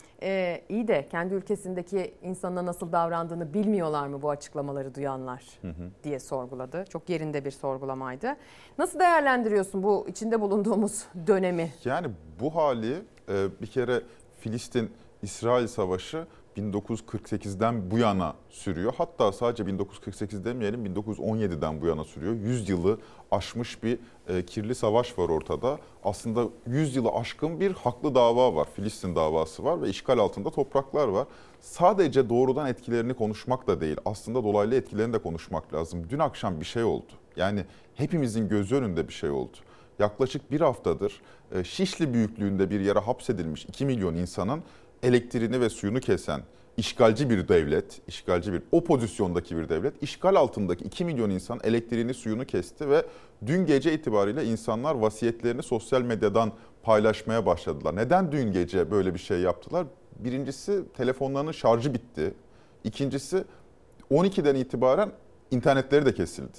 e, iyi de kendi ülkesindeki insanına nasıl davrandığını bilmiyorlar mı bu açıklamaları duyanlar hı hı. diye sorguladı. Çok yerinde bir sorgulamaydı. Nasıl değerlendiriyorsun bu içinde bulunduğumuz dönemi? Yani bu hali e, bir kere Filistin-İsrail Savaşı bin dokuz yüz kırk sekizden bu yana sürüyor. Hatta sadece bin dokuz yüz kırk sekiz demeyelim, bin dokuz yüz on yediden bu yana sürüyor. yüz yılı aşmış bir e, kirli savaş var ortada. Aslında yüz yılı aşkın bir haklı dava var. Filistin davası var ve işgal altında topraklar var. Sadece doğrudan etkilerini konuşmak da değil, aslında dolaylı etkilerini de konuşmak lazım. Dün akşam bir şey oldu. Yani hepimizin gözü önünde bir şey oldu. Yaklaşık bir haftadır e, Şişli büyüklüğünde bir yere hapsedilmiş iki milyon insanın elektriğini ve suyunu kesen işgalci bir devlet, işgalci bir o pozisyondaki bir devlet, işgal altındaki iki milyon insan elektriğini, suyunu kesti ve dün gece itibariyle insanlar vasiyetlerini sosyal medyadan paylaşmaya başladılar. Neden dün gece böyle bir şey yaptılar? Birincisi, telefonlarının şarjı bitti. İkincisi, on ikiden itibaren internetleri de kesildi.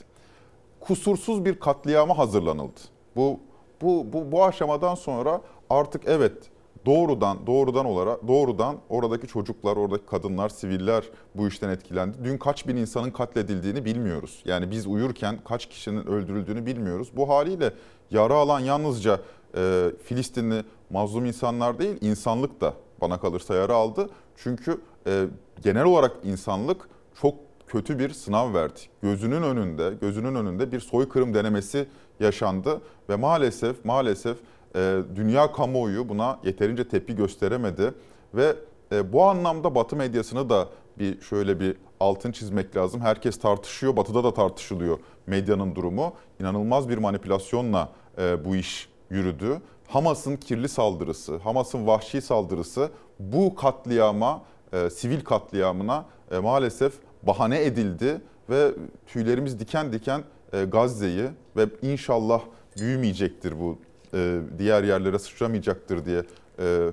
Kusursuz bir katliama hazırlanıldı. Bu bu bu bu aşamadan sonra artık evet, doğrudan doğrudan olarak doğrudan oradaki çocuklar, oradaki kadınlar, siviller bu işten etkilendi. Dün kaç bin insanın katledildiğini bilmiyoruz. Yani biz uyurken kaç kişinin öldürüldüğünü bilmiyoruz. Bu haliyle yara alan yalnızca e, Filistinli mazlum insanlar değil, insanlık da bana kalırsa yara aldı. Çünkü e, genel olarak insanlık çok kötü bir sınav verdi. Gözünün önünde, gözünün önünde bir soykırım denemesi yaşandı ve maalesef maalesef e, dünya kamuoyu buna yeterince tepki gösteremedi ve e, bu anlamda Batı medyasını da bir şöyle bir altın çizmek lazım. Herkes tartışıyor, Batı'da da tartışılıyor medyanın durumu. İnanılmaz bir manipülasyonla e, bu iş yürüdü. Hamas'ın kirli saldırısı, Hamas'ın vahşi saldırısı bu katliama, e, sivil katliamına e, maalesef bahane edildi ve tüylerimiz diken diken e, Gazze'yi ve inşallah büyümeyecektir bu, e, diğer yerlere sıçramayacaktır diye e,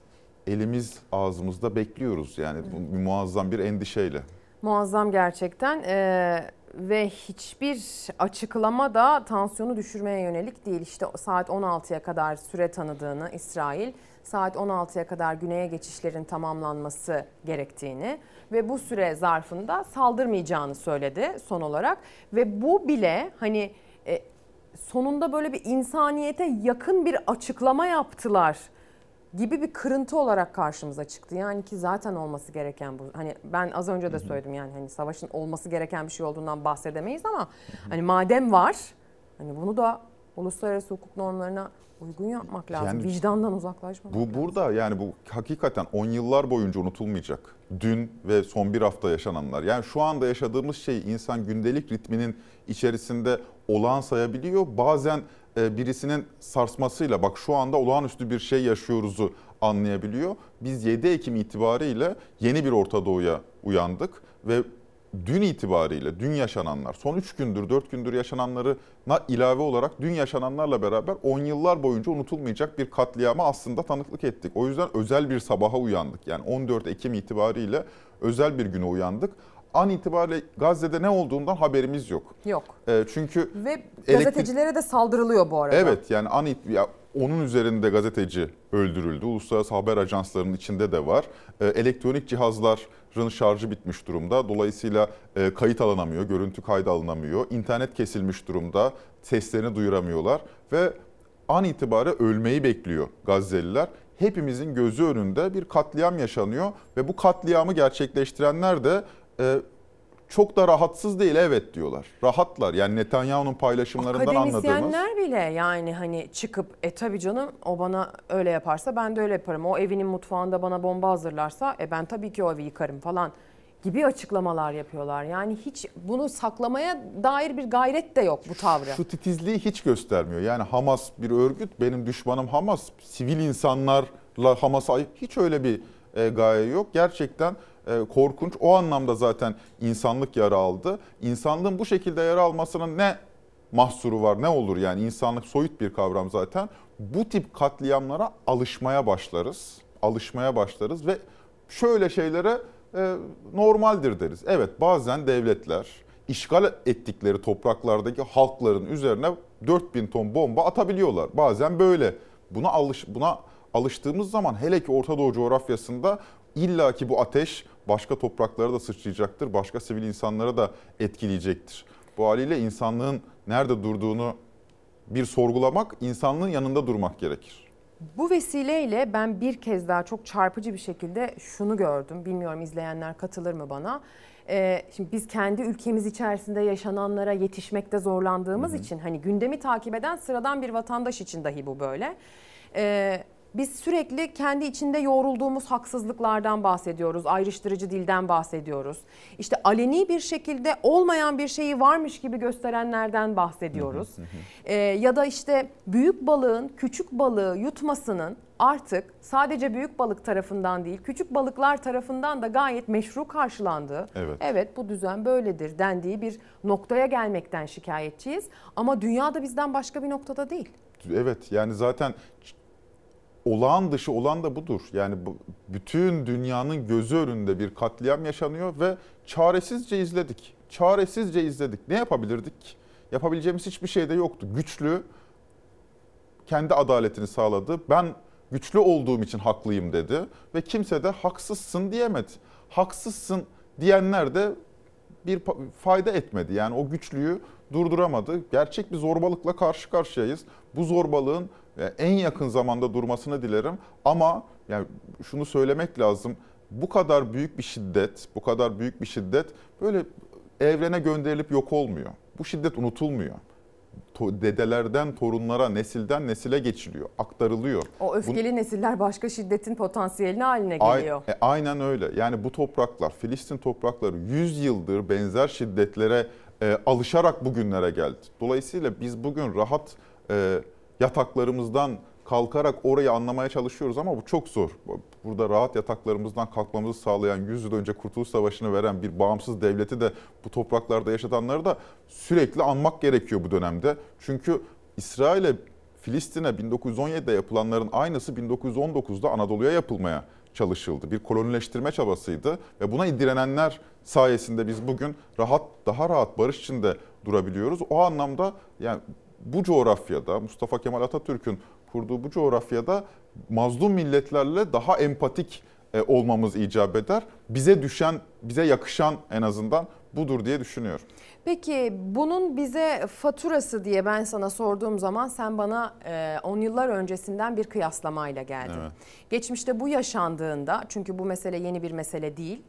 elimiz ağzımızda bekliyoruz. Yani bu muazzam bir endişeyle. Muazzam gerçekten ee, ve hiçbir açıklama da tansiyonu düşürmeye yönelik değil. İşte saat on altıya kadar süre tanıdığını İsrail, saat on altıya kadar güneye geçişlerin tamamlanması gerektiğini ve bu süre zarfında saldırmayacağını söyledi son olarak. Ve bu bile hani e, sonunda böyle bir insaniyete yakın bir açıklama yaptılar gibi bir kırıntı olarak karşımıza çıktı. Yani ki zaten olması gereken bu. Hani ben az önce de söyledim, yani hani savaşın olması gereken bir şey olduğundan bahsedemeyiz ama hani madem var, hani bunu da uluslararası hukuk normlarına uygun yapmak lazım. Yani vicdandan uzaklaşmamak bu lazım. burada yani bu hakikaten on yıllar boyunca unutulmayacak. Dün ve son bir hafta yaşananlar. Yani şu anda yaşadığımız şey insan gündelik ritminin içerisinde olağan sayabiliyor. Bazen birisinin sarsmasıyla bak şu anda olağanüstü bir şey yaşıyoruzu anlayabiliyor. Biz yedi Ekim itibariyle yeni bir Orta Doğu'ya uyandık ve dün itibariyle dün yaşananlar, son üç gündür dört gündür yaşananlarına ilave olarak dün yaşananlarla beraber on yıllar boyunca unutulmayacak bir katliama aslında tanıklık ettik. O yüzden özel bir sabaha uyandık. Yani on dört Ekim itibariyle özel bir güne uyandık. An itibariyle Gazze'de ne olduğundan haberimiz yok. Yok. E, çünkü ve gazetecilere elektrik... de saldırılıyor bu arada. Evet, yani an it... ya, onun üzerinde gazeteci öldürüldü. Uluslararası haber ajanslarının içinde de var. E, elektronik cihazların şarjı bitmiş durumda. Dolayısıyla e, kayıt alınamıyor, görüntü kaydı alınamıyor. İnternet kesilmiş durumda, seslerini duyuramıyorlar ve an itibariyle ölmeyi bekliyor Gazze'liler. Hepimizin gözü önünde bir katliam yaşanıyor ve bu katliamı gerçekleştirenler de e, çok da rahatsız değil, evet diyorlar. Rahatlar. Yani Netanyahu'nun paylaşımlarından anladığımız. Akademisyenler bile yani hani çıkıp e tabii canım o bana öyle yaparsa ben de öyle yaparım. O evinin mutfağında bana bomba hazırlarsa e ben tabii ki o evi yıkarım falan gibi açıklamalar yapıyorlar. Yani hiç bunu saklamaya dair bir gayret de yok bu tavrı. Şu titizliği hiç göstermiyor. Yani Hamas bir örgüt, benim düşmanım Hamas. Sivil insanlarla Hamas'a hiç öyle bir e, gaye yok. Gerçekten e, korkunç. O anlamda zaten insanlık yara aldı. İnsanlığın bu şekilde yara almasının ne mahsuru var, ne olur yani? İnsanlık soyut bir kavram zaten. Bu tip katliamlara alışmaya başlarız. Alışmaya başlarız ve şöyle şeylere e, normaldir deriz. Evet, bazen devletler işgal ettikleri topraklardaki halkların üzerine dört bin ton bomba atabiliyorlar. Bazen böyle. Buna alış buna alıştığımız zaman, hele ki Orta Doğu coğrafyasında, illaki bu ateş başka topraklara da sıçrayacaktır. Başka sivil insanlara da etkileyecektir. Bu haliyle insanlığın nerede durduğunu bir sorgulamak, insanlığın yanında durmak gerekir. Bu vesileyle ben bir kez daha çok çarpıcı bir şekilde şunu gördüm. Bilmiyorum izleyenler katılır mı bana? Ee, şimdi biz kendi ülkemiz içerisinde yaşananlara yetişmekte zorlandığımız hı hı. için hani gündemi takip eden sıradan bir vatandaş için dahi bu böyle. Ee, Biz sürekli kendi içinde yoğrulduğumuz haksızlıklardan bahsediyoruz, ayrıştırıcı dilden bahsediyoruz. İşte aleni bir şekilde olmayan bir şeyi varmış gibi gösterenlerden bahsediyoruz. Hı hı hı. Ee, ya da işte büyük balığın küçük balığı yutmasının artık sadece büyük balık tarafından değil, küçük balıklar tarafından da gayet meşru karşılandığı, evet, evet bu düzen böyledir dendiği bir noktaya gelmekten şikayetçiyiz. Ama dünya da bizden başka bir noktada değil. Evet, yani zaten olağan dışı olan da budur. Yani bu, bütün dünyanın gözü önünde bir katliam yaşanıyor ve çaresizce izledik. Çaresizce izledik. Ne yapabilirdik? Yapabileceğimiz hiçbir şey de yoktu. Güçlü kendi adaletini sağladı. Ben güçlü olduğum için haklıyım dedi ve kimse de haksızsın diyemedi. Haksızsın diyenler de bir fayda etmedi. Yani o güçlüyü durduramadı. Gerçek bir zorbalıkla karşı karşıyayız. Bu zorbalığın en yakın zamanda durmasını dilerim. Ama yani şunu söylemek lazım. Bu kadar büyük bir şiddet, bu kadar büyük bir şiddet böyle evrene gönderilip yok olmuyor. Bu şiddet unutulmuyor. Dedelerden torunlara, nesilden nesile geçiliyor, aktarılıyor. O öfkeli bu, nesiller başka şiddetin potansiyelini haline geliyor. A, e, aynen öyle. Yani bu topraklar, Filistin toprakları yüz yıldır benzer şiddetlere e, alışarak bugünlere geldi. Dolayısıyla biz bugün rahat e, yataklarımızdan kalkarak orayı anlamaya çalışıyoruz ama bu çok zor. Burada rahat yataklarımızdan kalkmamızı sağlayan, yüz yıl önce Kurtuluş Savaşı'nı veren bir bağımsız devleti de bu topraklarda yaşatanları da sürekli anmak gerekiyor bu dönemde. Çünkü İsrail'e, Filistin'e bin dokuz yüz on yedide yapılanların aynısı bin dokuz yüz on dokuzda Anadolu'ya yapılmaya çalışıldı. Bir kolonileştirme çabasıydı ve buna direnenler sayesinde biz bugün rahat, daha rahat barış içinde durabiliyoruz. O anlamda yani bu coğrafyada, Mustafa Kemal Atatürk'ün kurduğu bu coğrafyada mazlum milletlerle daha empatik olmamız icap eder. Bize düşen, bize yakışan en azından budur diye düşünüyorum. Peki bunun bize faturası diye ben sana sorduğum zaman sen bana on yıllar öncesinden bir kıyaslamayla geldin. Evet. Geçmişte bu yaşandığında, çünkü bu mesele yeni bir mesele değil,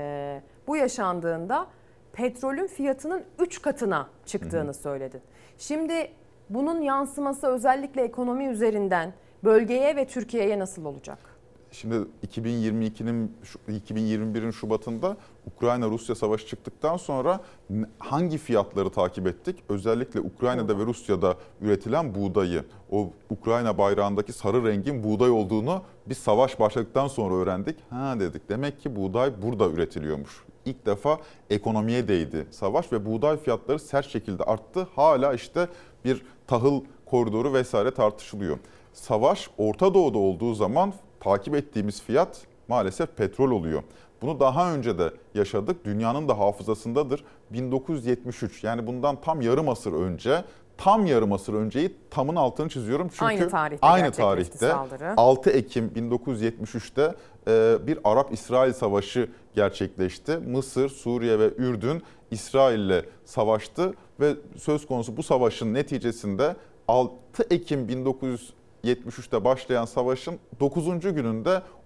bu yaşandığında petrolün fiyatının üç katına çıktığını hı hı. söyledin. Şimdi bunun yansıması özellikle ekonomi üzerinden bölgeye ve Türkiye'ye nasıl olacak? Şimdi iki bin yirmi ikinin iki bin yirmi birin Şubat'ında Ukrayna-Rusya savaşı çıktıktan sonra hangi fiyatları takip ettik? Özellikle Ukrayna'da Buğday. ve Rusya'da üretilen buğdayı, o Ukrayna bayrağındaki sarı rengin buğday olduğunu biz savaş başladıktan sonra öğrendik. Ha dedik, demek ki buğday burada üretiliyormuş. İlk defa ekonomiye değdi savaş ve buğday fiyatları sert şekilde arttı. Hala işte bir tahıl koridoru vesaire tartışılıyor. Savaş Orta Doğu'da olduğu zaman takip ettiğimiz fiyat maalesef petrol oluyor. Bunu daha önce de yaşadık. Dünyanın da hafızasındadır. bin dokuz yüz yetmiş üç, yani bundan tam yarım asır önce, tam yarım asır önceyi, tamın altını çiziyorum. Çünkü aynı tarihte, aynı tarihte altı Ekim bin dokuz yüz yetmiş üçte bir Arap-İsrail savaşı gerçekleşti. Mısır, Suriye ve Ürdün İsrail'le savaştı ve söz konusu bu savaşın neticesinde altı Ekim bin dokuz yüz yetmiş üçte başlayan savaşın dokuzuncu gününde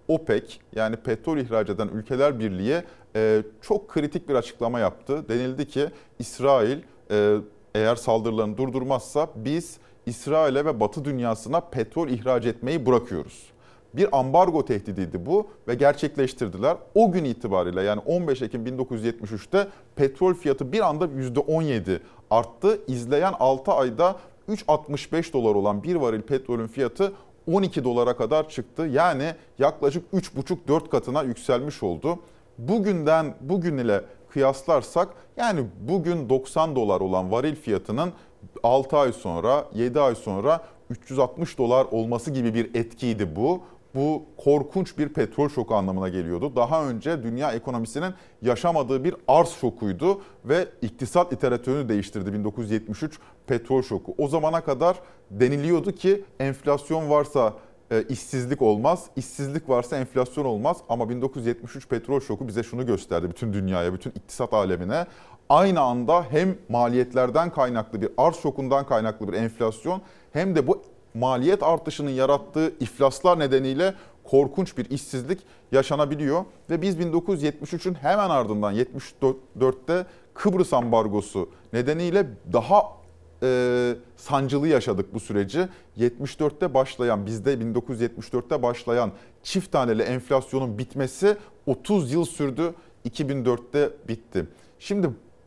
OPEC yani petrol ihraç eden ülkeler birliği e, çok kritik bir açıklama yaptı. Denildi ki İsrail e, eğer saldırılarını durdurmazsa biz İsrail'e ve Batı dünyasına petrol ihraç etmeyi bırakıyoruz. Bir ambargo tehdidiydi bu ve gerçekleştirdiler. O gün itibariyle yani on beş Ekim bin dokuz yüz yetmiş üçte petrol fiyatı bir anda yüzde on yedi arttı. İzleyen altı ayda üç virgül altmış beş dolar olan bir varil petrolün fiyatı on iki dolara kadar çıktı. Yani yaklaşık üç buçuk dört katına yükselmiş oldu. Bugünden bugün ile kıyaslarsak yani bugün doksan dolar olan varil fiyatının altı ay sonra yedi ay sonra üç yüz altmış dolar olması gibi bir etkiydi bu. Bu korkunç bir petrol şoku anlamına geliyordu. Daha önce dünya ekonomisinin yaşamadığı bir arz şokuydu ve iktisat literatürünü değiştirdi bin dokuz yüz yetmiş üç petrol şoku. O zamana kadar deniliyordu ki enflasyon varsa e, işsizlik olmaz, işsizlik varsa enflasyon olmaz. Ama bin dokuz yüz yetmiş üç petrol şoku bize şunu gösterdi bütün dünyaya, bütün iktisat alemine. Aynı anda hem maliyetlerden kaynaklı bir arz şokundan kaynaklı bir enflasyon hem de bu maliyet artışının yarattığı iflaslar nedeniyle korkunç bir işsizlik yaşanabiliyor. Ve biz bin dokuz yüz yetmiş üçün hemen ardından yetmiş dörtte Kıbrıs ambargosu nedeniyle daha e, sancılı yaşadık bu süreci. yetmiş dörtte başlayan, bizde bin dokuz yüz yetmiş dörtte başlayan çift taneli enflasyonun bitmesi otuz yıl sürdü. iki bin dörtte bitti. Şimdi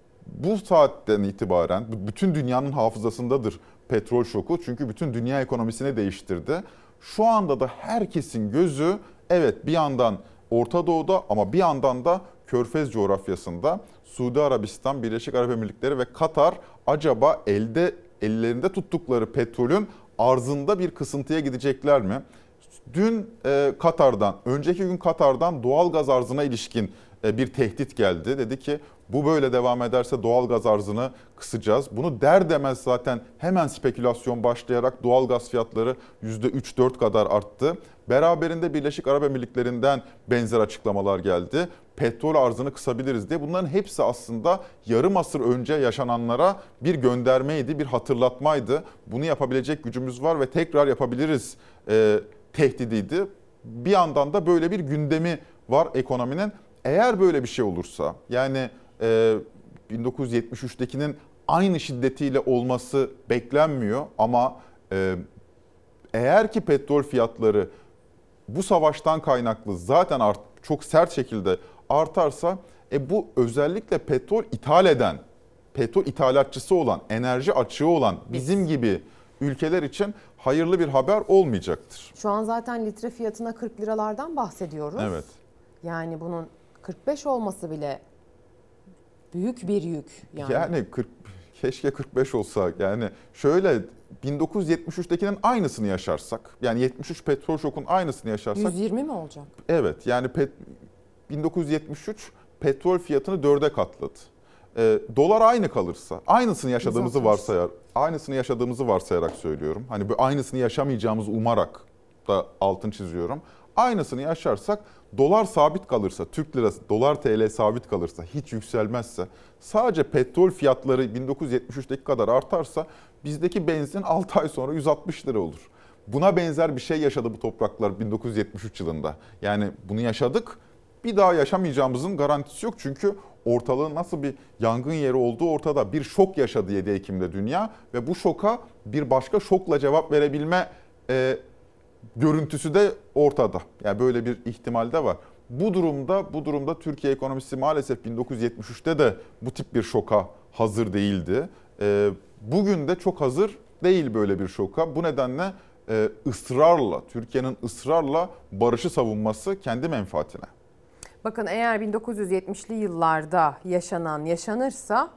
bu saatten itibaren bütün dünyanın hafızasındadır petrol şoku. Çünkü bütün dünya ekonomisini değiştirdi. Şu anda da herkesin gözü evet bir yandan Orta Doğu'da ama bir yandan da Körfez coğrafyasında. Suudi Arabistan, Birleşik Arap Emirlikleri ve Katar acaba elde ellerinde tuttukları petrolün arzında bir kısıntıya gidecekler mi? Dün e, Katar'dan, önceki gün Katar'dan doğal gaz arzına ilişkin e, bir tehdit geldi. Dedi ki bu böyle devam ederse doğal gaz arzını kısacağız. Bunu der demez zaten hemen spekülasyon başlayarak doğal gaz fiyatları yüzde üç dört kadar arttı. Beraberinde Birleşik Arap Emirlikleri'nden benzer açıklamalar geldi. Petrol arzını kısabiliriz diye. Bunların hepsi aslında yarım asır önce yaşananlara bir göndermeydi, bir hatırlatmaydı. Bunu yapabilecek gücümüz var ve tekrar yapabiliriz e, tehdidiydi. Bir yandan da böyle bir gündemi var ekonominin. Eğer böyle bir şey olursa yani e, bin dokuz yüz yetmiş üçtekinin aynı şiddetiyle olması beklenmiyor ama e, eğer ki petrol fiyatları bu savaştan kaynaklı zaten art, çok sert şekilde artarsa e, bu özellikle petrol ithal eden, petrol ithalatçısı olan, enerji açığı olan bizim gibi ülkeler için hayırlı bir haber olmayacaktır. Şu an zaten litre fiyatına kırk liralardan bahsediyoruz. Evet. Yani bunun kırk beş olması bile büyük bir yük. Yani, yani kırk, keşke kırk beş olsa. Yani şöyle bin dokuz yüz yetmiş üçtekinin aynısını yaşarsak, yani yetmiş üç petrol şokun aynısını yaşarsak. yüz yirmi mi olacak? Evet, yani pet, bin dokuz yüz yetmiş üç petrol fiyatını dörde katladı. E, dolar aynı kalırsa, aynısını yaşadığımızı varsayar, aynısını yaşadığımızı varsayarak söylüyorum. Hani bu aynısını yaşamayacağımızı umarak da altını çiziyorum. Aynısını yaşarsak dolar sabit kalırsa, Türk lirası, dolar T L sabit kalırsa, hiç yükselmezse, sadece petrol fiyatları bin dokuz yüz yetmiş üçteki kadar artarsa bizdeki benzin altı ay sonra yüz altmış lira olur. Buna benzer bir şey yaşadı bu topraklar bin dokuz yüz yetmiş üç yılında. Yani bunu yaşadık. Bir daha yaşamayacağımızın garantisi yok. Çünkü ortalığın nasıl bir yangın yeri olduğu ortada. Bir şok yaşadı yedi Ekim'de dünya ve bu şoka bir başka şokla cevap verebilme e, görüntüsü de ortada. Yani böyle bir ihtimal de var. Bu durumda bu durumda Türkiye ekonomisi maalesef bin dokuz yüz yetmiş üçte de bu tip bir şoka hazır değildi. E, bugün de çok hazır değil böyle bir şoka. Bu nedenle e, ısrarla, Türkiye'nin ısrarla barışı savunması kendi menfaatine. Bakın eğer bin dokuz yüz yetmişli yıllarda yaşanan yaşanırsa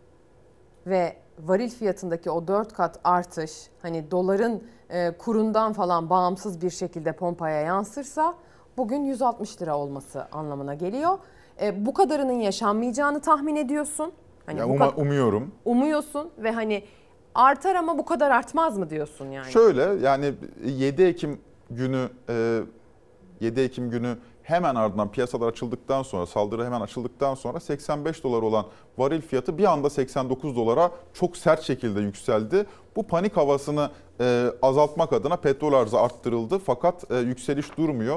ve varil fiyatındaki o dört kat artış hani doların e, kurundan falan bağımsız bir şekilde pompaya yansırsa bugün yüz altmış lira olması anlamına geliyor. E, bu kadarının yaşanmayacağını tahmin ediyorsun. Hani ya bu uma, umuyorum. Umuyorsun ve hani artar ama bu kadar artmaz mı diyorsun yani? Şöyle yani yedi Ekim günü yedi Ekim günü hemen ardından piyasalar açıldıktan sonra, saldırı hemen açıldıktan sonra seksen beş dolar olan varil fiyatı bir anda seksen dokuz dolara çok sert şekilde yükseldi. Bu panik havasını e, azaltmak adına petrol arzı arttırıldı fakat e, yükseliş durmuyor.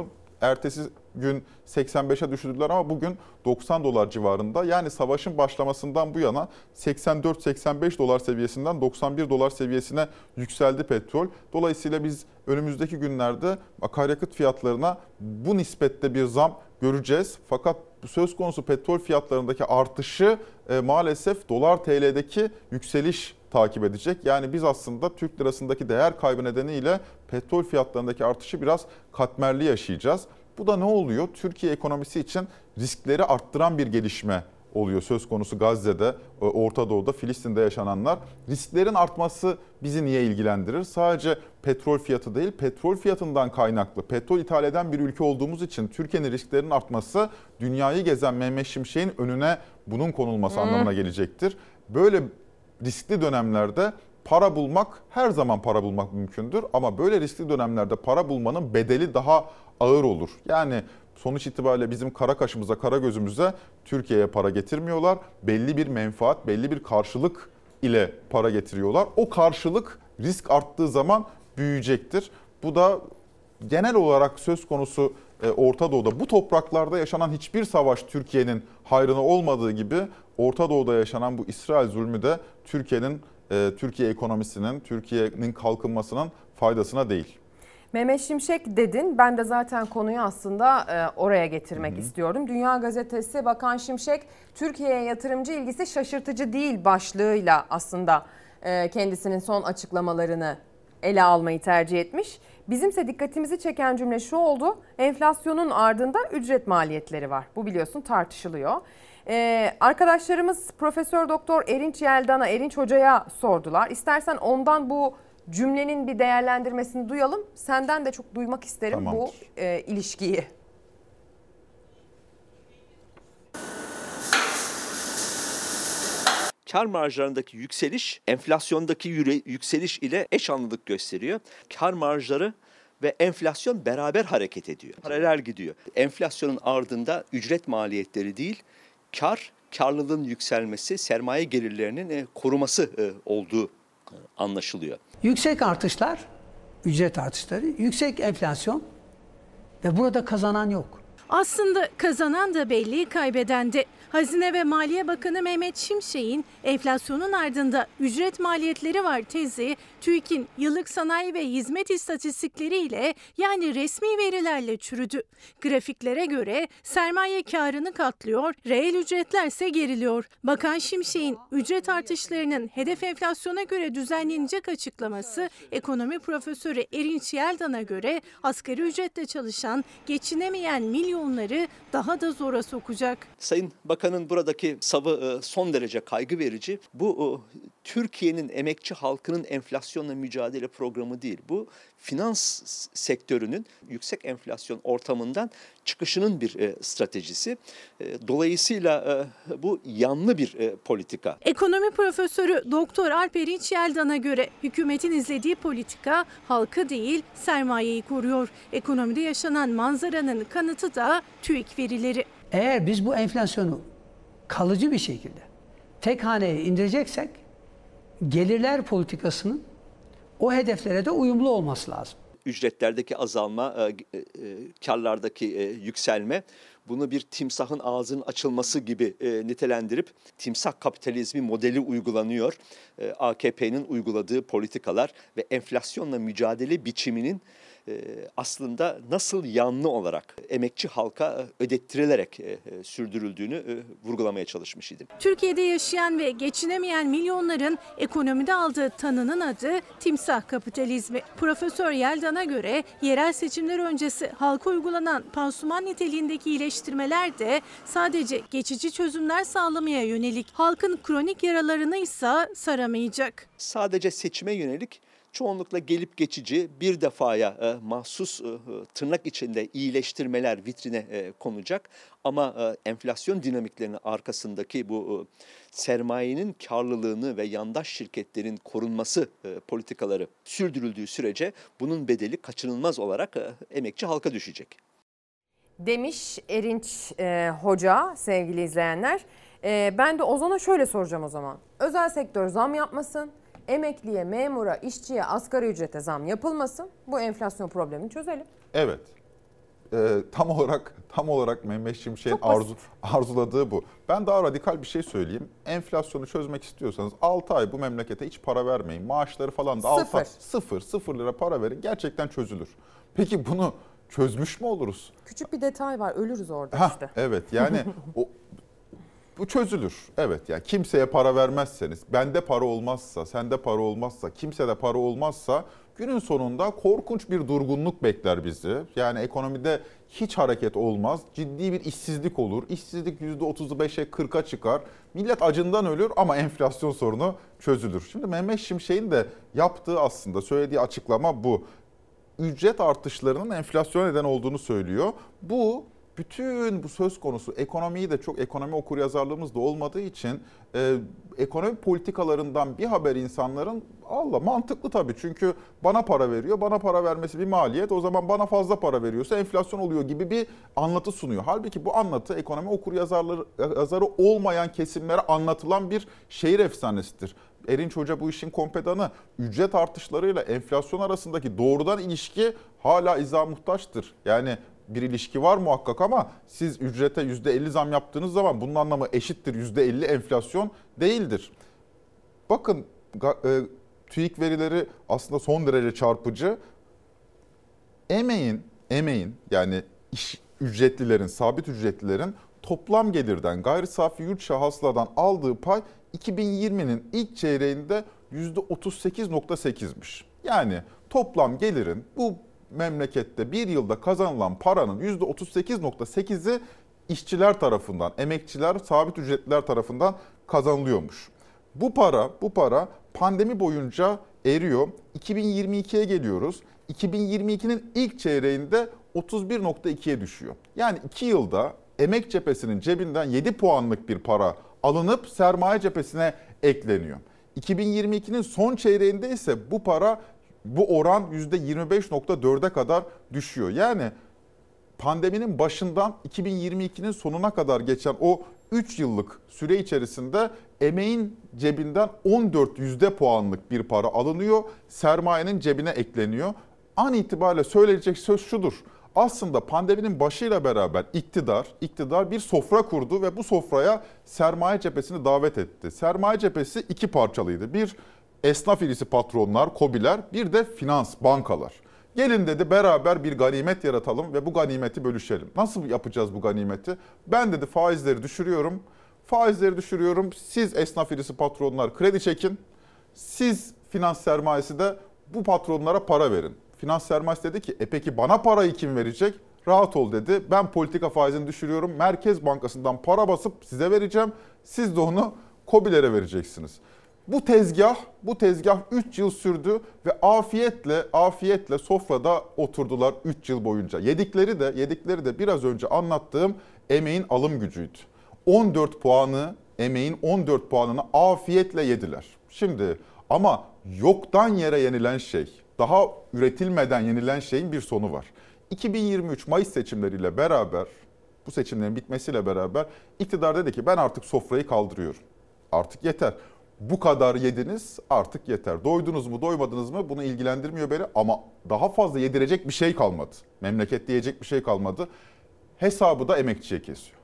Ertesi gün seksen beşe düşürdüler ama bugün doksan dolar civarında. Yani savaşın başlamasından bu yana seksen dört seksen beş dolar seviyesinden doksan bir dolar seviyesine yükseldi petrol. Dolayısıyla biz önümüzdeki günlerde akaryakıt fiyatlarına bu nispette bir zam göreceğiz. Fakat bu söz konusu petrol fiyatlarındaki artışı e, maalesef dolar T L'deki yükseliş takip edecek. Yani biz aslında Türk lirasındaki değer kaybı nedeniyle petrol fiyatlarındaki artışı biraz katmerli yaşayacağız. Bu da ne oluyor? Türkiye ekonomisi için riskleri arttıran bir gelişme oluyor. Söz konusu Gazze'de, Orta Doğu'da, Filistin'de yaşananlar. Risklerin artması bizi niye ilgilendirir? Sadece petrol fiyatı değil, petrol fiyatından kaynaklı, petrol ithal eden bir ülke olduğumuz için Türkiye'nin risklerinin artması dünyayı gezen Mehmet Şimşek'in önüne bunun konulması hmm. anlamına gelecektir. Böyle riskli dönemlerde para bulmak, her zaman para bulmak mümkündür ama böyle riskli dönemlerde para bulmanın bedeli daha ağır olur. Yani sonuç itibariyle bizim kara kaşımıza, kara gözümüze Türkiye'ye para getirmiyorlar. Belli bir menfaat, belli bir karşılık ile para getiriyorlar. O karşılık risk arttığı zaman büyüyecektir. Bu da genel olarak söz konusu Orta Doğu'da, bu topraklarda yaşanan hiçbir savaş Türkiye'nin hayrına olmadığı gibi Orta Doğu'da yaşanan bu İsrail zulmü de Türkiye'nin, Türkiye ekonomisinin, Türkiye'nin kalkınmasının faydasına değil. Mehmet Şimşek dedin. Ben de zaten konuyu aslında oraya getirmek Hı-hı. istiyorum. Dünya Gazetesi Bakan Şimşek, Türkiye'ye yatırımcı ilgisi şaşırtıcı değil başlığıyla aslında kendisinin son açıklamalarını ele almayı tercih etmiş. Bizimse dikkatimizi çeken cümle şu oldu: enflasyonun ardında ücret maliyetleri var. Bu biliyorsun tartışılıyor. Ee, arkadaşlarımız Profesör Doktor Erinç Yeldan'a, Erinç Hoca'ya sordular. İstersen ondan bu cümlenin bir değerlendirmesini duyalım. Senden de çok duymak isterim Tamamdır. bu e, ilişkiyi. Kar marjlarındaki yükseliş, enflasyondaki yükseliş ile eş anlılık gösteriyor. Kar marjları ve enflasyon beraber hareket ediyor. Paralel gidiyor. Enflasyonun ardında ücret maliyetleri değil, kar, karlılığın yükselmesi, sermaye gelirlerinin koruması olduğu anlaşılıyor. Yüksek artışlar, ücret artışları, yüksek enflasyon ve burada kazanan yok. Aslında kazanan da belli, kaybeden de. Hazine ve Maliye Bakanı Mehmet Şimşek'in enflasyonun ardında ücret maliyetleri var tezi, TÜİK'in yıllık sanayi ve hizmet istatistikleriyle, yani resmi verilerle çürüdü. Grafiklere göre sermaye karını katlıyor, reel ücretlerse geriliyor. Bakan Şimşek'in ücret artışlarının hedef enflasyona göre düzenlenecek açıklaması, ekonomi profesörü Erinç Yeldan'a göre asgari ücretle çalışan, geçinemeyen milyonları daha da zora sokacak. Sayın Bakan'ın buradaki savı son derece kaygı verici. Bu Türkiye'nin emekçi halkının enflasyonla mücadele programı değil. Bu finans sektörünün yüksek enflasyon ortamından çıkışının bir stratejisi. Dolayısıyla bu yanlı bir politika. Ekonomi profesörü Doktor Alp Erinç Yeldan'a göre hükümetin izlediği politika halkı değil sermayeyi koruyor. Ekonomide yaşanan manzaranın kanıtı da TÜİK verileri. Eğer biz bu enflasyonu kalıcı bir şekilde tek haneye indireceksek gelirler politikasının o hedeflere de uyumlu olması lazım. Ücretlerdeki azalma, e, e, karlardaki e, yükselme, bunu bir timsahın ağzının açılması gibi e, nitelendirip timsah kapitalizmi modeli uygulanıyor. E, A K P'nin uyguladığı politikalar ve enflasyonla mücadele biçiminin aslında nasıl yanlı olarak emekçi halka ödettirilerek sürdürüldüğünü vurgulamaya çalışmış idim. Türkiye'de yaşayan ve geçinemeyen milyonların ekonomide aldığı tanının adı timsah kapitalizmi. Profesör Yeldan'a göre yerel seçimler öncesi halka uygulanan pansuman niteliğindeki iyileştirmeler de sadece geçici çözümler sağlamaya yönelik, halkın kronik yaralarını ise saramayacak. Sadece seçime yönelik, çoğunlukla gelip geçici, bir defaya e, mahsus e, tırnak içinde iyileştirmeler vitrine e, konacak. Ama e, enflasyon dinamiklerinin arkasındaki bu e, sermayenin karlılığını ve yandaş şirketlerin korunması e, politikaları sürdürüldüğü sürece bunun bedeli kaçınılmaz olarak e, emekçi halka düşecek. Demiş Erinç e, Hoca sevgili izleyenler. E, ben de Ozan'a şöyle soracağım o zaman. Özel sektör zam yapmasın. Emekliye, memura, işçiye, asgari ücrete zam yapılmasın. Bu enflasyon problemini çözelim. Evet. e, tam olarak tam olarak Mehmet Şimşek'in arzu, arzuladığı bu. Ben daha radikal bir şey söyleyeyim. Enflasyonu çözmek istiyorsanız altı ay bu memlekete hiç para vermeyin. Maaşları falan da altı ay, sıfır, sıfır lira para verin. Gerçekten çözülür. Peki bunu çözmüş mü oluruz? Küçük bir detay var, ölürüz orada Hah, işte. Evet yani o, bu çözülür. Evet yani kimseye para vermezseniz, bende para olmazsa, sende para olmazsa, kimsede para olmazsa günün sonunda korkunç bir durgunluk bekler bizi. Yani ekonomide hiç hareket olmaz. Ciddi bir işsizlik olur. İşsizlik yüzde otuz beşe kırka çıkar. Millet acından ölür ama enflasyon sorunu çözülür. Şimdi Mehmet Şimşek'in de yaptığı aslında söylediği açıklama bu. Ücret artışlarının enflasyon neden olduğunu söylüyor. Bu bütün bu söz konusu ekonomiyi de çok ekonomi okuryazarlığımız da olmadığı için e, ekonomi politikalarından bir haber insanların Allah mantıklı tabii çünkü bana para veriyor, bana para vermesi bir maliyet, o zaman bana fazla para veriyorsa enflasyon oluyor gibi bir anlatı sunuyor. Halbuki bu anlatı ekonomi okuryazarları yazarı olmayan kesimlere anlatılan bir şehir efsanesidir. Erinç Hoca bu işin kompedanı. Ücret artışlarıyla enflasyon arasındaki doğrudan ilişki hala izah muhtaçtır. Yani bir ilişki var muhakkak ama siz ücrete yüzde elli zam yaptığınız zaman bunun anlamı eşittir yüzde elli enflasyon değildir. Bakın e, TÜİK verileri aslında son derece çarpıcı. Emeğin, emeğin yani iş ücretlilerin, sabit ücretlilerin toplam gelirden, gayri safi yurt hasıladan aldığı pay iki bin yirminin ilk çeyreğinde yüzde otuz sekiz virgül sekizmiş. Yani toplam gelirin bu memlekette bir yılda kazanılan paranın yüzde otuz sekiz virgül sekizi işçiler tarafından, emekçiler, sabit ücretliler tarafından kazanılıyormuş. Bu para, bu para pandemi boyunca eriyor. iki bin yirmi ikiye geliyoruz. iki bin yirmi ikinin ilk çeyreğinde otuz bir virgül ikiye düşüyor. Yani iki yılda emek cephesinin cebinden yedi puanlık bir para alınıp sermaye cephesine ekleniyor. iki bin yirmi ikinin son çeyreğinde ise bu para, bu oran yüzde yirmi beş virgül dörde kadar düşüyor. Yani pandeminin başından iki bin yirmi ikinin sonuna kadar geçen o üç yıllık süre içerisinde emeğin cebinden on dört yüzde puanlık bir para alınıyor, sermayenin cebine ekleniyor. An itibariyle söyleyecek söz şudur. Aslında pandeminin başıyla beraber iktidar, iktidar bir sofra kurdu ve bu sofraya sermaye cephesini davet etti. Sermaye cephesi iki parçalıydı. Bir, esnaf ilisi patronlar, KOBİ'ler, bir de finans, bankalar. Gelin dedi beraber bir ganimet yaratalım ve bu ganimeti bölüşelim. Nasıl yapacağız bu ganimeti? Ben dedi faizleri düşürüyorum. Faizleri düşürüyorum. Siz esnaf ilisi patronlar kredi çekin. Siz finans sermayesi de bu patronlara para verin. Finans sermayesi dedi ki e peki bana parayı kim verecek? Rahat ol dedi. Ben politika faizini düşürüyorum. Merkez Bankası'ndan para basıp size vereceğim. Siz de onu KOBİ'lere vereceksiniz. Bu tezgah, bu tezgah üç yıl sürdü ve afiyetle, afiyetle sofrada oturdular üç yıl boyunca. Yedikleri de, yedikleri de biraz önce anlattığım emeğin alım gücüydü. on dört puanı, emeğin on dört puanını afiyetle yediler. Şimdi ama yoktan yere yenilen şey, daha üretilmeden yenilen şeyin bir sonu var. iki bin yirmi üç Mayıs seçimleriyle beraber, bu seçimlerin bitmesiyle beraber iktidar dedi ki ben artık sofrayı kaldırıyorum. Artık yeter. Bu kadar yediniz, artık yeter. Doydunuz mu, doymadınız mı bunu ilgilendirmiyor beni ama daha fazla yedirecek bir şey kalmadı. Memleket diyecek bir şey kalmadı. Hesabı da emekçiye kesiyor.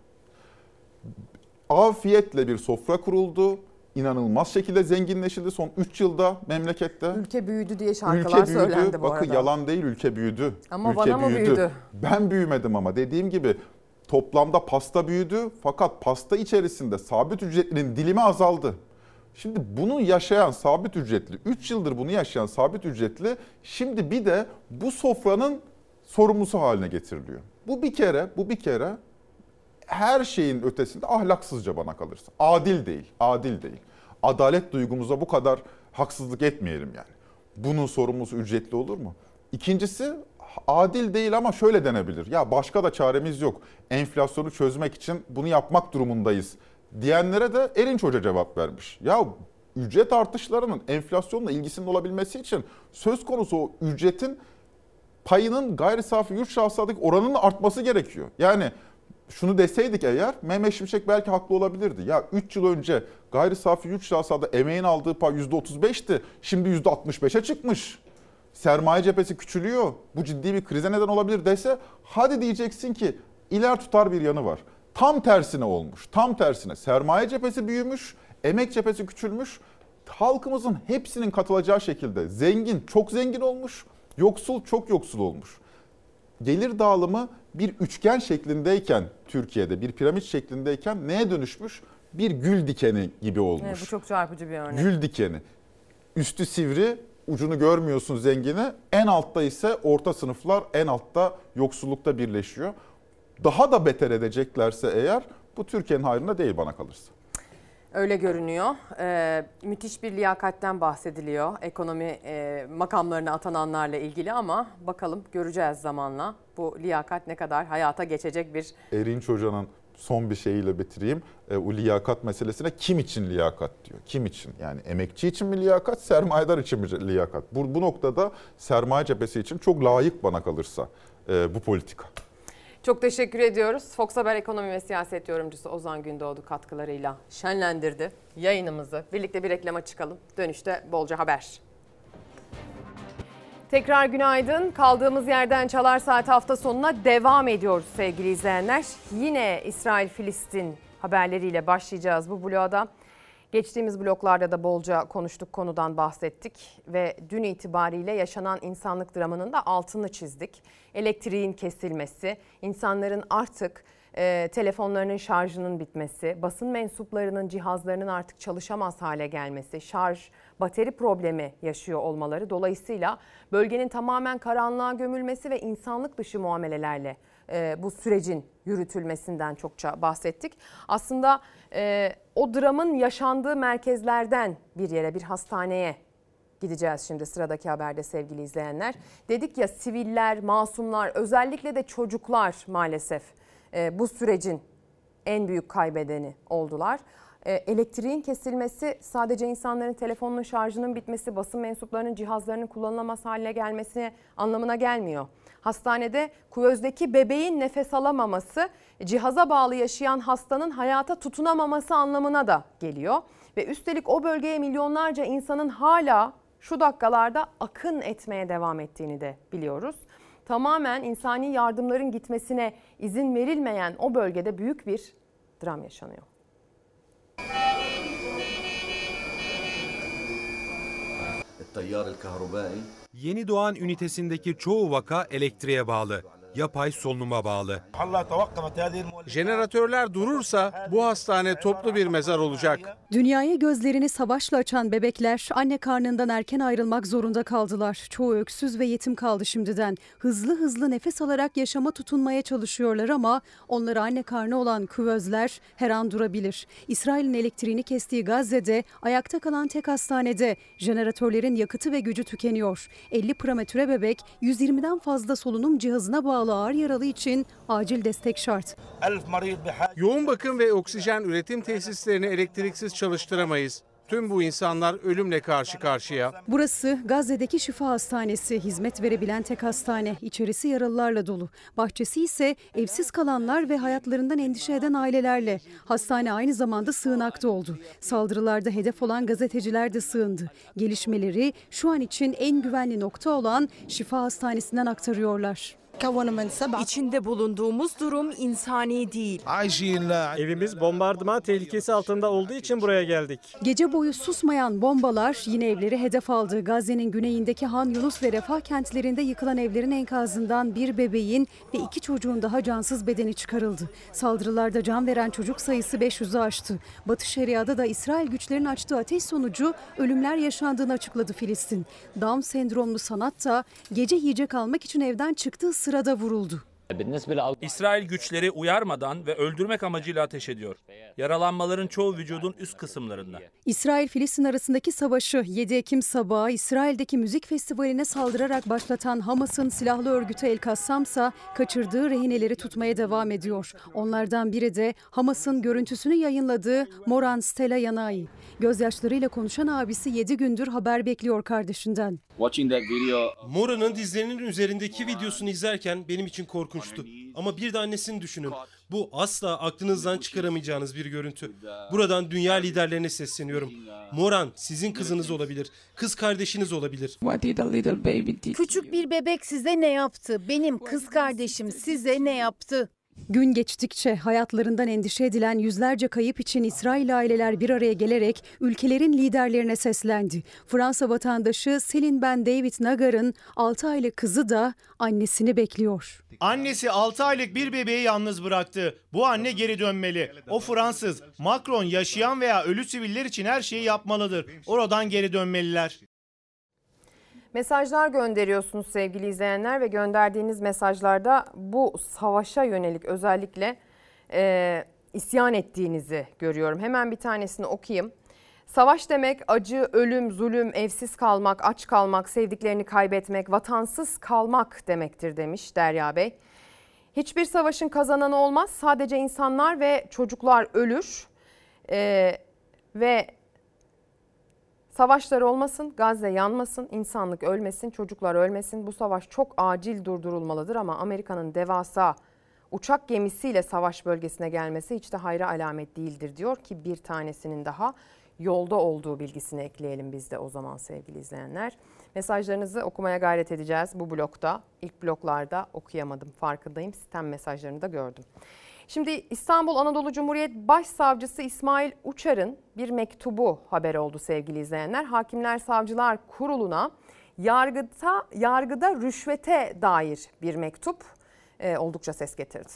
Afiyetle bir sofra kuruldu. İnanılmaz şekilde zenginleşildi son üç yılda memlekette. Ülke büyüdü diye şarkılar ülke büyüdü. söylendi bu Bakın, arada. yalan değil, ülke büyüdü. Ama ülke bana mı büyüdü. büyüdü? Ben büyümedim ama dediğim gibi toplamda pasta büyüdü fakat pasta içerisinde sabit ücretlinin dilimi azaldı. Şimdi bunu yaşayan sabit ücretli, üç yıldır bunu yaşayan sabit ücretli şimdi bir de bu sofranın sorumlusu haline getiriliyor. Bu bir kere, bu bir kere her şeyin ötesinde ahlaksızca bana kalırsa. Adil değil, adil değil. Adalet duygumuza bu kadar haksızlık etmeyelim yani. Bunun sorumlusu ücretli olur mu? İkincisi adil değil ama şöyle denebilir. Ya başka da çaremiz yok. Enflasyonu çözmek için bunu yapmak durumundayız diyenlere de Erinç Hoca cevap vermiş. Ya ücret artışlarının enflasyonla ilgisinin olabilmesi için söz konusu o ücretin payının gayri safi yurt hasıladaki oranının artması gerekiyor. Yani şunu deseydik eğer Mehmet Şimşek belki haklı olabilirdi. Ya üç yıl önce gayri safi yurt hasılada emeğin aldığı pay yüzde otuz beşti. Şimdi yüzde altmış beşe çıkmış. sermaye cephesi küçülüyor, bu ciddi bir krize neden olabilir dese, hadi diyeceksin ki iler tutar bir yanı var. Tam tersine olmuş, tam tersine sermaye cephesi büyümüş, emek cephesi küçülmüş, halkımızın hepsinin katılacağı şekilde zengin çok zengin olmuş, yoksul çok yoksul olmuş. Gelir dağılımı bir üçgen şeklindeyken Türkiye'de, bir piramit şeklindeyken neye dönüşmüş? Bir gül dikeni gibi olmuş. Evet, bu çok çarpıcı bir örnek. Gül dikeni. Üstü sivri, ucunu görmüyorsun zengini. En altta ise orta sınıflar, en altta yoksullukta birleşiyor. Daha da beter edeceklerse eğer bu Türkiye'nin hayrına değil bana kalırsa. Öyle görünüyor. Ee, müthiş bir liyakatten bahsediliyor ekonomi e, makamlarına atananlarla ilgili ama bakalım göreceğiz zamanla bu liyakat ne kadar hayata geçecek bir... Erinç Hoca'nın son bir şeyiyle bitireyim. E, o liyakat meselesine kim için liyakat diyor. Kim için? Yani emekçi için mi liyakat, sermayedar için mi liyakat? Bu, bu noktada sermaye cephesi için çok layık bana kalırsa e, bu politika. Çok teşekkür ediyoruz. Fox Haber ekonomi ve siyaset yorumcusu Ozan Gündoğdu katkılarıyla şenlendirdi yayınımızı. Birlikte bir reklama çıkalım. Dönüşte bolca haber. Tekrar günaydın. Kaldığımız yerden Çalar Saat hafta sonuna devam ediyoruz sevgili izleyenler. Yine İsrail-Filistin haberleriyle başlayacağız bu bloğa. Geçtiğimiz bloklarda da bolca konuştuk, konudan bahsettik ve dün itibariyle yaşanan insanlık dramının da altını çizdik. Elektriğin kesilmesi, insanların artık e, telefonlarının şarjının bitmesi, basın mensuplarının cihazlarının artık çalışamaz hale gelmesi, şarj, bateri problemi yaşıyor olmaları dolayısıyla bölgenin tamamen karanlığa gömülmesi ve insanlık dışı muamelelerle e, bu sürecin yürütülmesinden çokça bahsettik. Aslında e, o dramın yaşandığı merkezlerden bir yere, bir hastaneye gideceğiz şimdi sıradaki haberde sevgili izleyenler. Dedik ya, siviller, masumlar, özellikle de çocuklar maalesef e, bu sürecin en büyük kaybedeni oldular. E, elektriğin kesilmesi sadece insanların telefonunun şarjının bitmesi, basın mensuplarının cihazlarının kullanılamaz hale gelmesi anlamına gelmiyor. Hastanede kuvözdeki bebeğin nefes alamaması, cihaza bağlı yaşayan hastanın hayata tutunamaması anlamına da geliyor. Ve üstelik o bölgeye milyonlarca insanın hala şu dakikalarda akın etmeye devam ettiğini de biliyoruz. Tamamen insani yardımların gitmesine izin verilmeyen o bölgede büyük bir dram yaşanıyor. Yeni doğan ünitesindeki çoğu vaka elektriğe bağlı, yapay solunuma bağlı. Jeneratörler durursa bu hastane toplu bir mezar olacak. Dünyaya gözlerini savaşla açan bebekler anne karnından erken ayrılmak zorunda kaldılar. Çoğu öksüz ve yetim kaldı şimdiden. Hızlı hızlı nefes alarak yaşama tutunmaya çalışıyorlar ama onlara anne karnı olan küvezler her an durabilir. İsrail'in elektriğini kestiği Gazze'de ayakta kalan tek hastanede jeneratörlerin yakıtı ve gücü tükeniyor. elli prematüre bebek, yüz yirmiden fazla solunum cihazına bağlı ağır yaralı için acil destek şart. Yoğun bakım ve oksijen üretim tesislerini elektriksiz çalıştıramayız. Tüm bu insanlar ölümle karşı karşıya. Burası Gazze'deki Şifa Hastanesi, hizmet verebilen tek hastane. İçerisi yaralılarla dolu. Bahçesi ise evsiz kalanlar ve hayatlarından endişe eden ailelerle. Hastane aynı zamanda sığınakta oldu. Saldırılarda hedef olan gazeteciler de sığındı. Gelişmeleri şu an için en güvenli nokta olan Şifa Hastanesi'nden aktarıyorlar. İçinde bulunduğumuz durum insani değil. Evimiz bombardıman tehlikesi altında olduğu için buraya geldik. Gece boyu susmayan bombalar yine evleri hedef aldı. Gazze'nin güneyindeki Han Yunus ve Refah kentlerinde yıkılan evlerin enkazından bir bebeğin ve iki çocuğun daha cansız bedeni çıkarıldı. Saldırılarda can veren çocuk sayısı beş yüzü aştı. Batı Şeria'da da İsrail güçlerinin açtığı ateş sonucu ölümler yaşandığını açıkladı Filistin. Down sendromlu Sanat da gece yiyecek almak için evden çıktığı sırada vuruldu. İsrail güçleri uyarmadan ve öldürmek amacıyla ateş ediyor. Yaralanmaların çoğu vücudun üst kısımlarında. İsrail-Filistin arasındaki savaşı yedi Ekim sabahı İsrail'deki müzik festivaline saldırarak başlatan Hamas'ın silahlı örgütü El-Kassam'sa kaçırdığı rehineleri tutmaya devam ediyor. Onlardan biri de Hamas'ın görüntüsünü yayınladığı Moran Stella Yanai. Gözyaşlarıyla konuşan abisi yedi gündür haber bekliyor kardeşinden. Mora'nın dizlerinin üzerindeki videosunu izlerken benim için korkunçtu. Ama bir de annesini düşünün. Bu asla aklınızdan çıkaramayacağınız bir görüntü. Buradan dünya liderlerine sesleniyorum. Moran sizin kızınız olabilir, kız kardeşiniz olabilir. Küçük bir bebek size ne yaptı? Benim kız kardeşim size ne yaptı? Gün geçtikçe hayatlarından endişe edilen yüzlerce kayıp için İsrail aileler bir araya gelerek ülkelerin liderlerine seslendi. Fransa vatandaşı Selin Ben David Nagar'ın altı aylık kızı da annesini bekliyor. Annesi altı aylık bir bebeği yalnız bıraktı. Bu anne geri dönmeli. O Fransız. Macron yaşayan veya ölü siviller için her şeyi yapmalıdır. Oradan geri dönmeliler. Mesajlar gönderiyorsunuz sevgili izleyenler ve gönderdiğiniz mesajlarda bu savaşa yönelik özellikle e, isyan ettiğinizi görüyorum. Hemen bir tanesini okuyayım. Savaş demek acı, ölüm, zulüm, evsiz kalmak, aç kalmak, sevdiklerini kaybetmek, vatansız kalmak demektir demiş Derya Bey. Hiçbir savaşın kazananı olmaz. Sadece insanlar ve çocuklar ölür e, ve savaşlar olmasın, Gazze yanmasın, insanlık ölmesin, çocuklar ölmesin. Bu savaş çok acil durdurulmalıdır ama Amerika'nın devasa uçak gemisiyle savaş bölgesine gelmesi hiç de hayra alamet değildir diyor ki bir tanesinin daha yolda olduğu bilgisini ekleyelim biz de o zaman sevgili izleyenler. Mesajlarınızı okumaya gayret edeceğiz bu blokta. İlk bloklarda okuyamadım, farkındayım. Sistem mesajlarını da gördüm. Şimdi İstanbul Anadolu Cumhuriyet Başsavcısı İsmail Uçar'ın bir mektubu haber oldu sevgili izleyenler. Hakimler Savcılar Kurulu'na yargıda, yargıda rüşvete dair bir mektup e, oldukça ses getirdi.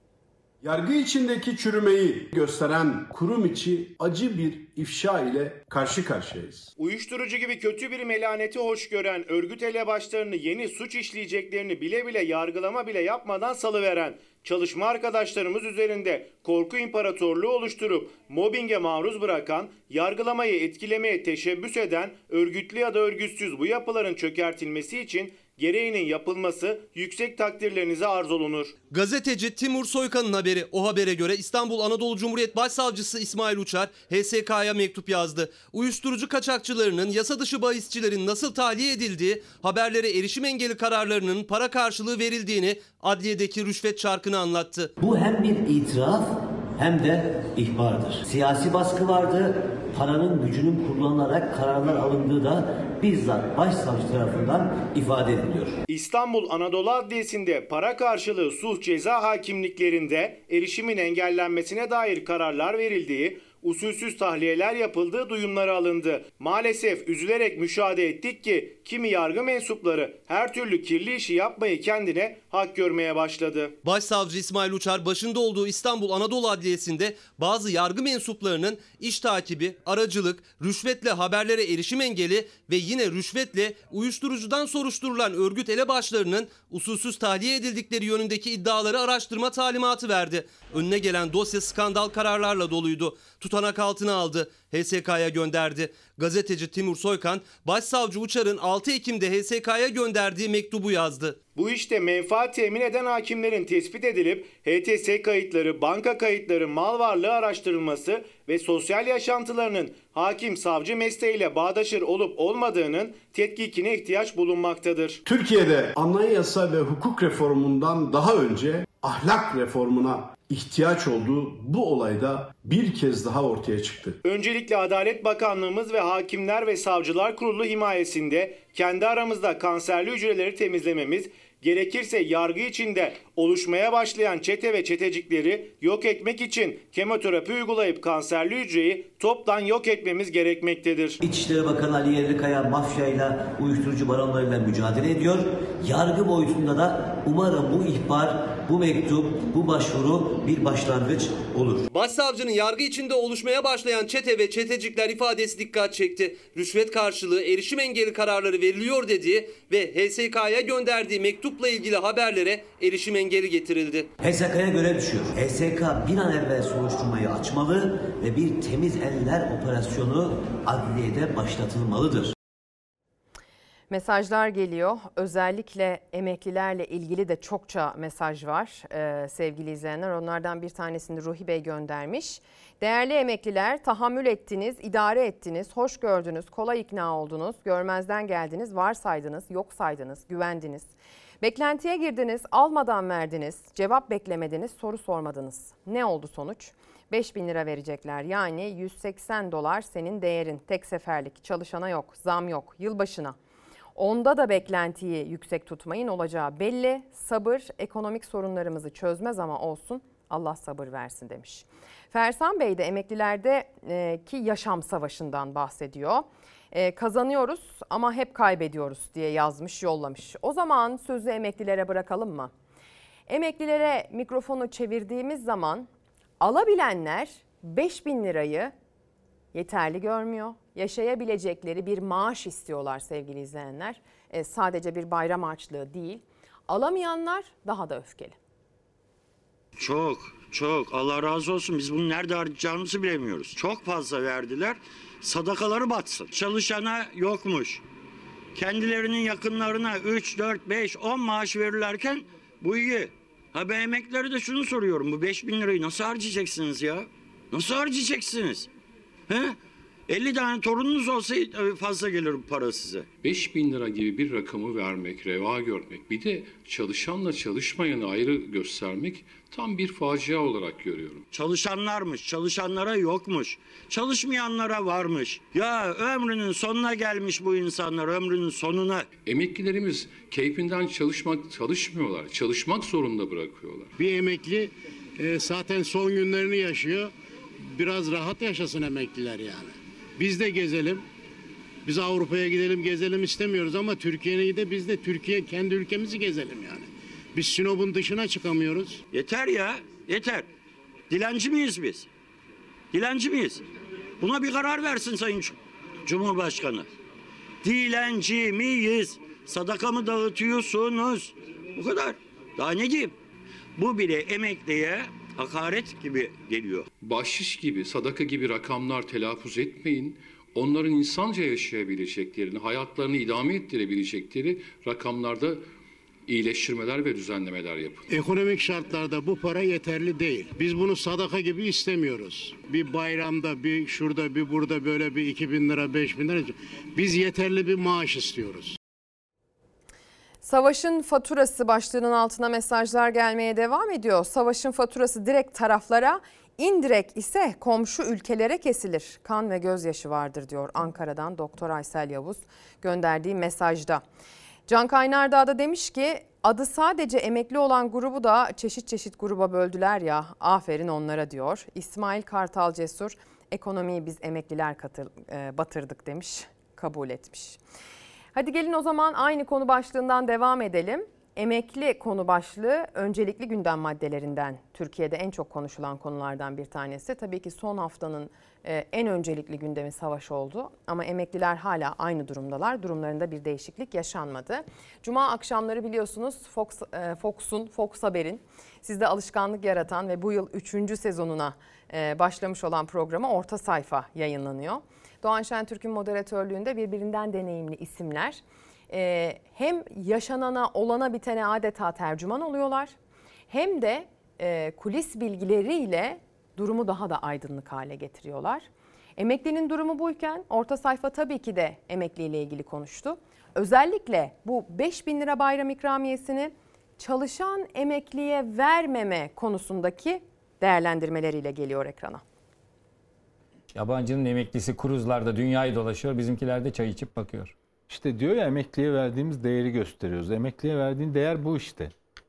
Yargı içindeki çürümeyi gösteren kurum içi acı bir ifşa ile karşı karşıyayız. Uyuşturucu gibi kötü bir melaneti hoş gören, örgüt elebaşlarını yeni suç işleyeceklerini bile bile yargılama bile yapmadan salıveren, çalışma arkadaşlarımız üzerinde korku imparatorluğu oluşturup mobbinge maruz bırakan, yargılamayı etkilemeye teşebbüs eden, örgütlü ya da örgütsüz bu yapıların çökertilmesi için gereğinin yapılması yüksek takdirlerinize arz olunur. Gazeteci Timur Soykan'ın haberi. O habere göre İstanbul Anadolu Cumhuriyet Başsavcısı İsmail Uçar H S K'ya mektup yazdı. Uyuşturucu kaçakçılarının, yasa dışı bahisçilerin nasıl tahliye edildiği, haberlere erişim engeli kararlarının para karşılığı verildiğini, adliyedeki rüşvet çarkını anlattı. Bu hem bir itiraf hem de ihbardır. Siyasi baskı vardı, paranın gücünün kullanılarak kararlar alındığı da bizzat başsavcı tarafından ifade ediliyor. İstanbul Anadolu Adliyesi'nde para karşılığı sulh ceza hakimliklerinde erişimin engellenmesine dair kararlar verildiği, usulsüz tahliyeler yapıldığı duyumları alındı. Maalesef üzülerek müşahede ettik ki kimi yargı mensupları her türlü kirli işi yapmayı kendine hak görmeye başladı. Başsavcı İsmail Uçar başında olduğu İstanbul Anadolu Adliyesi'nde bazı yargı mensuplarının iş takibi, aracılık, rüşvetle haberlere erişim engeli ve yine rüşvetle uyuşturucudan soruşturulan örgüt elebaşlarının usulsüz tahliye edildikleri yönündeki iddiaları araştırma talimatı verdi. Önüne gelen dosya skandal kararlarla doluydu. Tutanak altına aldı, H S K'ya gönderdi. Gazeteci Timur Soykan, Başsavcı Uçar'ın altı Ekim'de H S K'ya gönderdiği mektubu yazdı. Bu işte menfaat temin eden hakimlerin tespit edilip H T S kayıtları, banka kayıtları, mal varlığı araştırılması ve sosyal yaşantılarının hakim savcı mesleğiyle bağdaşır olup olmadığının tetkikine ihtiyaç bulunmaktadır. Türkiye'de anayasa ve hukuk reformundan daha önce ahlak reformuna ihtiyaç olduğu bu olayda bir kez daha ortaya çıktı. Öncelikle Adalet Bakanlığımız ve Hakimler ve Savcılar Kurulu himayesinde kendi aramızda kanserli hücreleri temizlememiz, gerekirse yargı içinde oluşmaya başlayan çete ve çetecikleri yok etmek için kemoterapi uygulayıp kanserli hücreyi toptan yok etmemiz gerekmektedir. İçişleri Bakanı Ali Yerlikaya mafyayla, uyuşturucu baronlarıyla mücadele ediyor. Yargı boyutunda da umarım bu ihbar, bu mektup, bu başvuru bir başlangıç olur. Başsavcının yargı içinde oluşmaya başlayan çete ve çetecikler ifadesi dikkat çekti. Rüşvet karşılığı erişim engeli kararları veriliyor dediği ve H S K'ya gönderdiği mektupla ilgili haberlere erişim engeli getirildi. H S K'ya görev düşüyor. H S K bir an evvel soruşturmayı açmalı ve bir temiz eller operasyonu adliyede başlatılmalıdır. Mesajlar geliyor. Özellikle emeklilerle ilgili de çokça mesaj var ee, sevgili izleyenler. Onlardan bir tanesini Ruhi Bey göndermiş. Değerli emekliler, tahammül ettiniz, idare ettiniz, hoş gördünüz, kolay ikna oldunuz, görmezden geldiniz, varsaydınız, yok saydınız, güvendiniz. Beklentiye girdiniz, almadan verdiniz, cevap beklemediniz, soru sormadınız. Ne oldu sonuç? beş bin lira verecekler, yani yüz seksen dolar senin değerin. Tek seferlik, çalışana yok, zam yok, yılbaşına. Onda da beklentiyi yüksek tutmayın, olacağı belli. Sabır ekonomik sorunlarımızı çözmez ama olsun, Allah sabır versin demiş. Fersan Bey de emeklilerdeki yaşam savaşından bahsediyor. Ee, kazanıyoruz ama hep kaybediyoruz diye yazmış, yollamış. O zaman sözü emeklilere bırakalım mı? Emeklilere mikrofonu çevirdiğimiz zaman alabilenler beş bin lirayı yeterli görmüyor. Yaşayabilecekleri bir maaş istiyorlar sevgili izleyenler. Ee, sadece bir bayram harçlığı değil. Alamayanlar daha da öfkeli. Çok çok Allah razı olsun, biz bunu nerede harcayacağımızı bilemiyoruz. Çok fazla verdiler, sadakaları batsın. Çalışana yokmuş. Kendilerinin yakınlarına üç, dört, beş, on maaş verirlerken bu iyi. Ha ben emeklilere de şunu soruyorum, bu beş bin lirayı nasıl harcayacaksınız ya? Nasıl harcayacaksınız? He? elli tane torununuz olsa fazla gelir bu para size. beş bin lira gibi bir rakamı vermek, reva görmek, bir de çalışanla çalışmayanı ayrı göstermek tam bir facia olarak görüyorum. Çalışanlarmış, çalışanlara yokmuş, çalışmayanlara varmış. Ya ömrünün sonuna gelmiş bu insanlar, ömrünün sonuna. Emeklilerimiz keyfinden çalışmak çalışmıyorlar, çalışmak zorunda bırakıyorlar. Bir emekli e, zaten son günlerini yaşıyor, biraz rahat yaşasın emekliler yani. Biz de gezelim. Biz Avrupa'ya gidelim, gezelim istemiyoruz ama Türkiye'ye de biz de Türkiye kendi ülkemizi gezelim yani. Biz Sinop'un dışına çıkamıyoruz. Yeter ya, yeter. Dilenci miyiz biz? Dilenci miyiz? Buna bir karar versin Sayın Cumhurbaşkanı. Dilenci miyiz? Sadaka mı dağıtıyorsunuz? Bu kadar. Daha ne diyeyim? Bu bile emekliye hakaret gibi geliyor. Bahşiş gibi, sadaka gibi rakamlar telaffuz etmeyin. Onların insanca yaşayabileceklerini, hayatlarını idame ettirebilecekleri rakamlarda iyileştirmeler ve düzenlemeler yapın. Ekonomik şartlarda bu para yeterli değil. Biz bunu sadaka gibi istemiyoruz. Bir bayramda, bir şurada, bir burada böyle bir iki bin lira, beş bin lira. Biz yeterli bir maaş istiyoruz. Savaşın faturası başlığının altına mesajlar gelmeye devam ediyor. Savaşın faturası direkt taraflara, indirekt ise komşu ülkelere kesilir. Kan ve gözyaşı vardır diyor Ankara'dan Doktor Aysel Yavuz gönderdiği mesajda. Can Kaynardağ da demiş ki adı sadece emekli olan grubu da çeşit çeşit gruba böldüler ya, aferin onlara diyor. İsmail Kartal Cesur, ekonomiyi biz emekliler katır, e, batırdık demiş, kabul etmiş. Hadi gelin o zaman aynı konu başlığından devam edelim. Emekli konu başlığı öncelikli gündem maddelerinden, Türkiye'de en çok konuşulan konulardan bir tanesi. Tabii ki son haftanın en öncelikli gündemi savaş oldu ama emekliler hala aynı durumdalar. Durumlarında bir değişiklik yaşanmadı. Cuma akşamları biliyorsunuz Fox, Fox'un, Fox Haber'in sizde alışkanlık yaratan ve bu yıl üçüncü sezonuna başlamış olan programı Orta Sayfa yayınlanıyor. Doğan Şentürk'ün moderatörlüğünde birbirinden deneyimli isimler Ee, hem yaşanana, olana bitene adeta tercüman oluyorlar, hem de e, kulis bilgileriyle durumu daha da aydınlık hale getiriyorlar. Emeklinin durumu buyken Orta Sayfa tabii ki de emekliyle ilgili konuştu. Özellikle bu beş bin lira bayram ikramiyesini çalışan emekliye vermeme konusundaki değerlendirmeleriyle geliyor ekrana. Yabancının emeklisi kruzlarda dünyayı dolaşıyor, bizimkiler de çay içip bakıyor. İşte diyor ya, emekliye verdiğimiz değeri gösteriyoruz. Emekliye verdiğin değer bu işte.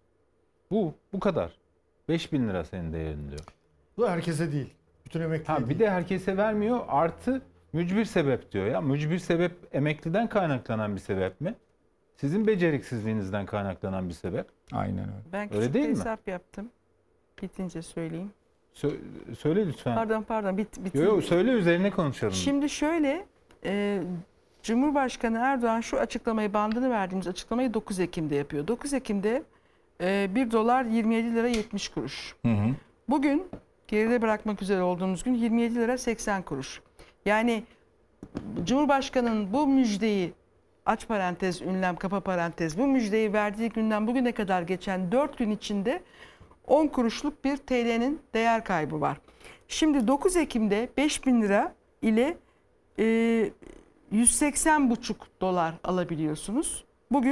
Bu, bu kadar. beş bin lira senin değerin diyor. Bu herkese değil. Bütün emekliye ha, bir değil. de herkese vermiyor. Artı mücbir sebep diyor ya. Mücbir sebep emekliden kaynaklanan bir sebep mi? Sizin beceriksizliğinizden kaynaklanan bir sebep. Aynen öyle. Ben küçük öyle değil bir mi? hesap yaptım. Bitince söyleyeyim. Sö söyle lütfen. Pardon pardon. Bit, bitince. Yo, yo, söyle, üzerine konuşalım. Şimdi şöyle... E, Cumhurbaşkanı Erdoğan şu açıklamayı, bandını verdiğimiz açıklamayı dokuz Ekim'de yapıyor. dokuz Ekim'de e, bir dolar yirmi yedi lira yetmiş kuruş. Hı hı. Bugün geride bırakmak üzere olduğumuz gün yirmi yedi lira seksen kuruş. Yani Cumhurbaşkanı'nın bu müjdeyi, aç parantez, ünlem, kapa parantez, bu müjdeyi verdiği günden bugüne kadar geçen dört gün içinde on kuruşluk bir T L'nin değer kaybı var. Şimdi dokuz Ekim'de beş bin lira ile e, yüz seksen buçuk dolar alabiliyorsunuz. Bugün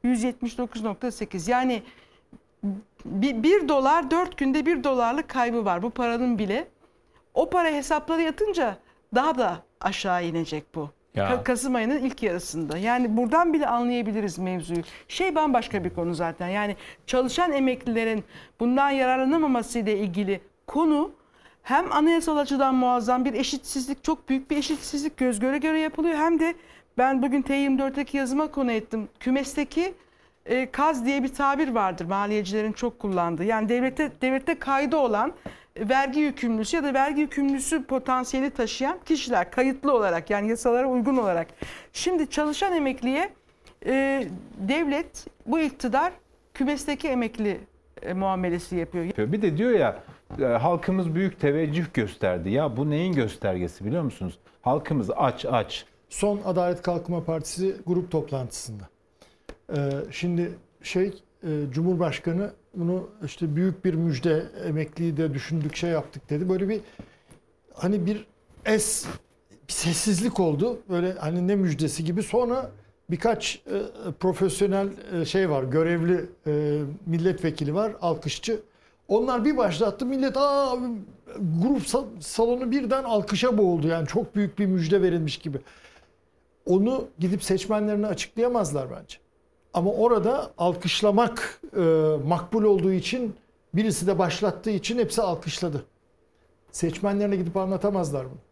yüz yetmiş dokuz nokta sekiz. Yani bir, bir dolar dört günde bir dolarlık kaybı var bu paranın bile. O para hesaplara yatınca daha da aşağı inecek bu. Ka- Kasım ayının ilk yarısında. Yani buradan bile anlayabiliriz mevzuyu. Şey bambaşka bir konu zaten. Yani çalışan emeklilerin bundan yararlanamaması ile ilgili konu hem anayasal açıdan muazzam bir eşitsizlik, çok büyük bir eşitsizlik göz göre göre yapılıyor. Hem de ben bugün T yirmi dörtteki yazıma konu ettim. Kümesteki e, kaz diye bir tabir vardır maliyecilerin çok kullandığı. Yani devlette devlette kaydı olan vergi yükümlüsü ya da vergi yükümlüsü potansiyeli taşıyan kişiler kayıtlı olarak, yani yasalara uygun olarak. Şimdi çalışan emekliye e, devlet, bu iktidar kümesteki emekli e, muamelesi yapıyor. Bir de diyor ya e, halkımız büyük teveccüh gösterdi. Ya bu neyin göstergesi biliyor musunuz? Halkımız aç aç. Son Adalet Kalkınma Partisi grup toplantısında. Ee, şimdi şey e, Cumhurbaşkanı bunu işte büyük bir müjde, emekliyi de düşündük, şey yaptık dedi. Böyle bir hani bir es bir sessizlik oldu. Böyle hani ne müjdesi gibi. Sonra birkaç e, profesyonel e, şey var, görevli e, milletvekili var, alkışçı. Onlar bir başlattı, millet aa grup salonu birden alkışa boğuldu. Yani çok büyük bir müjde verilmiş gibi. Onu gidip seçmenlerine açıklayamazlar bence. Ama orada alkışlamak e, makbul olduğu için, birisi de başlattığı için hepsi alkışladı. Seçmenlerine gidip anlatamazlar bunu.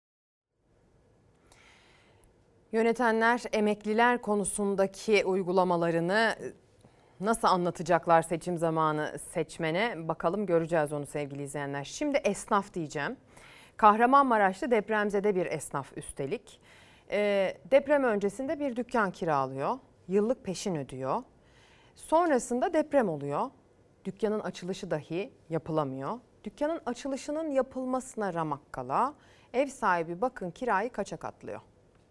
Yönetenler emekliler konusundaki uygulamalarını nasıl anlatacaklar seçim zamanı seçmene? Bakalım, göreceğiz onu sevgili izleyenler. Şimdi esnaf diyeceğim. Kahramanmaraş'ta depremzede bir esnaf üstelik. E, deprem öncesinde bir dükkan kiralıyor. Yıllık peşin ödüyor. Sonrasında deprem oluyor. Dükkanın açılışı dahi yapılamıyor. Dükkanın açılışının yapılmasına ramak kala ev sahibi bakın kirayı kaça katlıyor.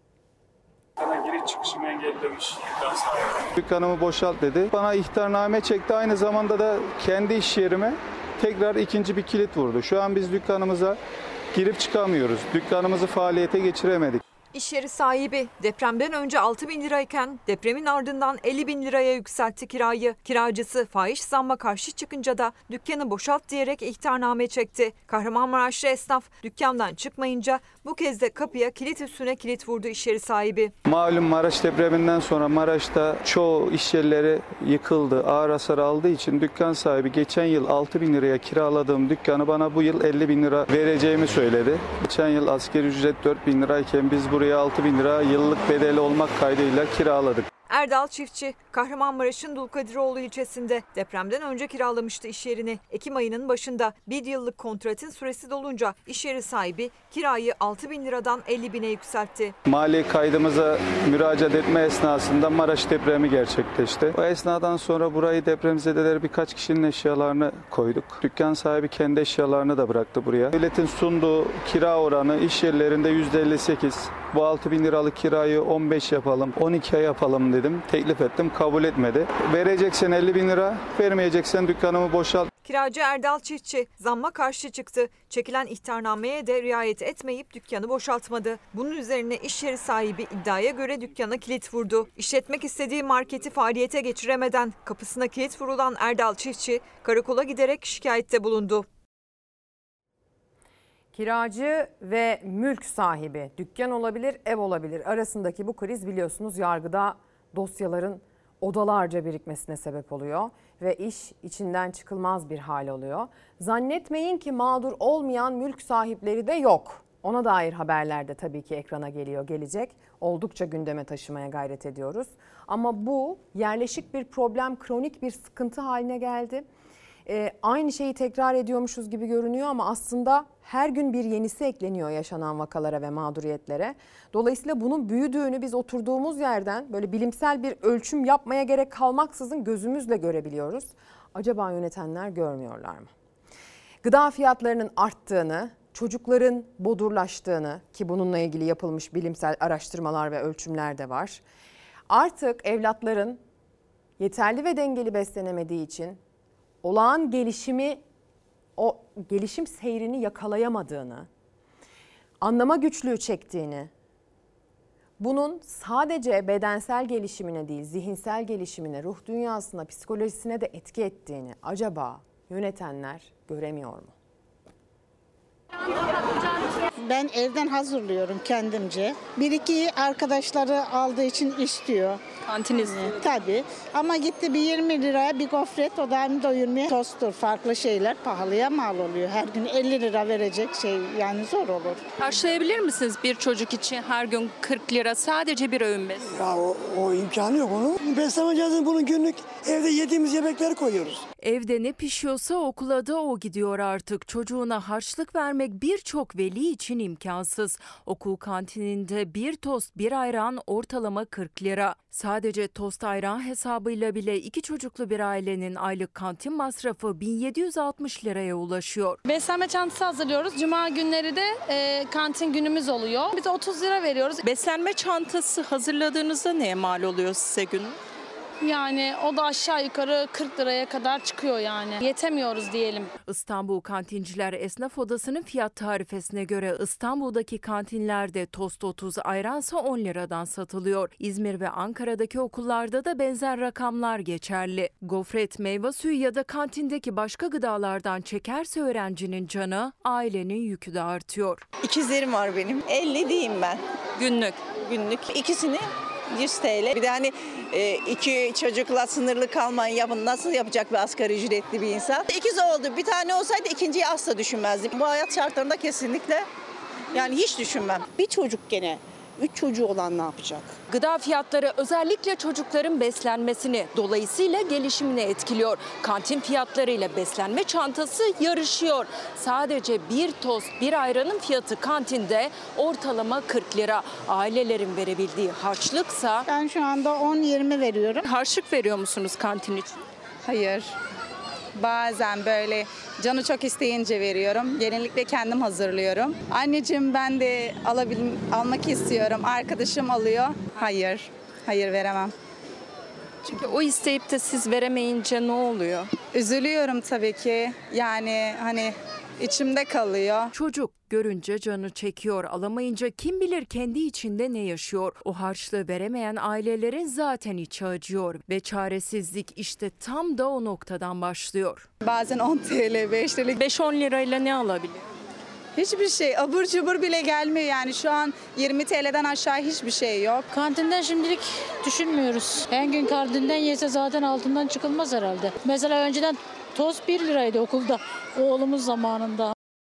Bana giriş çıkışımı engellemiş dükkan sahibi. Dükkanımı boşalt dedi. Bana ihtarname çekti. Aynı zamanda da kendi iş yerime tekrar ikinci bir kilit vurdu. Şu an biz dükkanımıza girip çıkamıyoruz. Dükkanımızı faaliyete geçiremedik. İş yeri sahibi depremden önce altı bin lirayken depremin ardından elli bin liraya yükseltti kirayı. Kiracısı fahiş zamma karşı çıkınca da dükkanı boşalt diyerek ihtarname çekti. Kahramanmaraşlı esnaf dükkandan çıkmayınca bu kez de kapıya kilit üstüne kilit vurdu iş yeri sahibi. Malum Maraş depreminden sonra Maraş'ta çoğu iş yerleri yıkıldı. Ağır hasar aldığı için dükkan sahibi geçen yıl altı bin liraya kiraladığım dükkanı bana bu yıl elli bin lira vereceğimi söyledi. Geçen yıl asgari ücret dört bin lirayken biz bu buraya altı bin lira yıllık bedeli olmak kaydıyla kiraladık. Erdal Çiftçi, Kahramanmaraş'ın Dulkadiroğlu ilçesinde depremden önce kiralamıştı iş yerini. Ekim ayının başında bir yıllık kontratın süresi dolunca iş yeri sahibi kirayı altı bin liradan elli bine yükseltti. Mali kaydımıza müracaat etme esnasında Maraş depremi gerçekleşti. O esnadan sonra burayı depremzedeler birkaç kişinin eşyalarını koyduk. Dükkan sahibi kendi eşyalarını da bıraktı buraya. Devletin sunduğu kira oranı iş yerlerinde yüzde elli sekiz. Bu altı bin liralık kirayı on beş yapalım, on iki ay yapalım dedim. Teklif ettim, kabul etmedi. Vereceksen elli bin lira, vermeyeceksen dükkanımı boşalt. Kiracı Erdal Çiftçi zamma karşı çıktı. Çekilen ihtarnameye de riayet etmeyip dükkanı boşaltmadı. Bunun üzerine iş yeri sahibi iddiaya göre dükkana kilit vurdu. İşletmek istediği marketi faaliyete geçiremeden kapısına kilit vurulan Erdal Çiftçi karakola giderek şikayette bulundu. Kiracı ve mülk sahibi, dükkan olabilir, ev olabilir arasındaki bu kriz biliyorsunuz yargıda dosyaların odalarca birikmesine sebep oluyor ve iş içinden çıkılmaz bir hal oluyor. Zannetmeyin ki mağdur olmayan mülk sahipleri de yok. Ona dair haberler de tabii ki ekrana geliyor, gelecek. Oldukça gündeme taşımaya gayret ediyoruz. Ama bu yerleşik bir problem, kronik bir sıkıntı haline geldi. Ee, aynı şeyi tekrar ediyormuşuz gibi görünüyor ama aslında her gün bir yenisi ekleniyor yaşanan vakalara ve mağduriyetlere. Dolayısıyla bunun büyüdüğünü biz oturduğumuz yerden böyle bilimsel bir ölçüm yapmaya gerek kalmaksızın gözümüzle görebiliyoruz. Acaba yönetenler görmüyorlar mı? Gıda fiyatlarının arttığını, çocukların bodurlaştığını, ki bununla ilgili yapılmış bilimsel araştırmalar ve ölçümler de var. Artık evlatların yeterli ve dengeli beslenemediği için olağan gelişimi, o gelişim seyrini yakalayamadığını, anlama güçlüğü çektiğini, bunun sadece bedensel gelişimine değil, zihinsel gelişimine, ruh dünyasına, psikolojisine de etki ettiğini acaba yönetenler göremiyor mu? Ben evden hazırlıyorum kendimce. Bir iki arkadaşları aldığı için istiyor. Kantin istiyor. Tabii. Ama gitti bir yirmi liraya bir gofret, o da hem doyurmaya tosttur. Farklı şeyler pahalıya mal oluyor. Her gün elli lira verecek şey yani zor olur. Karşılayabilir misiniz bir çocuk için her gün kırk lira sadece bir öğün besin? Ya o, o imkanı yok onun. Besleme cihazını bunun günlük evde yediğimiz yemekleri koyuyoruz. Evde ne pişiyorsa okula da o gidiyor artık. Çocuğuna harçlık vermek birçok veli için imkansız. Okul kantininde bir tost bir ayran ortalama kırk lira. Sadece tost ayran hesabıyla bile iki çocuklu bir ailenin aylık kantin masrafı bin yedi yüz altmış liraya ulaşıyor. Beslenme çantası hazırlıyoruz. Cuma günleri de e, kantin günümüz oluyor. Biz otuz lira veriyoruz. Beslenme çantası hazırladığınızda neye mal oluyor size gün? Yani o da aşağı yukarı kırk liraya kadar çıkıyor yani. Yetemiyoruz diyelim. İstanbul Kantinciler Esnaf Odası'nın fiyat tarifesine göre İstanbul'daki kantinlerde tost otuz, ayransa on liradan satılıyor. İzmir ve Ankara'daki okullarda da benzer rakamlar geçerli. Gofret, meyve suyu ya da kantindeki başka gıdalardan çekerse öğrencinin canı, ailenin yükü de artıyor. İkizlerim var benim. elli diyeyim ben. Günlük. Günlük. İkisini yüz TL. Bir de hani e, iki çocukla sınırlı kalmayın yapın. Nasıl yapacak bir asgari ücretli bir insan? İkiz oldu. Bir tane olsaydı ikinciyi asla düşünmezdim. Bu hayat şartlarında kesinlikle yani hiç düşünmem. Bir çocuk gene üç çocuğu olan ne yapacak? Gıda fiyatları özellikle çocukların beslenmesini, dolayısıyla gelişimini etkiliyor. Kantin fiyatlarıyla beslenme çantası yarışıyor. Sadece bir tost, bir ayranın fiyatı kantinde ortalama kırk lira. Ailelerin verebildiği harçlıksa... Ben şu anda on yirmi veriyorum. Harçlık veriyor musunuz kantin için? Hayır. Bazen böyle canı çok isteyince veriyorum. Genellikle kendim hazırlıyorum. Anneciğim ben de alabil almak istiyorum. Arkadaşım alıyor. Hayır. Hayır veremem. Çünkü o isteyip de siz veremeyince ne oluyor? Üzülüyorum tabii ki. Yani hani içimde kalıyor. Çocuk görünce canı çekiyor. Alamayınca kim bilir kendi içinde ne yaşıyor. O harçlığı veremeyen ailelerin zaten içi acıyor. Ve çaresizlik işte tam da o noktadan başlıyor. Bazen on TL, beş TL. beş on lirayla ne alabilir? Hiçbir şey. Abur cubur bile gelmiyor yani. Şu an yirmi TL'den aşağı hiçbir şey yok. Kantinden şimdilik düşünmüyoruz. Her gün kantinden yese zaten altından çıkılmaz herhalde. Mesela önceden tost bir liraydı okulda. Oğlumuz zamanında.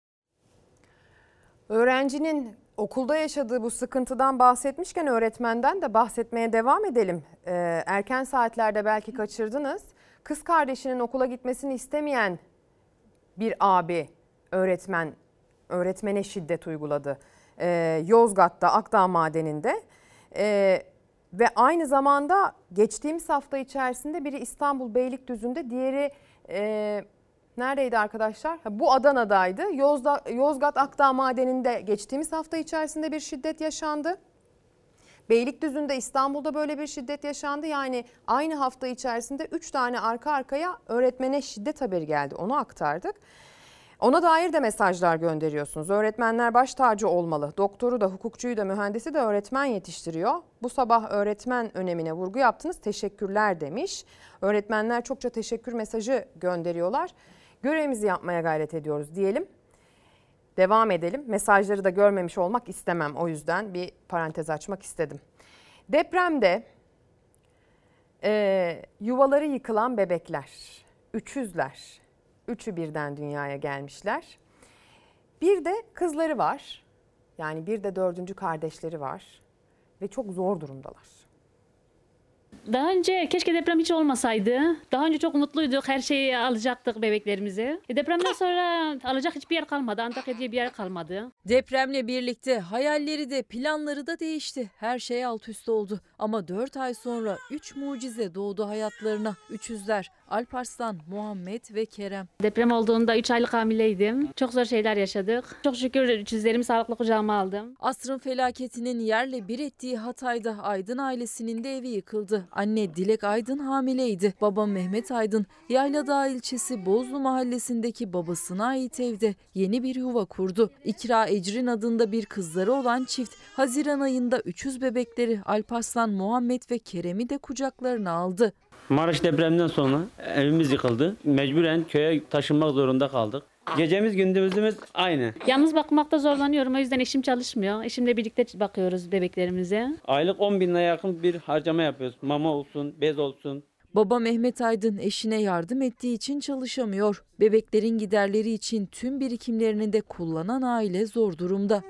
Öğrencinin okulda yaşadığı bu sıkıntıdan bahsetmişken öğretmenden de bahsetmeye devam edelim. Ee, erken saatlerde belki kaçırdınız. Kız kardeşinin okula gitmesini istemeyen bir abi öğretmen öğretmene şiddet uyguladı. Ee, Yozgat'ta Akdağ Madeni'nde ee, ve aynı zamanda geçtiğimiz hafta içerisinde biri İstanbul Beylikdüzü'nde, diğeri e, neredeydi arkadaşlar? Bu Adana'daydı. Yozda, Yozgat Akdağ Madeni'nde geçtiğimiz hafta içerisinde bir şiddet yaşandı. Beylikdüzü'nde, İstanbul'da böyle bir şiddet yaşandı. Yani aynı hafta içerisinde üç tane arka arkaya öğretmene şiddet haberi geldi. Onu aktardık. Ona dair de mesajlar gönderiyorsunuz. Öğretmenler baş tacı olmalı. Doktoru da, hukukçuyu da, mühendisi de öğretmen yetiştiriyor. Bu sabah öğretmen önemine vurgu yaptınız. Teşekkürler demiş. Öğretmenler çokça teşekkür mesajı gönderiyorlar. Görevimizi yapmaya gayret ediyoruz diyelim. Devam edelim. Mesajları da görmemiş olmak istemem. O yüzden bir parantez açmak istedim. Depremde e, yuvaları yıkılan bebekler, üçüzler. Üçü birden dünyaya gelmişler. Bir de kızları var. Yani bir de dördüncü kardeşleri var. Ve çok zor durumdalar. Daha önce keşke deprem hiç olmasaydı. Daha önce çok mutluyduk. Her şeyi alacaktık bebeklerimizi. E depremden sonra alacak hiçbir yer kalmadı. Antakya diye bir yer kalmadı. Depremle birlikte hayalleri de planları da değişti. Her şey alt üst oldu. Ama dört ay sonra üç mucize doğdu hayatlarına. Üçüzler Alparslan, Muhammed ve Kerem. Deprem olduğunda üç aylık hamileydim. Çok zor şeyler yaşadık. Çok şükür ikizlerimi sağlıklı kucağıma aldım. Asrın felaketinin yerle bir ettiği Hatay'da Aydın ailesinin de evi yıkıldı. Anne Dilek Aydın hamileydi. Baba Mehmet Aydın Yayladağ ilçesi Bozlu mahallesindeki babasına ait evde yeni bir yuva kurdu. İkra Ecrin adında bir kızları olan çift Haziran ayında üçüz bebekleri Alparslan, Muhammed ve Kerem'i de kucaklarına aldı. Maraş depreminden sonra evimiz yıkıldı. Mecburen köye taşınmak zorunda kaldık. Gecemiz gündüzümüz aynı. Yalnız bakmakta zorlanıyorum. O yüzden eşim çalışmıyor. Eşimle birlikte bakıyoruz bebeklerimize. Aylık on bin liraya yakın bir harcama yapıyoruz. Mama olsun, bez olsun. Baba Mehmet Aydın eşine yardım ettiği için çalışamıyor. Bebeklerin giderleri için tüm birikimlerini de kullanan aile zor durumda.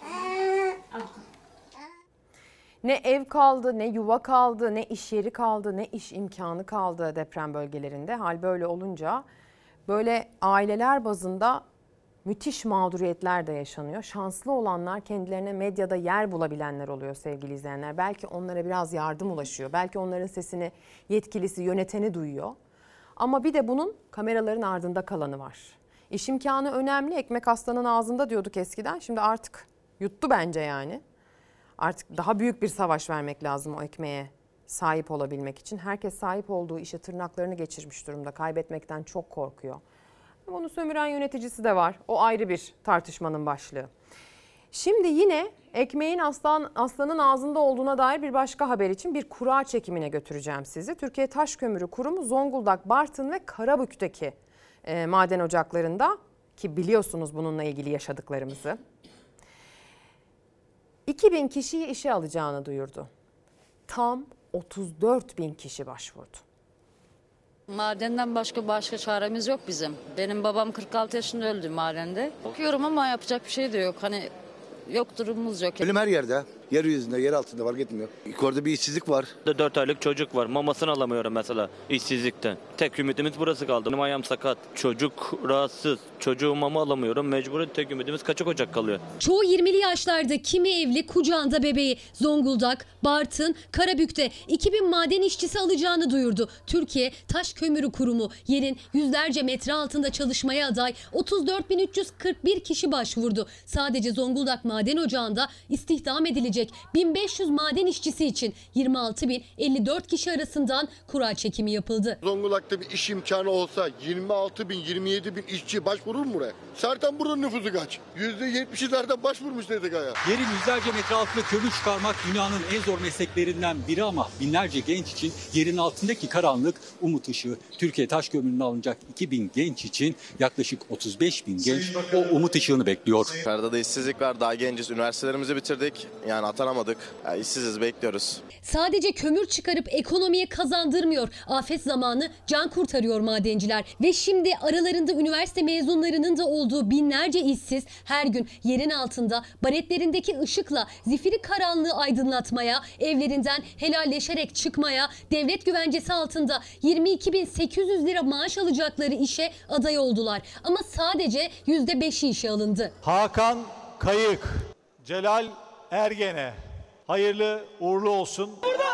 Ne ev kaldı, ne yuva kaldı, ne iş yeri kaldı, ne iş imkanı kaldı deprem bölgelerinde. Hal böyle olunca böyle aileler bazında müthiş mağduriyetler de yaşanıyor. Şanslı olanlar kendilerine medyada yer bulabilenler oluyor sevgili izleyenler. Belki onlara biraz yardım ulaşıyor. Belki onların sesini yetkilisi, yöneteni duyuyor. Ama bir de bunun kameraların ardında kalanı var. İş imkanı önemli. Ekmek aslanın ağzında diyorduk eskiden. Şimdi artık yuttu bence yani. Artık daha büyük bir savaş vermek lazım o ekmeğe sahip olabilmek için. Herkes sahip olduğu işe tırnaklarını geçirmiş durumda. Kaybetmekten çok korkuyor. Bunu sömüren yöneticisi de var. O ayrı bir tartışmanın başlığı. Şimdi yine ekmeğin aslan, aslanın ağzında olduğuna dair bir başka haber için bir kura çekimine götüreceğim sizi. Türkiye Taş Kömürü Kurumu Zonguldak, Bartın ve Karabük'teki e, maden ocaklarında, ki biliyorsunuz bununla ilgili yaşadıklarımızı, iki bin kişiyi işe alacağını duyurdu. Tam otuz dört bin kişi başvurdu. Madenden başka başka çaremiz yok bizim. Benim babam kırk altı yaşında öldü madende. Okuyorum ama yapacak bir şey de yok. Hani yok, durumumuz yok. Ölüm her yerde. Yeryüzünde, yer altında fark etmiyor. Yukarıda bir işsizlik var. dört aylık çocuk var. Mamasını alamıyorum mesela işsizlikten. Tek ümidimiz burası kaldı. Benim ayağım sakat. Çocuk rahatsız. Çocuğu mama alamıyorum. Mecburen tek ümidimiz kaçak ocak kalıyor. Çoğu yirmili yaşlarda, kimi evli, kucağında bebeği. Zonguldak, Bartın, Karabük'te iki bin maden işçisi alacağını duyurdu. Türkiye Taş Kömürü Kurumu yerin yüzlerce metre altında çalışmaya aday otuz dört bin üç yüz kırk bir kişi başvurdu. Sadece Zonguldak Maden Ocağı'nda istihdam edilecek bin beş yüz maden işçisi için yirmi altı bin elli dört kişi arasından kura çekimi yapıldı. Zonguldak'ta bir iş imkanı olsa yirmi altı bin yirmi yedi bin işçi başvurur mu buraya? Zaten buranın nüfusu kaç? yüzde yetmişi zaten başvurmuş dedik ya. Yerin yüzlerce metre altında kömür çıkarmak dünyanın en zor mesleklerinden biri ama binlerce genç için yerin altındaki karanlık umut ışığı. Türkiye Taş Kömürü'ne alınacak iki bin genç için yaklaşık otuz beş bin genç o umut ışığını bekliyor. Yukarıda da işsizlik var. Daha genciz. Üniversitelerimizi bitirdik. Yani atanamadık. Yani işsiziz, bekliyoruz. Sadece kömür çıkarıp ekonomiye kazandırmıyor. Afet zamanı can kurtarıyor madenciler. Ve şimdi aralarında üniversite mezunlarının da olduğu binlerce işsiz her gün yerin altında baretlerindeki ışıkla zifiri karanlığı aydınlatmaya, evlerinden helalleşerek çıkmaya, devlet güvencesi altında yirmi iki bin sekiz yüz lira maaş alacakları işe aday oldular. Ama sadece yüzde beşi işe alındı. Hakan Kayık, Celal Ergene, hayırlı uğurlu olsun.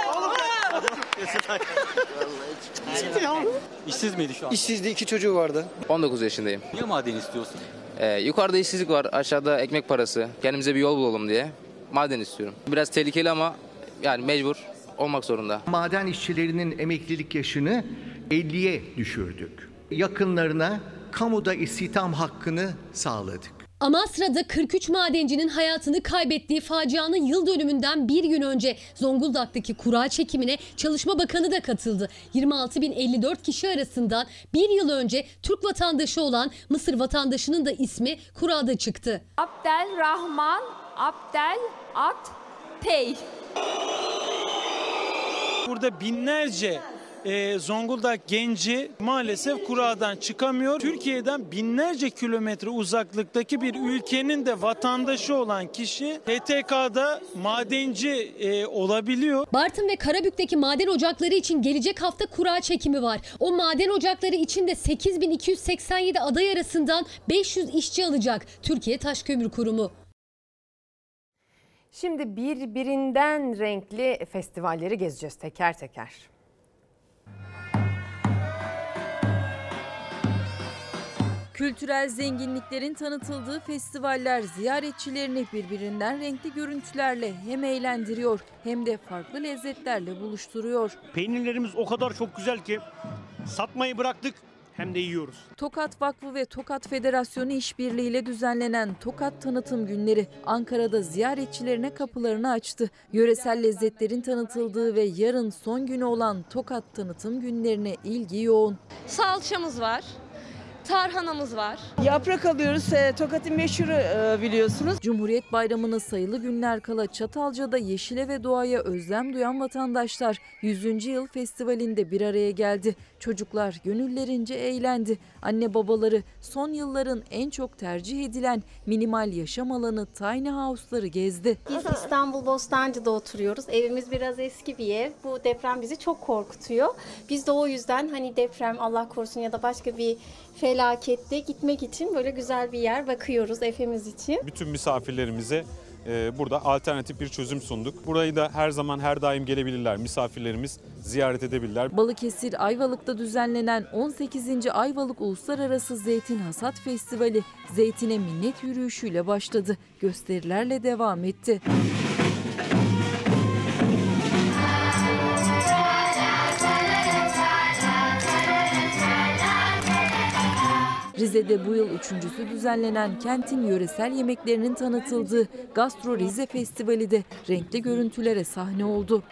İşsiz miydi şu an? İşsizdi, iki çocuğu vardı. on dokuz yaşındayım. Niye maden istiyorsun? Ee, yukarıda işsizlik var, aşağıda ekmek parası. Kendimize bir yol bulalım diye maden istiyorum. Biraz tehlikeli ama yani mecbur olmak zorunda. Maden işçilerinin emeklilik yaşını elliye düşürdük. Yakınlarına kamuda istihdam hakkını sağladık. Amasra'da kırk üç madencinin hayatını kaybettiği facianın yıl dönümünden bir gün önce Zonguldak'taki kura çekimine Çalışma Bakanı da katıldı. yirmi altı bin elli dört kişi arasından bir yıl önce Türk vatandaşı olan Mısır vatandaşının da ismi kurada çıktı. Abdelrahman Abdel At Tey. Burada binlerce e, Zonguldak genci maalesef kuradan çıkamıyor. Türkiye'den binlerce kilometre uzaklıktaki bir ülkenin de vatandaşı olan kişi T T K'da madenci e, olabiliyor. Bartın ve Karabük'teki maden ocakları için gelecek hafta kura çekimi var. O maden ocakları için de sekiz bin iki yüz seksen yedi aday arasından beş yüz işçi alacak Türkiye Taş Kömürü Kurumu. Şimdi birbirinden renkli festivalleri gezeceğiz teker teker. Kültürel zenginliklerin tanıtıldığı festivaller ziyaretçilerini birbirinden renkli görüntülerle hem eğlendiriyor hem de farklı lezzetlerle buluşturuyor. Peynirlerimiz o kadar çok güzel ki satmayı bıraktık, hem de yiyoruz. Tokat Vakfı ve Tokat Federasyonu işbirliğiyle düzenlenen Tokat Tanıtım Günleri Ankara'da ziyaretçilerine kapılarını açtı. Yöresel lezzetlerin tanıtıldığı ve yarın son günü olan Tokat Tanıtım Günlerine ilgi yoğun. Salçamız var. Tarhanamız var. Yaprak alıyoruz. E, Tokat'ın meşhuru e, biliyorsunuz. Cumhuriyet Bayramı'na sayılı günler kala Çatalca'da yeşile ve doğaya özlem duyan vatandaşlar yüzüncü yıl festivalinde bir araya geldi. Çocuklar gönüllerince eğlendi. Anne babaları son yılların en çok tercih edilen minimal yaşam alanı tiny house'ları gezdi. Biz İstanbul Bostancı'da oturuyoruz. Evimiz biraz eski bir ev. Bu deprem bizi çok korkutuyor. Biz de o yüzden hani deprem Allah korusun ya da başka bir felakette gitmek için böyle güzel bir yer bakıyoruz Efe'miz için. Bütün misafirlerimize e, burada alternatif bir çözüm sunduk. Burayı da her zaman her daim gelebilirler. Misafirlerimiz ziyaret edebilirler. Balıkesir Ayvalık'ta düzenlenen on sekizinci Ayvalık Uluslararası Zeytin Hasat Festivali zeytine minnet yürüyüşüyle başladı. Gösterilerle devam etti. Rize'de bu yıl üçüncüsü düzenlenen kentin yöresel yemeklerinin tanıtıldığı Gastro Rize Festivali de renkli görüntülere sahne oldu.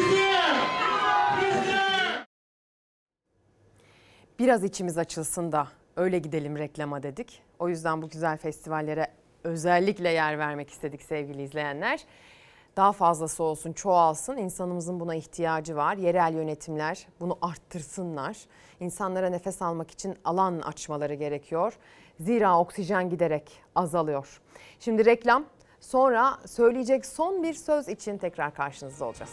Biraz içimiz açılsın da öyle gidelim reklama dedik. O yüzden bu güzel festivallere özellikle yer vermek istedik sevgili izleyenler. Daha fazlası olsun, çoğalsın. İnsanımızın buna ihtiyacı var. Yerel yönetimler bunu arttırsınlar. İnsanlara nefes almak için alan açmaları gerekiyor. Zira oksijen giderek azalıyor. Şimdi reklam, sonra söyleyecek son bir söz için tekrar karşınızda olacağız.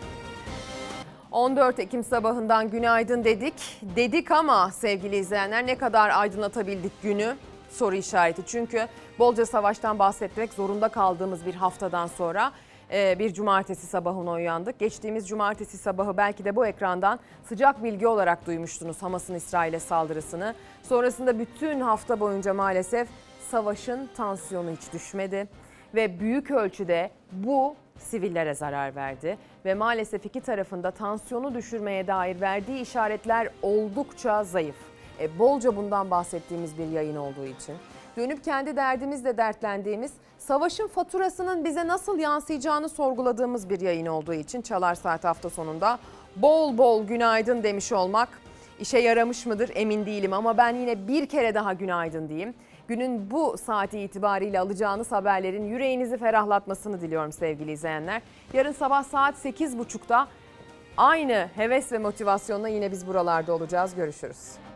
on dört Ekim sabahından günaydın dedik. Dedik ama sevgili izleyenler, ne kadar aydınlatabildik günü? Soru işareti. Çünkü bolca savaştan bahsetmek zorunda kaldığımız bir haftadan sonra bir cumartesi sabahına uyandık. Geçtiğimiz cumartesi sabahı belki de bu ekrandan sıcak bilgi olarak duymuştunuz Hamas'ın İsrail'e saldırısını. Sonrasında bütün hafta boyunca maalesef savaşın tansiyonu hiç düşmedi. Ve büyük ölçüde bu sivillere zarar verdi. Ve maalesef iki tarafında tansiyonu düşürmeye dair verdiği işaretler oldukça zayıf. E, bolca bundan bahsettiğimiz bir yayın olduğu için. Dönüp kendi derdimizle dertlendiğimiz, savaşın faturasının bize nasıl yansıyacağını sorguladığımız bir yayın olduğu için Çalar Saat hafta sonunda bol bol günaydın demiş olmak işe yaramış mıdır emin değilim ama ben yine bir kere daha günaydın diyeyim. Günün bu saati itibariyle alacağınız haberlerin yüreğinizi ferahlatmasını diliyorum sevgili izleyenler. Yarın sabah saat sekiz buçukta aynı heves ve motivasyonla yine biz buralarda olacağız. Görüşürüz.